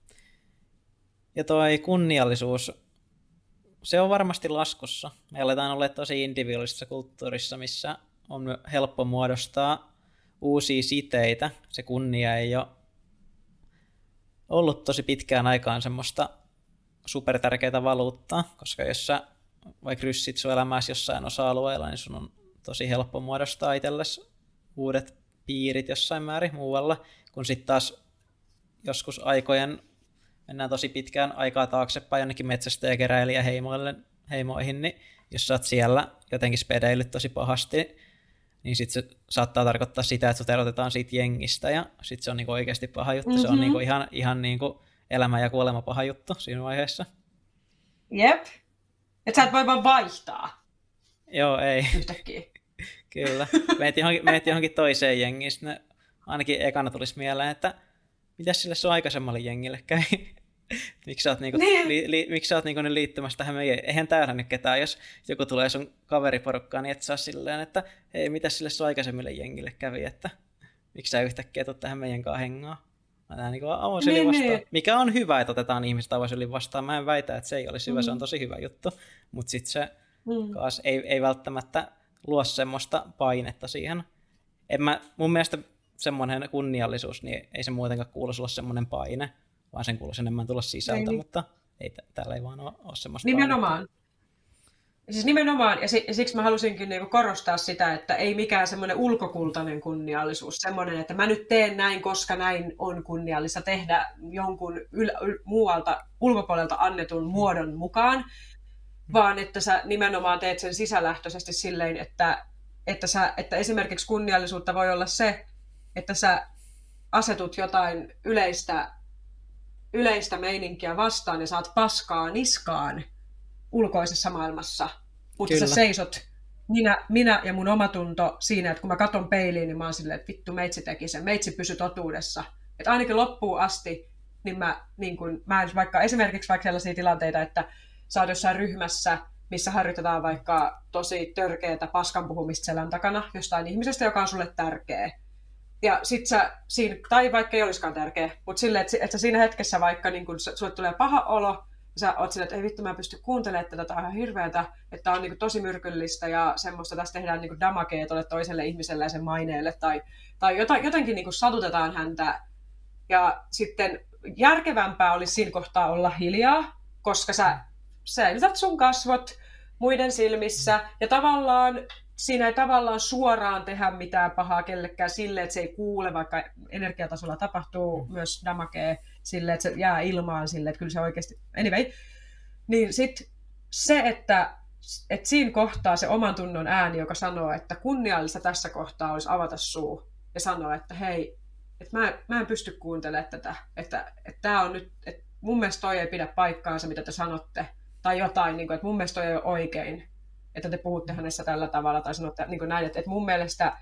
Ja toi kunniallisuus, se on varmasti laskussa. Me aletaan olla tosi individuaalisessa kulttuurissa, missä on helppo muodostaa uusia siteitä. Se kunnia ei ole ollut tosi pitkään aikaan semmoista supertärkeää valuuttaa, koska jos sä vaikka ryssit sun elämässä jossain osa-alueella, niin sun on tosi helppo muodostaa itsellesi uudet piirit jossain määrin muualla, kun sitten taas joskus mennään tosi pitkään aikaa taaksepäin jonnekin metsästäjäkeräilijäheimoihin, niin jos sä oot siellä jotenkin spedeillyt tosi pahasti, niin sitten se saattaa tarkoittaa sitä, että sut erotetaan siitä jengistä, ja sitten se on niinku oikeasti paha juttu. Se on niinku ihan niinku elämä ja kuolema paha juttu siinä vaiheessa. Jep. Että sä et voi vaan vaihtaa. Joo, ei. Yhtäkkiä. Kyllä. Meet johonkin toiseen jengiin, sitten ne ainakin ekana tulisi mieleen, että mitäs sille sun aikaisemmalle jengille kävi? Miksi sä oot, miksi sä oot nyt liittymässä tähän meidän? Eihän täällä nyt ketään, jos joku tulee sun kaveriporukkaan, niin et saa silleen, että hei, mitäs sille sun aikaisemmille jengille kävi, että miksi sä yhtäkkiä tulet tähän meidän kanssa hengaan? Mä niin avosylin vastaan. Mikä on hyvä, että otetaan ihmiset avosylin vastaan. Mä en väitä, että se ei olisi hyvä, se on tosi hyvä juttu. Mutta sitten se kaas ei välttämättä luo semmoista painetta siihen. Mun mielestä semmoinen kunniallisuus, niin ei se muutenkaan kuuluisi olla semmoinen paine, vaan sen kuuluisi enemmän tulla sisältä, mutta täällä ei vaan ole semmoista Nimenomaan. Siis nimenomaan, ja siksi mä halusinkin niinku korostaa sitä, että ei mikään semmoinen ulkokultainen kunniallisuus, semmoinen, että mä nyt teen näin, koska näin on kunniallista tehdä jonkun muualta ulkopuolelta annetun muodon mukaan, vaan että sä nimenomaan teet sen sisälähtöisesti silleen, että esimerkiksi kunniallisuutta voi olla se, että sä asetut jotain yleistä meininkiä vastaan ja saat paskaa niskaan ulkoisessa maailmassa, mutta sä seisot minä ja mun omatunto siinä, että kun mä katon peiliin, niin mä oon silleen, että vittu, meitsi teki sen, meitsi pysy totuudessa. Että ainakin loppuun asti, niin mä esimerkiksi vaikka sellaisia tilanteita, että sä oot jossain ryhmässä, missä harjoitetaan vaikka tosi törkeätä paskan puhumista selän takana jostain ihmisestä, joka on sulle tärkeä. Ja sit sä siinä, tai vaikka ei olisikaan tärkeä, mutta silleen, että siinä hetkessä vaikka niin kun sulle tulee paha olo, sä oot silleen, että ei vittu, mä en pysty kuuntelemaan tätä, tää on ihan hirveätä, että on niin tosi myrkyllistä ja semmoista, tässä tehdään niin damagea tuolle toiselle ihmiselle ja sen maineelle, tai jotenkin niin satutetaan häntä. Ja sitten järkevämpää olisi siinä kohtaa olla hiljaa, koska sä säilytät sun kasvot muiden silmissä, ja siinä ei tavallaan suoraan tehdä mitään pahaa kellekään silleen, että se ei kuule, vaikka energiatasolla tapahtuu myös damagea silleen, että se jää ilmaan silleen, että kyllä se oikeasti, anyway, niin sitten se, että siinä kohtaa se oman tunnon ääni, joka sanoo, että kunniallista tässä kohtaa olisi avata suu ja sanoa, että hei, että mä en pysty kuuntelemaan tätä, että tää on nyt, että mun mielestä toi ei pidä paikkaansa, mitä te sanotte, tai jotain, niin kuin, että mun mielestä toi ei ole oikein, että te puhutte hänessä tällä tavalla, tai sanotte niin kuin näin, että mun mielestä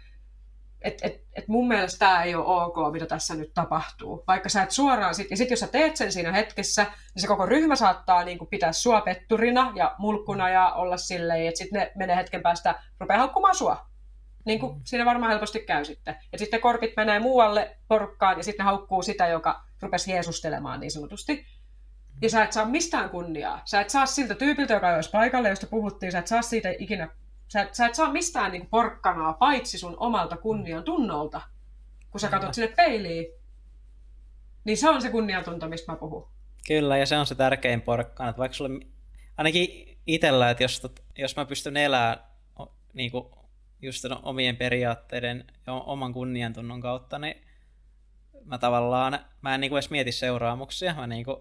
mun mielestä tämä ei ole ok, mitä tässä nyt tapahtuu. Vaikka sä et suoraan, ja sitten jos sä teet sen siinä hetkessä, niin se koko ryhmä saattaa niin kuin pitää sua petturina ja mulkkuna ja olla silleen, että sitten ne menee hetken päästä, rupeaa haukkumaan sua. Niin kuin siinä varmaan helposti käy sitten. Ja sitten korpit menee muualle porukkaan, ja sitten ne haukkuu sitä, joka rupesi jeesustelemaan niin sanotusti. Ja sä et saa mistään kunniaa. Sä et saa siltä tyypiltä, joka olisi paikalle, josta puhuttiin, sä et saa siitä ikinä. Sä et saa mistään niin porkkanaa, paitsi sun omalta kunnian tunnolta. Kun sä katsot sinne peiliin, niin se on se kunniatunto, mistä mä puhun. Kyllä, ja se on se tärkein porkkana. Että vaikka sulle, ainakin itsellä, että jos mä pystyn elämään niin kuin just omien periaatteiden ja oman kunniantunnon kautta, niin mä en niin kuin edes mieti seuraamuksia.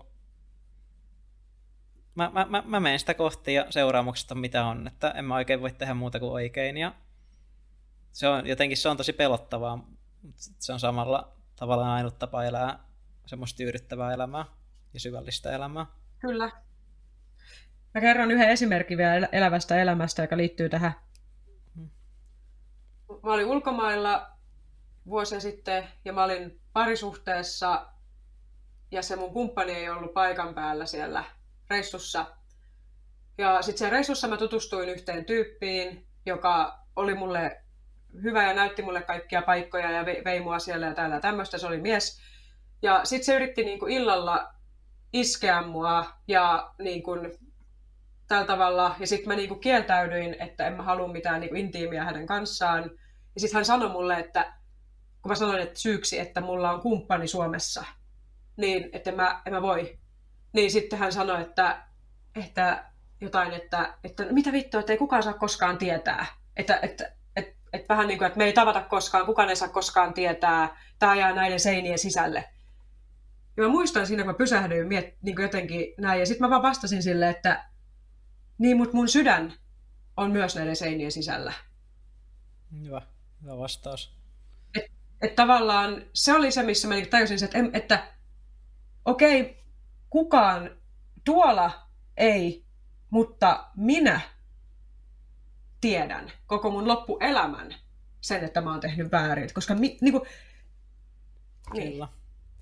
Mä menen sitä kohti ja seuraamukset on mitä on, että en mä oikein voi tehdä muuta kuin oikein, ja se on tosi pelottavaa, mutta se on samalla tavallaan ainut tapa elää semmoista tyydyttävää elämää ja syvällistä elämää. Kyllä. Mä kerron yhden esimerkin vielä elävästä elämästä, joka liittyy tähän. Mä olin ulkomailla vuosia sitten, ja mä olin parisuhteessa ja se mun kumppani ei ollut paikan päällä siellä reissussa. Ja sitten siellä reissussa mä tutustuin yhteen tyyppiin, joka oli mulle hyvä ja näytti mulle kaikkia paikkoja ja vei mua siellä ja täällä ja tämmöistä. Se oli mies. Ja sitten se yritti niinku illalla iskeä mua ja niinku tällä tavalla. Ja sitten mä niinku kieltäydyin, että en mä halua mitään niinku intiimiä hänen kanssaan. Ja sitten hän sanoi mulle, että kun mä sanoin että syyksi, että mulla on kumppani Suomessa, niin että en mä voi. Niin sitten hän sanoi, että jotain, että mitä vittua, että ei kukaan saa koskaan tietää. Että vähän niin kuin, että me ei tavata koskaan, kukaan ei saa koskaan tietää, tämä jää näiden seinien sisälle. Ja mä muistan siinä, kun mä pysähdyin niin kuin jotenkin näin, ja sitten mä vaan vastasin sille, että niin, mutta mun sydän on myös näiden seinien sisällä. Hyvä vastaus. Että tavallaan se oli se, missä mä niin tajusin, että okei, kukaan tuolla ei, mutta minä tiedän koko mun loppuelämän sen, että mä oon tehnyt väärin. Koska niinku, niin. Kyllä.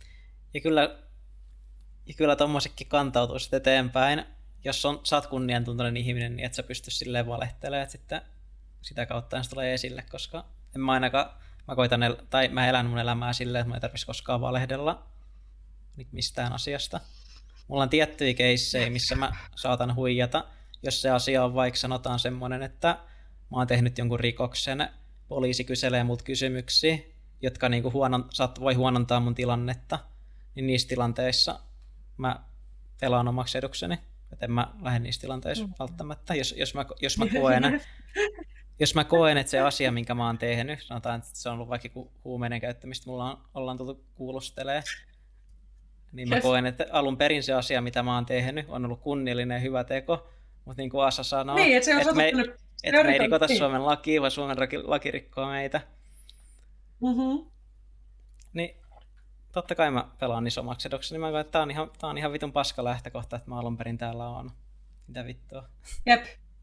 Ja kyllä tommosetkin kantautuu sitten eteenpäin. Jos sä oot kunniantuntoinen ihminen, niin et sä pysty silleen valehtelemaan, että sitten sitä kautta se tulee esille, koska en mä ainakaan, mä elän mun elämää silleen, että mä ei tarvitsisi koskaan valehdella mistään asiasta. Mulla on tiettyjä keissejä, missä mä saatan huijata, jos se asia on vaikka sanotaan semmoinen, että mä oon tehnyt jonkun rikoksen, poliisi kyselee mut kysymyksiä, jotka niinku voi huonontaa mun tilannetta, niin niissä tilanteissa mä pelaan omaksi edukseni. Että en mä lähde niissä tilanteissa välttämättä. Jos mä koen, että se asia, minkä mä oon tehnyt, sanotaan, että se on ollut vaikka huumeiden käyttämistä, ollaan tultu kuulustelemaan, niin mä koen, että alun perin se asia, mitä mä oon tehnyt, on ollut kunniallinen ja hyvä teko, mutta niin kuin Asa sanoo, niin, että me ei rikota Suomen lakia, vaan Suomen laki rikkoo meitä. Mm-hmm. Niin totta kai mä pelaan isommaksi eduksi, niin mä koen, että tää on ihan vitun paska lähtökohta, että mä alun perin täällä oon. Mitä vittua? Jep.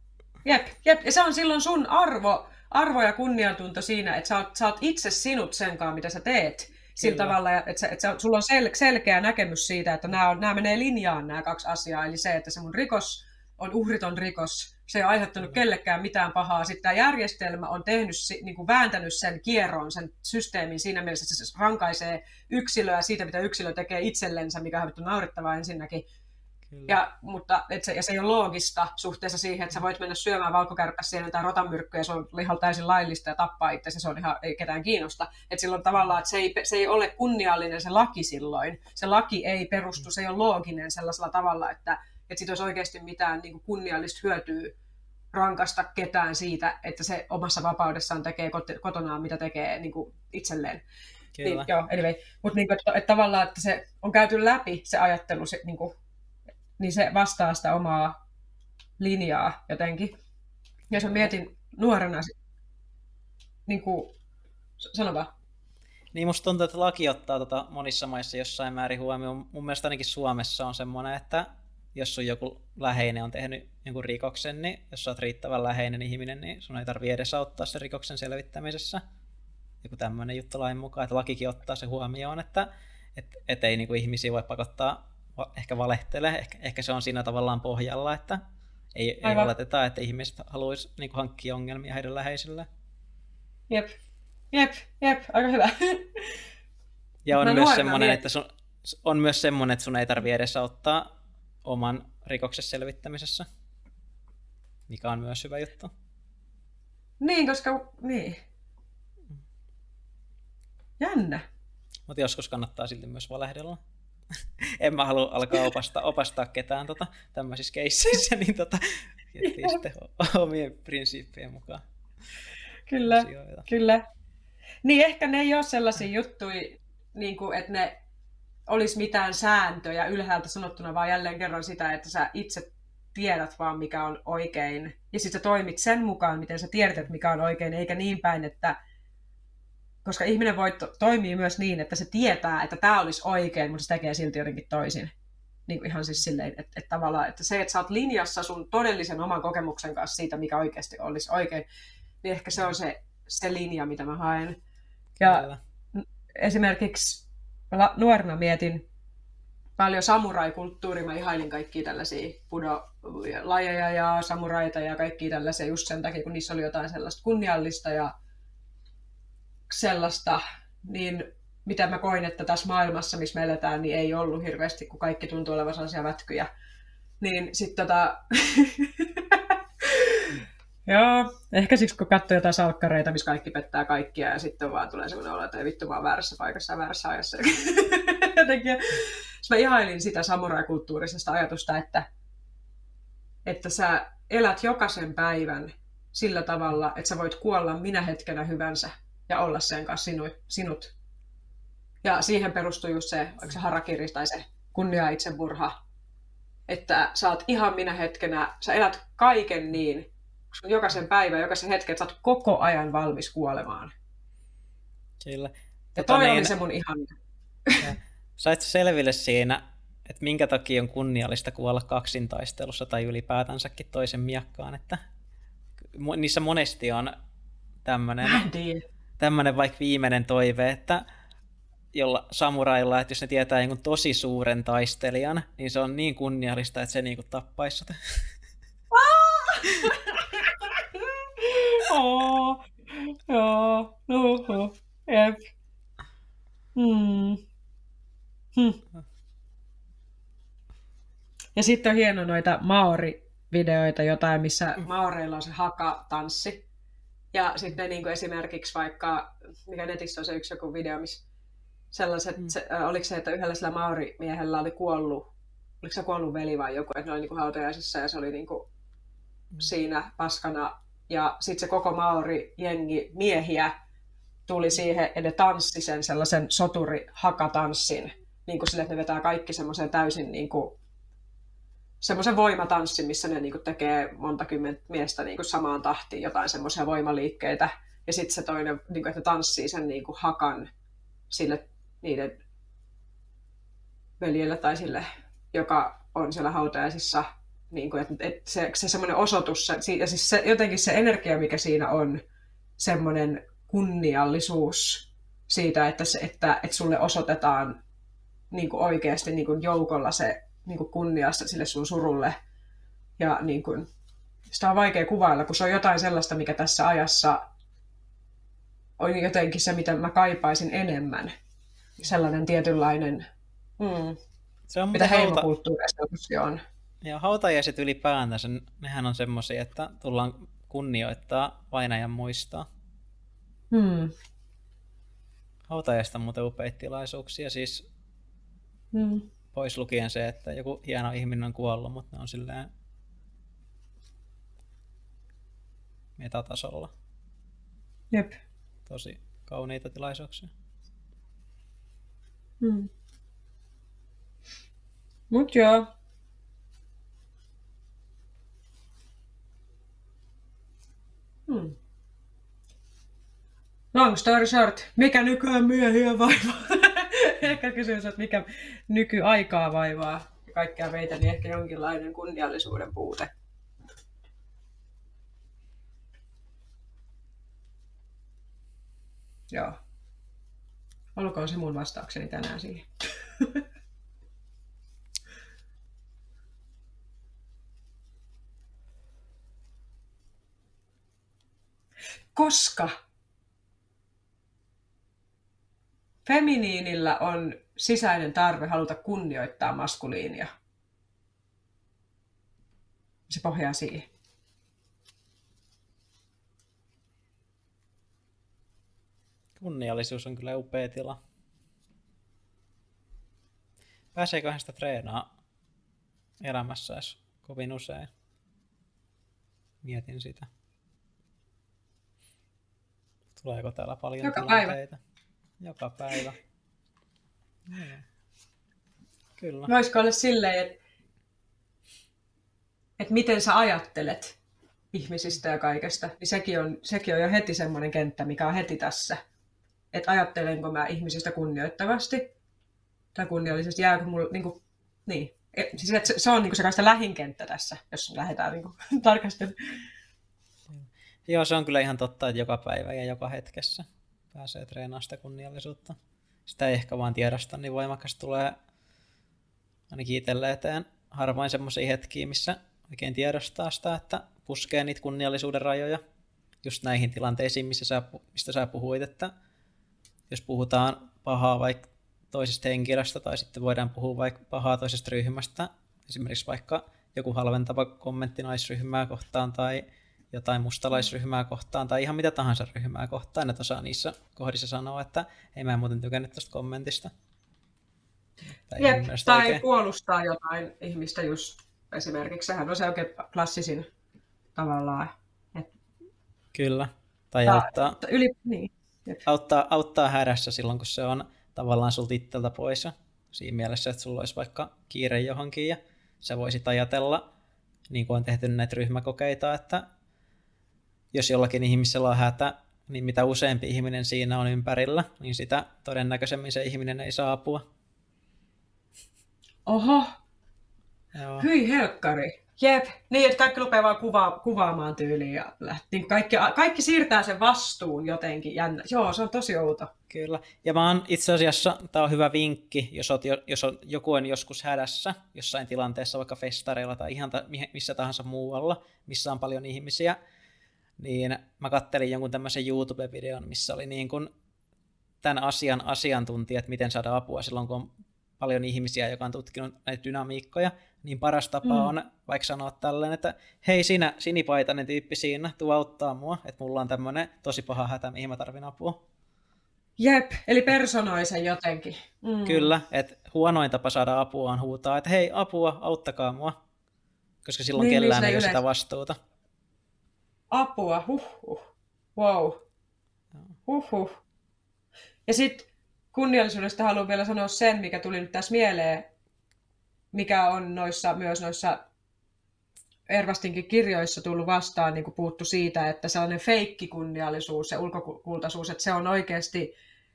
Ja se on silloin sun arvo ja kunniantunto siinä, että sä oot itse sinut senkaan, mitä sä teet. Sillä tavalla, että sulla on selkeä näkemys siitä, että nämä menee linjaan nämä kaksi asiaa. Eli se, että se mun rikos on uhriton rikos, se ei ole aiheuttanut kellekään mitään pahaa. Sitten tämä järjestelmä on niin kuin vääntänyt sen kierron, sen systeemin siinä mielessä, että se rankaisee yksilöä siitä, mitä yksilö tekee itsellensä, mikä on naurettavaa ensinnäkin. Mutta se ei ole loogista suhteessa siihen, että sä voit mennä syömään valkokärpässä tai rotanmyrkkyä ja se on ihan täysin laillista ja tappaa itse, se on ihan, ei ketään kiinnosta. Että silloin tavallaan, että se ei ole kunniallinen se laki silloin. Se laki ei perustu, se ei ole looginen sellaisella tavalla, että siitä olisi oikeasti mitään niin kuin kunniallista hyötyä rankasta ketään siitä, että se omassa vapaudessaan tekee kotonaan, mitä tekee niin kuin itselleen. Kyllä. Niin, joo, anyway. Mutta niin että tavallaan, että se on käyty läpi se ajattelu, niin se vastaa sitä omaa linjaa jotenkin. Jos mä mietin nuorena, niin kuin, sano vaan. Niin musta tuntuu, että laki ottaa monissa maissa jossain määrin huomioon. Mun mielestä ainakin Suomessa on semmoinen, että jos sun joku läheinen on tehnyt jonkun rikoksen, niin jos sä oot riittävän läheinen ihminen, niin sun ei tarvitse edesauttaa sen rikoksen selvittämisessä. Joku tämmöinen juttu lain mukaan, että lakikin ottaa se huomioon, että ei niin kuin ihmisiä voi pakottaa ehkä valehtelee. Ehkä se on siinä tavallaan pohjalla, että ei oleteta, että ihmiset haluaisi niin kuin hankkia ongelmia heidän läheisille. Jep, aika hyvä. Ja on myös semmoinen, että sun ei tarvitse edes auttaa oman rikoksen selvittämisessä, mikä on myös hyvä juttu. Niin, koska niin. Jännä. Mutta joskus kannattaa silti myös valehdella. En mä halua alkaa opastaa ketään tämmöisissä keisseissä, niin jättiin sitten omien prinsiippien mukaan. Kyllä. Niin ehkä ne ei ole sellaisia juttuja, niin kuin, että ne olisi mitään sääntöjä ylhäältä sanottuna, vaan jälleen kerran sitä, että sä itse tiedät vaan mikä on oikein. Ja sitten sä toimit sen mukaan, miten sä tiedät, että mikä on oikein, eikä niin päin, että koska ihminen voi toimia myös niin, että se tietää, että tämä olisi oikein, mutta se tekee silti jotenkin toisin. Niin kuin ihan siis silleen, että tavallaan, että se, että sä oot linjassa sun todellisen oman kokemuksen kanssa siitä, mikä oikeasti olisi oikein, niin ehkä se on se linja, mitä mä haen. Ja esimerkiksi nuorena mietin paljon samurai-kulttuuria. Mä ihailin kaikkia tällaisia budo-lajeja ja samuraita ja kaikkia tällaisia just sen takia, kun niissä oli jotain sellaista kunniallista ja sellaista, niin mitä mä koin, että tässä maailmassa, missä me eletään, niin ei ollut hirveästi, kun kaikki tuntuu olevan sellaisia vätkyjä. Niin sitten joo, ehkä siksi kun katsoo jotain salkkareita, missä kaikki pettää kaikkia ja sitten vaan tulee semmoinen olo, että ei vittu, mä oon väärässä paikassa ja väärässä ajassa. Jotenkin. Mä ihailin sitä samurai-kulttuurisesta ajatusta, että sä elät jokaisen päivän sillä tavalla, että sä voit kuolla minä hetkenä hyvänsä ja olla sen kanssa sinut. Ja siihen perustuu just se, onko se harakiri tai se kunnia itsemurha, että sä oot ihan minä hetkenä, sä elät kaiken niin, jokaisen päivän, jokaisen hetken, että sä oot koko ajan valmis kuolemaan. Kyllä. Ja toi oli se mun ihan... Sait selville siinä, että minkä takia on kunniallista kuolla kaksintaistelussa tai ylipäätänsäkin toisen miakkaan, että niissä monesti on tämmöinen vaikka viimeinen toive, että jolla samurailla, että jos ne tietää jonkun tosi suuren taistelijan, niin se on niin kunniallista, että se niinku tappaisi sut. Joo, jep. Ja sitten on hieno noita maori-videoita, jotain, missä maoreilla on se haka-tanssi. Ja sitten ne niin esimerkiksi vaikka, mikä netissä on se yksi joku video, missä sellaiset, oliko se, että yhdellä sillä maorimiehellä oli kuollut, oliko se kuollut veli vai joku, että ne oli niin hautajaisissa ja se oli niin siinä paskana. Ja sitten se koko maori-jengi miehiä tuli siihen ja ne tanssi sen sellaisen soturi-hakatanssin, niin kuin sille, että ne vetää kaikki semmoisen täysin niin kuin, semmoisen voimatanssin, missä ne niin kuin tekee monta kymmentä miestä niin kuin samaan tahtiin jotain semmoisia voimaliikkeitä. Ja sitten se toinen, niin kuin, että tanssii sen niin kuin hakan sille niiden veljelle tai sille, joka on siellä hautajaisissa. Niin kuin, että se semmoinen osoitus, ja siis jotenkin se energia, mikä siinä on, semmoinen kunniallisuus siitä, että sulle osoitetaan niin kuin oikeasti niin kuin joukolla se niin kuin kunniasta sille sun surulle. Ja niin kuin, sitä on vaikea kuvailla, kun se on jotain sellaista, mikä tässä ajassa on jotenkin se, mitä mä kaipaisin enemmän. Sellainen tietynlainen, se on mitä heimokulttuurissa on. Ja hautajaiset ylipäätänsä, nehän on semmoisia, että tullaan kunnioittaa vainajan muistaa. Hautajaiset on muuten upeita tilaisuuksia, siis pois lukien se, että joku hieno ihminen on kuollut, mutta ne on silleen metatasolla. Jep. Tosi kauniita tilaisuuksia. Mut joo. Long story short, mikä nykyään miehiä vaivaa? Ehkä kysymys, että mikä nykyaikaa vaivaa ja kaikkea meitä, niin ehkä jonkinlainen kunniallisuuden puute. Joo. Olkoon se mun vastaukseni tänään siihen. Koska feminiinillä on sisäinen tarve haluta kunnioittaa maskuliinia. Se pohjaa siihen. Kunniallisuus on kyllä upea tila. Pääseeköhän sitä treenaa elämässä edes kovin usein? Mietin sitä. Tuleeko täällä paljon joka tilanteita? Päivä. Joka päivä. Kyllä. Voisiko olla silleen, että miten sä ajattelet ihmisistä ja kaikesta, niin sekin on jo heti semmoinen kenttä, mikä on heti tässä. Että ajattelenko mä ihmisistä kunnioittavasti tai kunniallisesti, jääkö mulla niin. Siis se on se kaikista lähinkenttä tässä, jos lähdetään tarkastelemaan. Joo, se on kyllä ihan totta, että joka päivä ja joka hetkessä pääsee treenaamaan sitä kunniallisuutta. sitä ei ehkä vaan tiedosta niin voimakkaasti tulee ainakin itselle eteen harvoin semmoisia hetkiä, missä oikein tiedostaa sitä, että puskee niitä kunniallisuuden rajoja just näihin tilanteisiin, mistä sä puhuit, että jos puhutaan pahaa vaikka toisesta henkilöstä tai sitten voidaan puhua vaikka pahaa toisesta ryhmästä, esimerkiksi vaikka joku halventava kommentti naisryhmää kohtaan tai jotain mustalaisryhmää kohtaan tai ihan mitä tahansa ryhmää kohtaan, että osaa niissä kohdissa sanoa, että ei mä en muuten tykännyt tuosta kommentista. Tai puolustaa jotain ihmistä just esimerkiksi. Sehän on se oikein klassisin tavallaan. Kyllä. Tai auttaa hädässä silloin, kun se on tavallaan sulta itseltä pois. Siinä mielessä, että sulla olisi vaikka kiire johonkin ja sä voisit ajatella, niin kuin on tehty näitä ryhmäkokeita, että jos jollakin ihmisellä on hätä, niin mitä useampi ihminen siinä on ympärillä, niin sitä todennäköisemmin se ihminen ei saa apua. Oho. Joo. Hyi helkkari. Jep. Niin, että kaikki rupeaa vaan kuvaamaan tyyliin ja niin kaikki siirtää sen vastuun jotenkin. Jännä. Joo, se on tosi outo. Kyllä. Ja mä oon itse asiassa, tää on hyvä vinkki, jos joku on joskus hädässä, jossain tilanteessa, vaikka festareilla tai ihan missä tahansa muualla, missä on paljon ihmisiä, niin mä kattelin jonkun tämmöisen YouTube-videon, missä oli niin kuin tämän asian asiantuntijat, miten saada apua silloin, kun on paljon ihmisiä, joka on tutkinut näitä dynamiikkoja, niin paras tapa on vaikka sanoa tälleen, että hei sinä sinipaitainen tyyppi siinä, tuu auttaa mua, että mulla on tämmöinen tosi paha hätä, mihin mä tarvin apua. Jep, eli personoi sen jotenkin. Kyllä, että huonoin tapa saada apua on huutaa, että hei apua, auttakaa mua, koska silloin niin, kellään ei ole sitä vastuuta. Apua, wow. Ja sitten kunniallisuudesta haluan vielä sanoa sen, mikä tuli nyt tässä mieleen, mikä on myös noissa Ervastinkin kirjoissa tullut vastaan, niin kuin puhuttu siitä, että sellainen feikkikunniallisuus ja ulkokultaisuus, että se on oikeasti,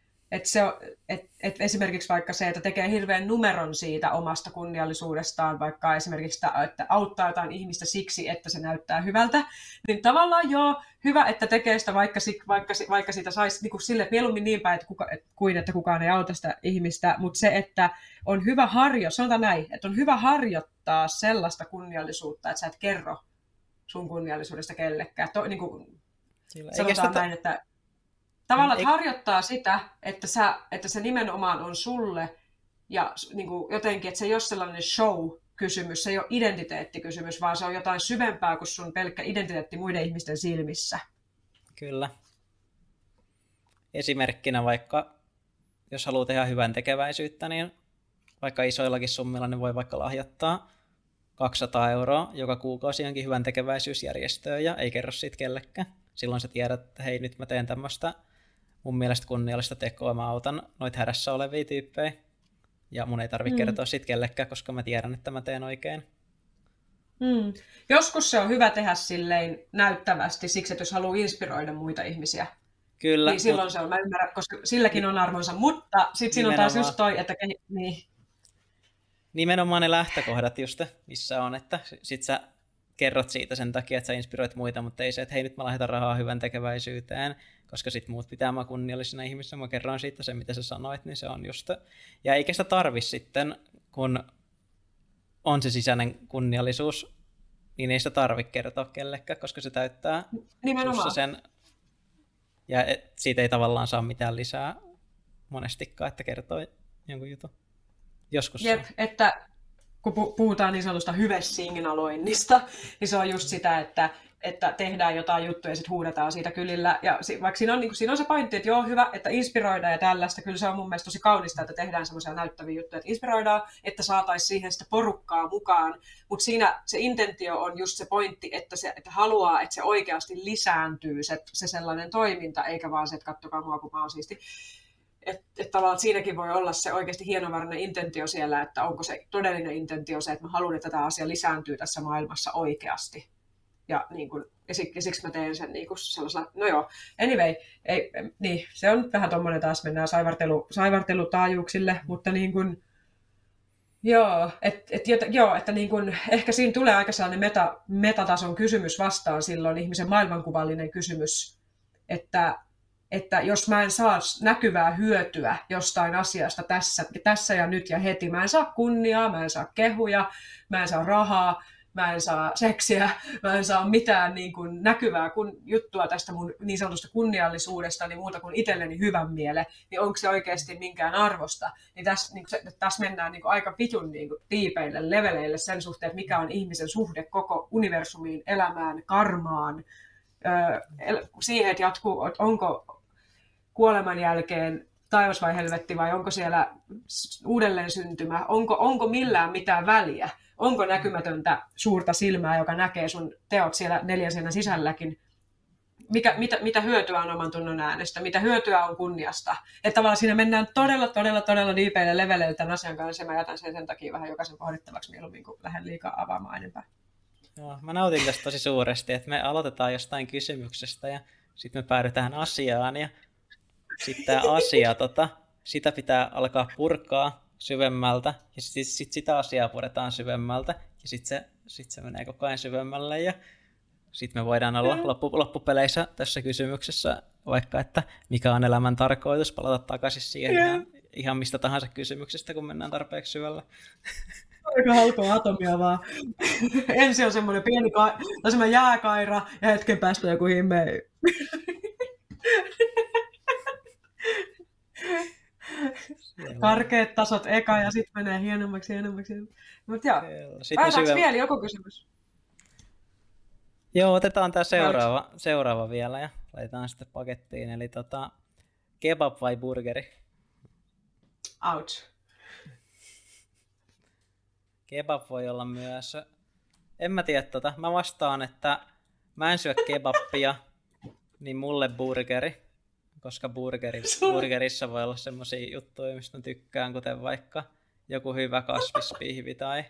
että esimerkiksi vaikka se, että tekee hirveän numeron siitä omasta kunniallisuudestaan, vaikka esimerkiksi, että auttaa jotain ihmistä siksi, että se näyttää hyvältä, niin tavallaan joo, hyvä, että tekee sitä, vaikka siitä saisi niin kuin sille, että mieluummin niin päin, kuin että kukaan ei auta sitä ihmistä, mutta se, että on hyvä sanotaan näin, että on hyvä harjoittaa sellaista kunniallisuutta, että sä et kerro sun kunniallisuudesta kellekään. Niin kuin sanotaan näin, että tavallaan että harjoittaa sitä, että se nimenomaan on sulle ja niin kuin jotenkin, että se ei ole sellainen show-kysymys, se ei ole identiteettikysymys, vaan se on jotain syvempää kuin sun pelkkä identiteetti muiden ihmisten silmissä. Kyllä. Esimerkkinä vaikka, jos haluaa tehdä hyvän tekeväisyyttä, niin vaikka isoillakin summilla niin voi vaikka lahjoittaa 200 € joka kuukausi jonkin hyvän tekeväisyysjärjestöön ja ei kerro siitä kellekään. Silloin sä tiedät, että hei nyt mä teen tämmöistä mun mielestä kunniallista tekoa, mä autan noita hädässä olevia tyyppejä. Ja mun ei tarvitse kertoa siitä kellekään, koska mä tiedän, että mä teen oikein. Joskus se on hyvä tehdä silleen näyttävästi, siksi että jos haluaa inspiroida muita ihmisiä. Kyllä. Niin silloin se on, mä ymmärrän, koska silläkin on arvonsa, mutta sitten siinä on taas just toi, että niin. Nimenomaan ne lähtökohdat just, missä on, että sit sä kerrot siitä sen takia, että sä inspiroit muita, mutta ei se, että hei nyt mä lahjoitan rahaa hyvän tekeväisyyteen, koska sit muut pitää mä kunniallisena ihmisenä, mä kerron siitä sen, mitä sä sanoit, niin se on just. Ja eikä sitä tarvi sitten, kun on se sisäinen kunniallisuus, niin ei sitä tarvi kertoa kellekään, koska se täyttää sen. Ja siitä ei tavallaan saa mitään lisää monestikaan, että kertoo jonkun jutun. Joskus Jep, että kun puhutaan niin sanotusta hyvesignaloinnista, niin se on just sitä, että tehdään jotain juttuja ja sitten huudetaan siitä kylillä. Ja vaikka siinä on se pointti, että joo, hyvä, että inspiroidaan ja tällaista. Kyllä se on mun mielestä tosi kaunista, että tehdään semmoisia näyttäviä juttuja, että inspiroidaan, että saataisiin siihen sitä porukkaa mukaan. Mutta siinä se intentio on just se pointti, että haluaa, että se oikeasti lisääntyy se sellainen toiminta, eikä vaan se, että kattokaa mua, kun mä oon siisti. Että tavallaan siinäkin voi olla se oikeasti hienovarainen intentio siellä, että onko se todellinen intentio se, että mä haluan, että tämä asia lisääntyy tässä maailmassa oikeasti. Ja, niin kun, ja siksi mä teen sen niin sellaisella, no joo, anyway, niin, se on vähän tommoinen taas, mennään saivartelutaajuuksille, mutta niin kun, että niin kun, ehkä siinä tulee aika sellainen metatason kysymys vastaan silloin, ihmisen maailmankuvallinen kysymys, että että jos mä en saa näkyvää hyötyä jostain asiasta tässä ja nyt ja heti, mä en saa kunniaa, mä en saa kehuja, mä en saa rahaa, mä en saa seksiä, mä en saa mitään niin kuin näkyvää juttua tästä mun niin sanotusta kunniallisuudesta, niin muuta kuin itselleni hyvän mielen, niin onko se oikeasti minkään arvosta. Niin tässä mennään niin kuin aika vitun niin kuin tiipeille, leveleille sen suhteen, että mikä on ihmisen suhde koko universumiin, elämään, karmaan, siihen, että jatkuu, että onko kuoleman jälkeen taivas vai helvetti vai onko siellä uudelleen syntymä, onko millään mitään väliä. Onko näkymätöntä suurta silmää, joka näkee sun teot siellä neljäsenä sisälläkin? Mitä hyötyä on oman tunnon äänestä? Mitä hyötyä on kunniasta? Että tavallaan siinä mennään todella diipeille leveleille tämän asian kanssa. Ja mä jätän sen takia vähän jokaisen pohdittavaksi mieluummin, kun lähden liikaa avaamaan enempää. Joo, mä nautin tästä tosi suuresti, että me aloitetaan jostain kysymyksestä ja sitten me päädytään asiaan. Ja sitten tämä asia, sitä pitää alkaa purkaa syvemmältä, ja sitten sitä asiaa puretaan syvemmältä, ja sitten se menee koko ajan syvemmälle, ja sitten me voidaan olla loppupeleissä tässä kysymyksessä, vaikka että mikä on elämän tarkoitus, palata takaisin siihen ihan mistä tahansa kysymyksestä, kun mennään tarpeeksi syvälle. Aika halkoa atomia vaan. Ensin on semmoinen pieni semmoinen jääkaira, ja hetken päästä joku himmeä. Karkeat tasot eka ja sitten menee hienommaksi. Mutta joo, pääseekö vielä joku kysymys? Joo, otetaan tämä seuraava vielä ja laitetaan sitten pakettiin. Eli kebab vai burgeri? Ouch. Kebab voi olla myös, en mä tiedä mä vastaan, että mä en syö kebappia, niin mulle burgeri. Koska burgerissa voi olla semmosia juttuja, mistä mä tykkään, kuten vaikka joku hyvä kasvispihvi tai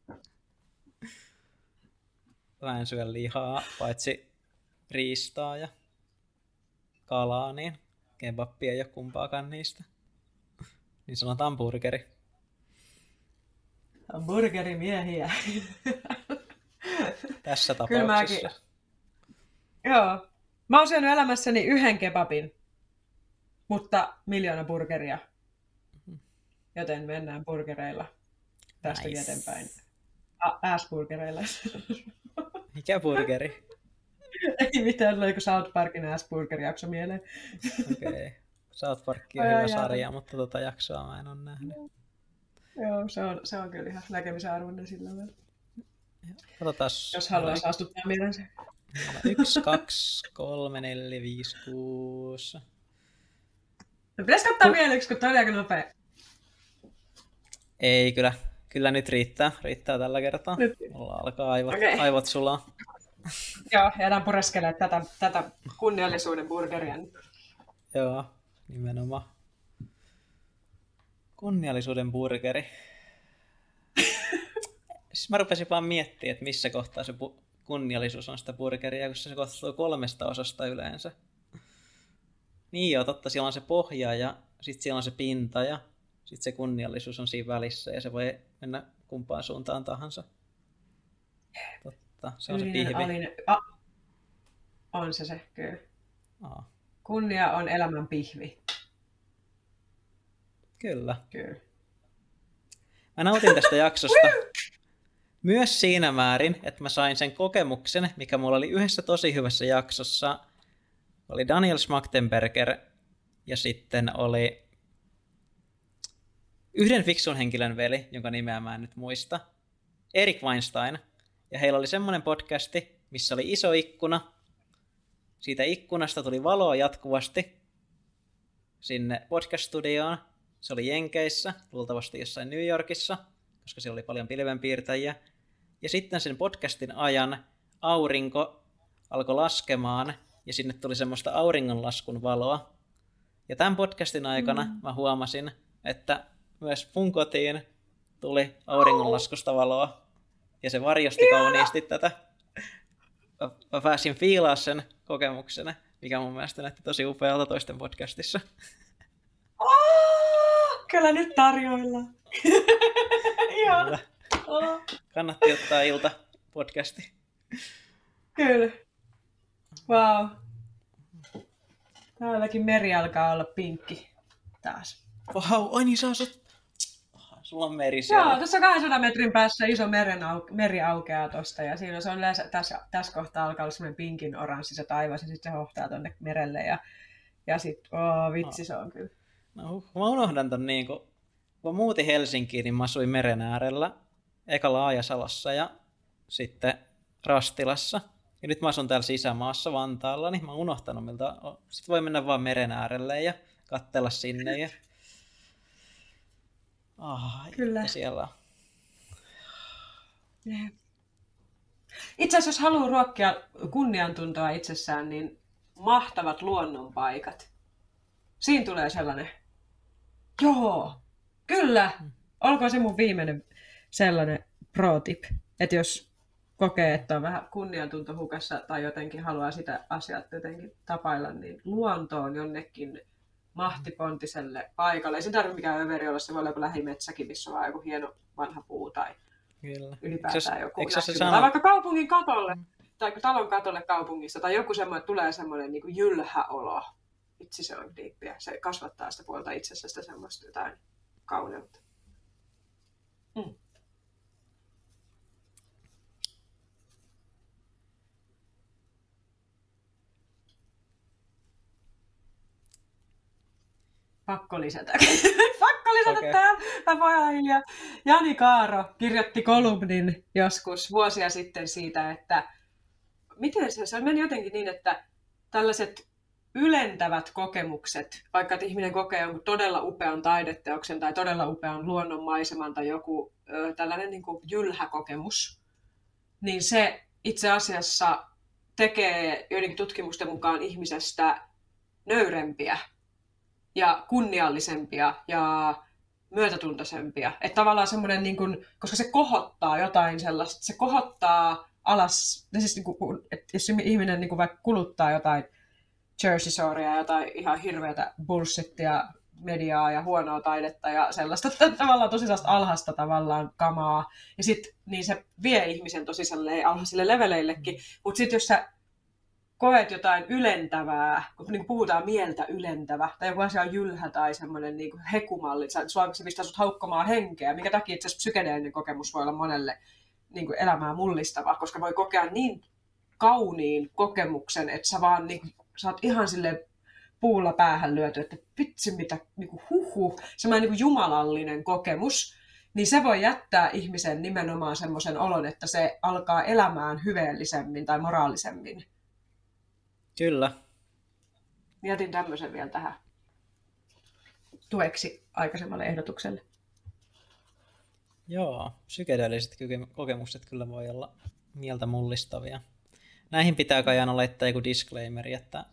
mä en syö lihaa, paitsi riistaa ja kalaa, niin kebappi ei ole kumpaakaan niistä. Niin sanotaan burgeri. Burgerimiehiä. Tässä tapauksessa. Joo. Mä oon syönyt elämässäni yhden kebabin. Mutta 1,000,000 burgeria. Joten mennään burgereilla tästä eteenpäin. Ass-burgereilla. Mikä burgeri? Ei mitään, tulee joku South Parkin Ass-burger-jakso mieleen. Okei. South Park on hyvä sarja, mutta jaksoa mä en ole nähnyt. Joo, se on kyllä ihan näkemisen arvoinen sillä tavalla. Otetas. Jos haluaa saastuttaa mielensä. 1, 2, 3, 4, 5, 6. No pitäisi katsoa mieleksi, kun toi oli aika nopea. Ei, kyllä nyt riittää tällä kertaa. Mulla alkaa aivot sulaa. Joo, jäädään pureskelemaan tätä kunniallisuuden burgeria. Joo, nimenomaan. Kunniallisuuden burgeri. Siis mä rupesin vaan miettimään, että missä kohtaa se kunniallisuus on sitä burgeria, kun se koostuu 3 osasta yleensä. Niin joo, totta, siellä on se pohja ja sitten siellä on se pinta ja sitten se kunniallisuus on siinä välissä ja se voi mennä kumpaan suuntaan tahansa. Totta, se on se pihvi. On se kyllä. Aa. Kunnia on elämän pihvi. Kyllä. Kyllä. Mä nautin tästä jaksosta myös siinä määrin, että mä sain sen kokemuksen, mikä mulla oli yhdessä tosi hyvässä jaksossa. Oli Daniel Schmachtenberger ja sitten oli yhden fiksun henkilön veli, jonka nimeä mä en nyt muista, Erik Weinstein. Ja heillä oli semmoinen podcasti, missä oli iso ikkuna. Siitä ikkunasta tuli valoa jatkuvasti sinne podcast-studioon. Se oli Jenkeissä, luultavasti jossain New Yorkissa, koska siellä oli paljon pilvenpiirtäjiä. Ja sitten sen podcastin ajan aurinko alkoi laskemaan ja sinne tuli semmoista auringonlaskun valoa. Ja tämän podcastin aikana mä huomasin, että myös mun kotiin tuli auringonlaskusta valoa. Ja se varjosti kauniisti tätä. Mä pääsin fiilaa sen kokemuksen, mikä mun mielestä näytti tosi upealta toisten podcastissa. Kyllä nyt tarjoillaan. Joo. Kannatti ottaa ilta-podcasti. Kyllä. Wow. Täälläkin meri alkaa olla pinkki taas. Vau, ai niin sä asut... Sulla on meri siellä. Joo, tuossa 200 metrin päässä iso meri aukeaa tosta ja siinä se on tässä kohtaa alkaa olla semmoinen pinkin oranssi se taivas ja sitten se hohtaa tonne merelle ja sit, vitsi se on kyllä. No, mä unohdan ton niinku, kun muutin Helsinkiin, niin mä asuin meren äärellä, eka Laajasalossa ja sitten Rastilassa. Ja nyt mä asun täällä sisämaassa Vantaalla, niin mä oon unohtanut miltä. Sit voi mennä vaan meren äärelle ja katsella sinne. Ja... Kyllä. Ja siellä on. Itse asiassa jos haluaa ruokkia kunniantuntoa itsessään, niin mahtavat luonnonpaikat. Siinä tulee sellainen, joo, kyllä, olkoon se mun viimeinen sellainen pro-tip, että jos kokee, että on vähän kunniantunto hukassa tai jotenkin haluaa sitä asiaa jotenkin tapailla, niin luontoon jonnekin mahtipontiselle paikalle. Ei se tarvitse mikään överi olla, se voi olla joku lähimetsäkin, missä on vaan joku hieno vanha puu tai Kyllä. ylipäätään joku tai vaikka kaupungin katolle tai talon katolle kaupungissa tai joku semmoinen, tulee semmoinen niin kuin jylhäolo. Itse se on diippiä. Se kasvattaa sitä puolta itsessä sitä semmoista jotain kauneutta. Pakko lisätä okay. Tämä voi olla hiljaa. Jani Kaaro kirjoitti kolumnin joskus vuosia sitten siitä, että miten se meni jotenkin niin, että tällaiset ylentävät kokemukset, vaikka että ihminen kokee jonkun todella upean taideteoksen tai todella upean luonnonmaiseman tai joku tällainen niin kuin jylhäkokemus, niin se itse asiassa tekee joidenkin tutkimusten mukaan ihmisestä nöyrempiä ja kunniallisempia ja myötätuntoisempia. Että tavallaan semmoinen, niin kuin, koska se kohottaa jotain sellaista, se kohottaa alas, siis niin kuin, että jos ihminen niin kuin vaikka kuluttaa jotain Jersey Shorea, jotain ihan hirveätä bullshittia, mediaa ja huonoa taidetta ja sellaista tavallaan tosi sellaista alhaista tavallaan kamaa, ja sit, niin se vie ihmisen tosi alhaisille leveleillekin, mutta sitten jos sä koet jotain ylentävää, kun niin puhutaan mieltä ylentävä, tai joku asia on jylhä tai semmoinen niin hekumalli, se pistää sut haukkomaan henkeä, minkä takia itse asiassa psykedeellinen kokemus voi olla monelle niin kuin elämää mullistava, koska voi kokea niin kauniin kokemuksen, että sä vaan sä oot ihan silleen puulla päähän lyöty, että vitsi mitä niin semmoinen niin jumalallinen kokemus, niin se voi jättää ihmisen nimenomaan semmoisen olon, että se alkaa elämään hyveellisemmin tai moraalisemmin. Kyllä. Jätin tämmöisen vielä tähän tueksi aikaisemmalle ehdotukselle. Joo, psykedeelliset kokemukset kyllä voi olla mieltä mullistavia. Näihin pitää kai aina laittaa joku disclaimeri, että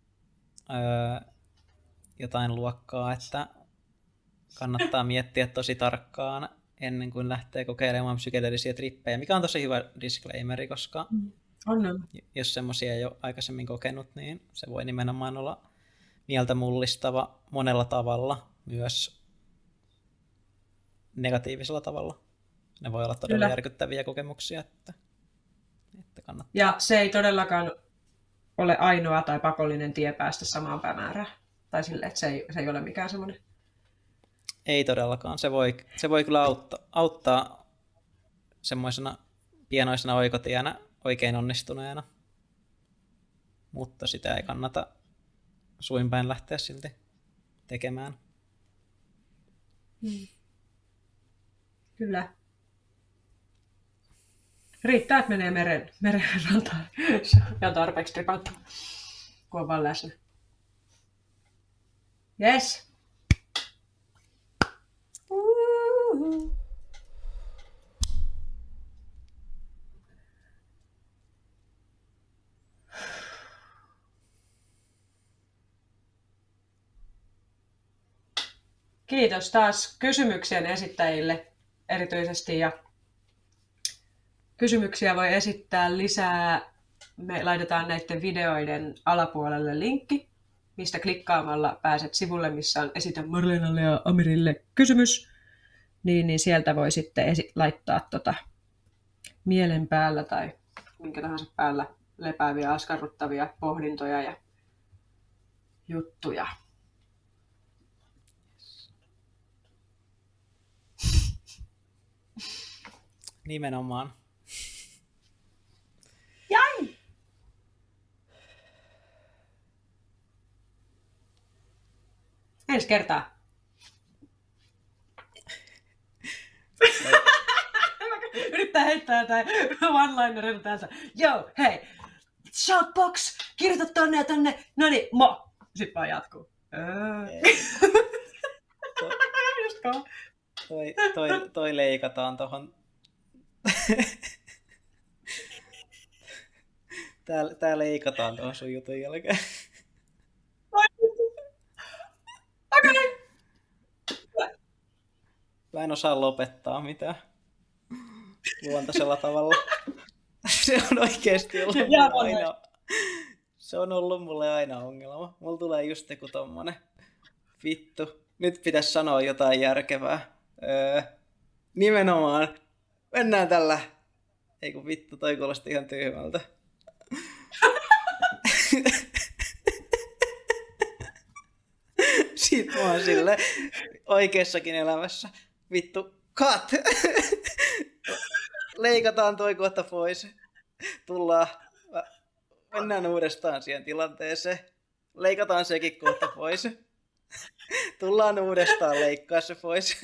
jotain luokkaa, että kannattaa miettiä tosi tarkkaan ennen kuin lähtee kokeilemaan psykedeellisiä trippejä, mikä on tosi hyvä disclaimeri, koska jos semmoisia ei ole aikaisemmin kokenut, niin se voi nimenomaan olla mieltä mullistava monella tavalla, myös negatiivisella tavalla. Ne voi olla todella järkyttäviä kokemuksia, että kannattaa. Ja se ei todellakaan ole ainoa tai pakollinen tie päästä samaan päämäärään. Tai silleen, että se ei ole mikään semmoinen. Ei todellakaan. Se voi kyllä auttaa semmoisena pienoisena oikotienä oikein onnistuneena. Mutta sitä ei kannata suin päin lähteä silti tekemään. Kyllä. Riittää, että menee meren rantaan ja tarpeeksi tripattu, kun on vaan läsnä. Yes. Kiitos taas kysymyksien esittäjille erityisesti ja kysymyksiä voi esittää lisää. Me laitetaan näiden videoiden alapuolelle linkki, mistä klikkaamalla pääset sivulle, missä on esitä Marleenalle ja Amirille kysymys. Niin sieltä voi sitten laittaa mielen päällä tai minkä tahansa päällä lepääviä, askarruttavia pohdintoja. Ja juttuja. Nimenomaan. Jäi! Ensi kertaa. Yrittää heittää jotain one-linereita täältä. Joo, hei! Shoutbox! Kirjoita tonne ja tonne. Noniin, mo! Sitten vaan jatkuu. Toi leikataan tohon. Tää leikataan tohon sun jutun jälkeen. Mä en osaa lopettaa mitään luontaisella tavalla. Se on oikeesti ollut mulle aina. Se on ollut mulle aina ongelma. Mulla tulee just joku tommonen vittu. Nyt pitäisi sanoa jotain järkevää. Nimenomaan. Mennään tällä. Ei kun vittu, toi kuulosti ihan tyhmältä. Sitten mä oon silleen oikeessakin elämässä. Vittu, cut! Leikataan toi kohta pois. Mennään uudestaan siihen tilanteeseen. Leikataan sekin kohta pois. Tullaan uudestaan leikkaa se pois.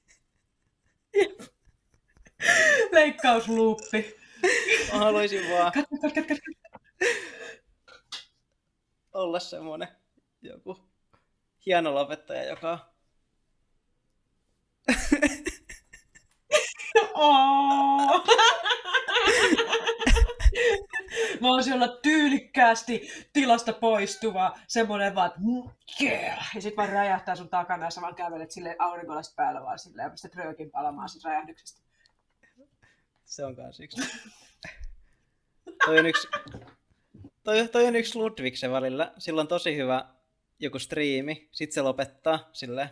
Leikkausluuppi. Mä haluaisin vaan olla semmonen joku hieno lopettaja, joka Mä voisin olla tyylikkäästi tilasta poistuva, semmonen vaan, yeah! Ja sit vaan räjähtää sun takana ja sä vaan kävelet silleen aurinkolaiset päällä vaan silleen ja pistät röökin palamaan sit räjähdyksestä. Se on kans yksi. Toi on yksi Ludwigsen välillä. Sillä on tosi hyvä joku striimi, sit se lopettaa silleen.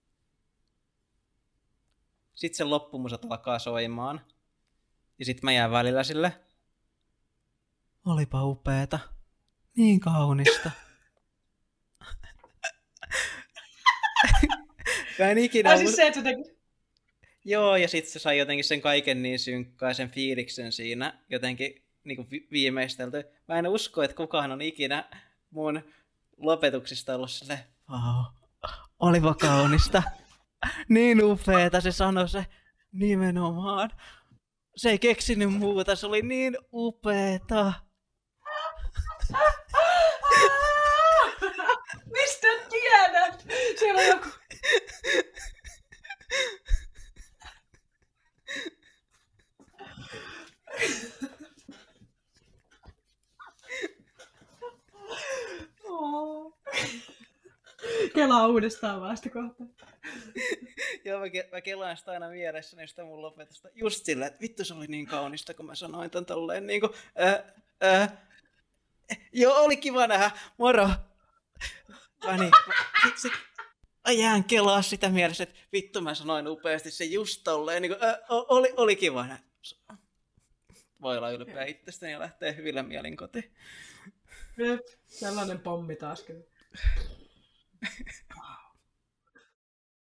Sitten se loppumusat alkaa soimaan. Ja sit mä jään välillä sille. Olipa upeeta. Niin kaunista. Mä en ikinä siis se, että se teki... Joo, ja sit se sai jotenkin sen kaiken niin synkkaisen fiiliksen siinä jotenkin niin viimeistelty. Mä en usko, että kukaan on ikinä mun lopetuksista ollut silleen, vau, olipa kaunista. Niin upeeta, se sanoi se nimenomaan. Se ei keksinyt muuta, se oli niin upeeta. Mistä tiedät? Siellä on joku... Kelaa uudestaan vasta kohta. Joo, mä kelaan sitä aina mielessäni sitä mun lopetusta. Just sillä, että vittu se oli niin kaunista, kun mä sanoin tän tolleen niinku... Joo, oli kiva nähdä. Moro! Jään kelaa sitä mielessä, että vittu mä sanoin upeasti se just tolleen. Niinku, oli kiva nähdä. Voi olla ylpeä itsestäni ja lähtee hyvillä mielin kotiin. Sellainen pommi taas kyllä.